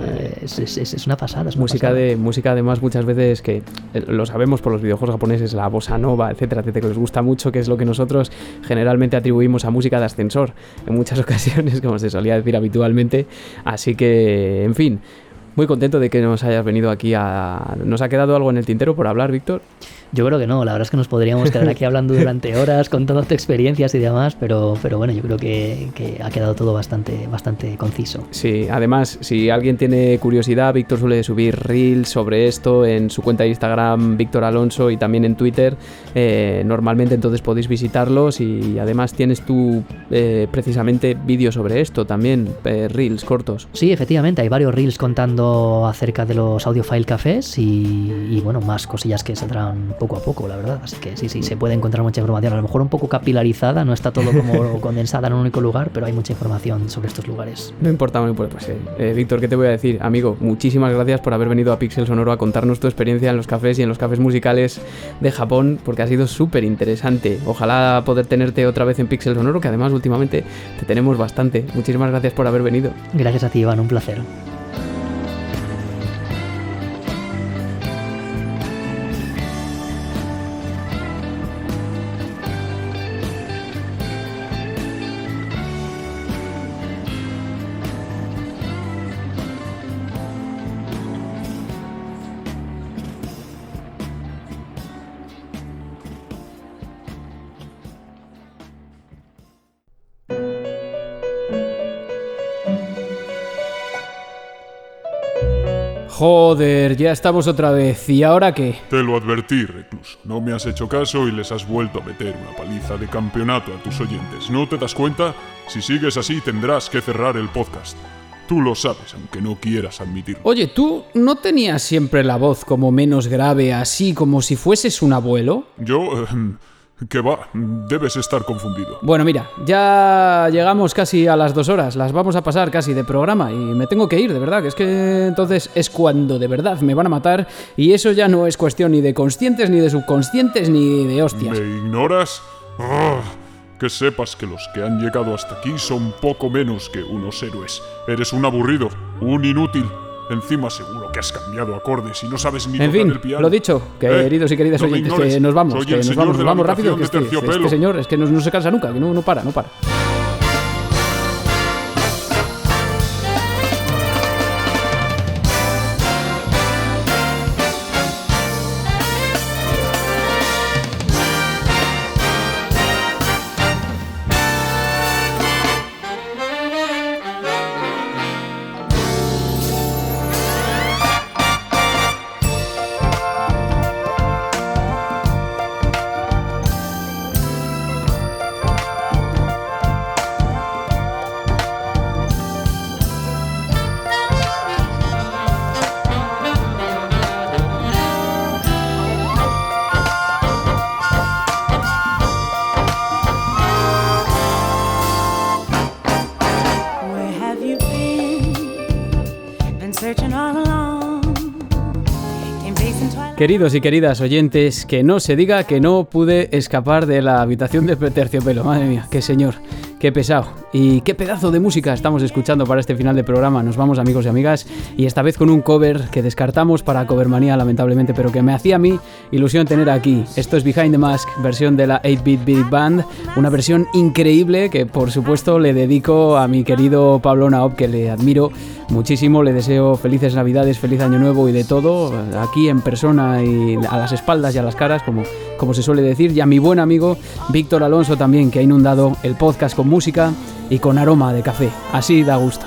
Es una pasada. Música además muchas veces, que lo sabemos por los videojuegos japoneses, la bossa nova, etcétera, que les gusta mucho, que es lo que nosotros generalmente atribuimos a música de ascensor en muchas ocasiones, como se solía decir habitualmente. Así que, en fin, muy contento de que nos hayas venido aquí ¿Nos ha quedado algo en el tintero por hablar, Víctor? Yo creo que no, la verdad es que nos podríamos quedar aquí hablando durante horas contando experiencias y demás, pero bueno, yo creo que ha quedado todo bastante conciso. Sí, además, si alguien tiene curiosidad, Víctor suele subir reels sobre esto en su cuenta de Instagram, Víctor Alonso, y también en Twitter, normalmente, entonces podéis visitarlos, y además tienes tú precisamente vídeos sobre esto también, reels cortos. Sí, efectivamente, hay varios reels contando acerca de los Audiophile Cafés y bueno, más cosillas que saldrán poco a poco, la verdad. Así que sí, se puede encontrar mucha información. A lo mejor un poco capilarizada, no está todo como condensada en un único lugar, pero hay mucha información sobre estos lugares. No importa. Pues, Víctor, ¿qué te voy a decir? Amigo, muchísimas gracias por haber venido a Pixel Sonoro a contarnos tu experiencia en los cafés y en los cafés musicales de Japón, porque ha sido súper interesante. Ojalá poder tenerte otra vez en Pixel Sonoro, que además últimamente te tenemos bastante. Muchísimas gracias por haber venido. Gracias a ti, Iván, un placer. Joder, ya estamos otra vez. ¿Y ahora qué? Te lo advertí, recluso. No me has hecho caso y les has vuelto a meter una paliza de campeonato a tus oyentes. ¿No te das cuenta? Si sigues así tendrás que cerrar el podcast. Tú lo sabes, aunque no quieras admitirlo. Oye, ¿tú no tenías siempre la voz como menos grave, así como si fueses un abuelo? Yo... ¿Qué va? Debes estar confundido. Bueno, mira, ya llegamos casi a las 2 horas. Las vamos a pasar casi de programa y me tengo que ir, de verdad. Que es que entonces es cuando de verdad me van a matar y eso ya no es cuestión ni de conscientes, ni de subconscientes, ni de hostias. ¿Me ignoras? Que sepas que los que han llegado hasta aquí son poco menos que unos héroes. Eres un aburrido, un inútil. Encima seguro que has cambiado acordes y no sabes ni tocar el piano. Lo dicho, queridos y queridas oyentes, que nos vamos, nos vamos rápido, que este señor es que no se cansa nunca, que no para. Queridos y queridas oyentes, que no se diga que no pude escapar de la habitación de Terciopelo. Madre mía, qué señor, qué pesado. Y qué pedazo de música estamos escuchando para este final de programa. Nos vamos, amigos y amigas, y esta vez con un cover que descartamos para Covermanía, lamentablemente, pero que me hacía a mí ilusión tener aquí. Esto es Behind the Mask, versión de la 8-Bit Big Band, una versión increíble que, por supuesto, le dedico a mi querido Pablo Naop, que le admiro muchísimo. Le deseo felices Navidades, feliz Año Nuevo y de todo, aquí en persona y a las espaldas y a las caras, como se suele decir, y a mi buen amigo Víctor Alonso también, que ha inundado el podcast con música y con aroma de café. Así da gusto.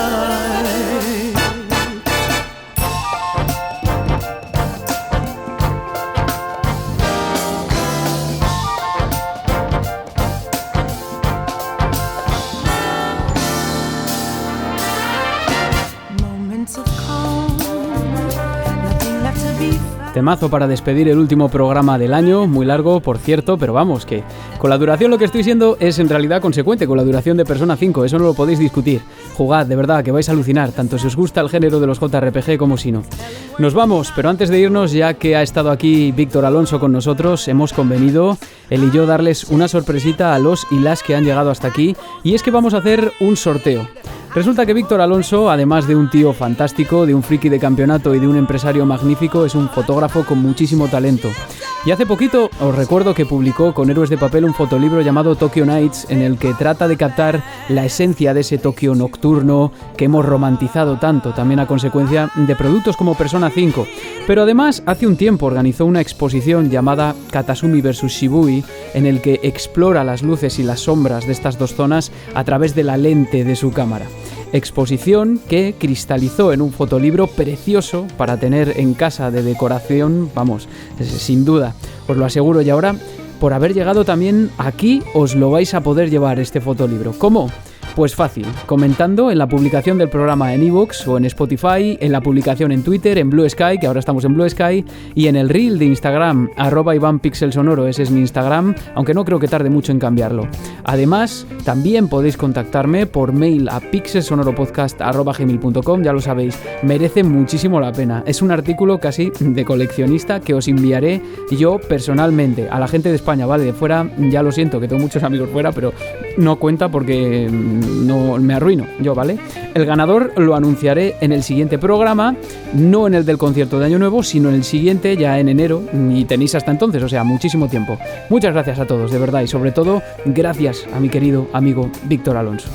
Temazo para despedir el último programa del año, muy largo, por cierto, pero vamos, que con la duración lo que estoy siendo es en realidad consecuente con la duración de Persona 5, eso no lo podéis discutir. Jugad, de verdad, que vais a alucinar, tanto si os gusta el género de los JRPG como si no. Nos vamos, pero antes de irnos, ya que ha estado aquí Víctor Alonso con nosotros, hemos convenido, él y yo, darles una sorpresita a los y las que han llegado hasta aquí, y es que vamos a hacer un sorteo. Resulta que Víctor Alonso, además de un tío fantástico, de un friki de campeonato y de un empresario magnífico, es un fotógrafo con muchísimo talento. Y hace poquito os recuerdo que publicó con Héroes de Papel un fotolibro llamado Tokyo Nights, en el que trata de captar la esencia de ese Tokio nocturno que hemos romantizado tanto, también a consecuencia de productos como Persona 5. Pero además, hace un tiempo organizó una exposición llamada Katasumi vs Shibui, en el que explora las luces y las sombras de estas dos zonas a través de la lente de su cámara. Exposición que cristalizó en un fotolibro precioso para tener en casa de decoración, vamos, sin duda, os lo aseguro. Y ahora, por haber llegado también aquí, os lo vais a poder llevar este fotolibro. ¿Cómo? Pues fácil, comentando en la publicación del programa en iVoox o en Spotify, en la publicación en Twitter, en Blue Sky, que ahora estamos en Blue Sky, y en el reel de Instagram, @IvanPixelSonoro, ese es mi Instagram, aunque no creo que tarde mucho en cambiarlo. Además, también podéis contactarme por mail a pixelsonoropodcast@gmail.com, ya lo sabéis, merece muchísimo la pena. Es un artículo casi de coleccionista que os enviaré yo personalmente a la gente de España, ¿vale? De fuera, ya lo siento, que tengo muchos amigos fuera, pero no cuenta porque no me arruino yo, ¿vale? El ganador lo anunciaré en el siguiente programa, no en el del concierto de Año Nuevo, sino en el siguiente, ya en enero, y tenéis hasta entonces, o sea, muchísimo tiempo. Muchas gracias a todos, de verdad, y sobre todo, gracias a mi querido amigo Víctor Alonso.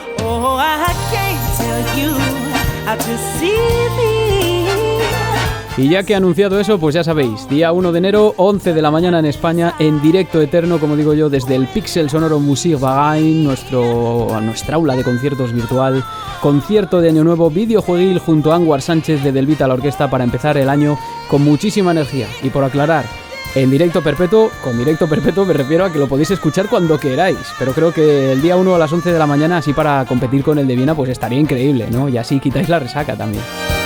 Oh, I can't tell you how to see me. Y ya que he anunciado eso, pues ya sabéis, día 1 de enero, 11 de la mañana en España, en directo eterno, como digo yo, desde el Pixel Sonoro Musikverein, nuestra aula de conciertos virtual, concierto de Año Nuevo, videojueguil junto a Anwar Sánchez de Delvita la Orquesta para empezar el año con muchísima energía. Y por aclarar, en directo perpetuo, con directo perpetuo me refiero a que lo podéis escuchar cuando queráis, pero creo que el día 1 a las 11 de la mañana, así para competir con el de Viena, pues estaría increíble, ¿no? Y así quitáis la resaca también.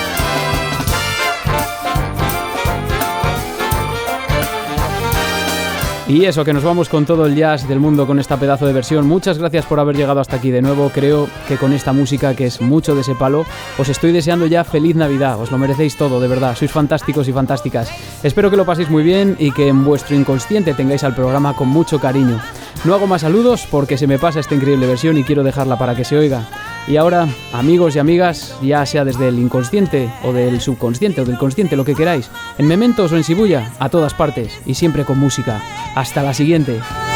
Y eso, que nos vamos con todo el jazz del mundo con esta pedazo de versión. Muchas gracias por haber llegado hasta aquí de nuevo. Creo que con esta música, que es mucho de ese palo, os estoy deseando ya feliz Navidad. Os lo merecéis todo, de verdad. Sois fantásticos y fantásticas. Espero que lo paséis muy bien y que en vuestro inconsciente tengáis al programa con mucho cariño. No hago más saludos porque se me pasa esta increíble versión y quiero dejarla para que se oiga. Y ahora, amigos y amigas, ya sea desde el inconsciente o del subconsciente o del consciente, lo que queráis, en Mementos o en Shibuya, a todas partes y siempre con música. Hasta la siguiente.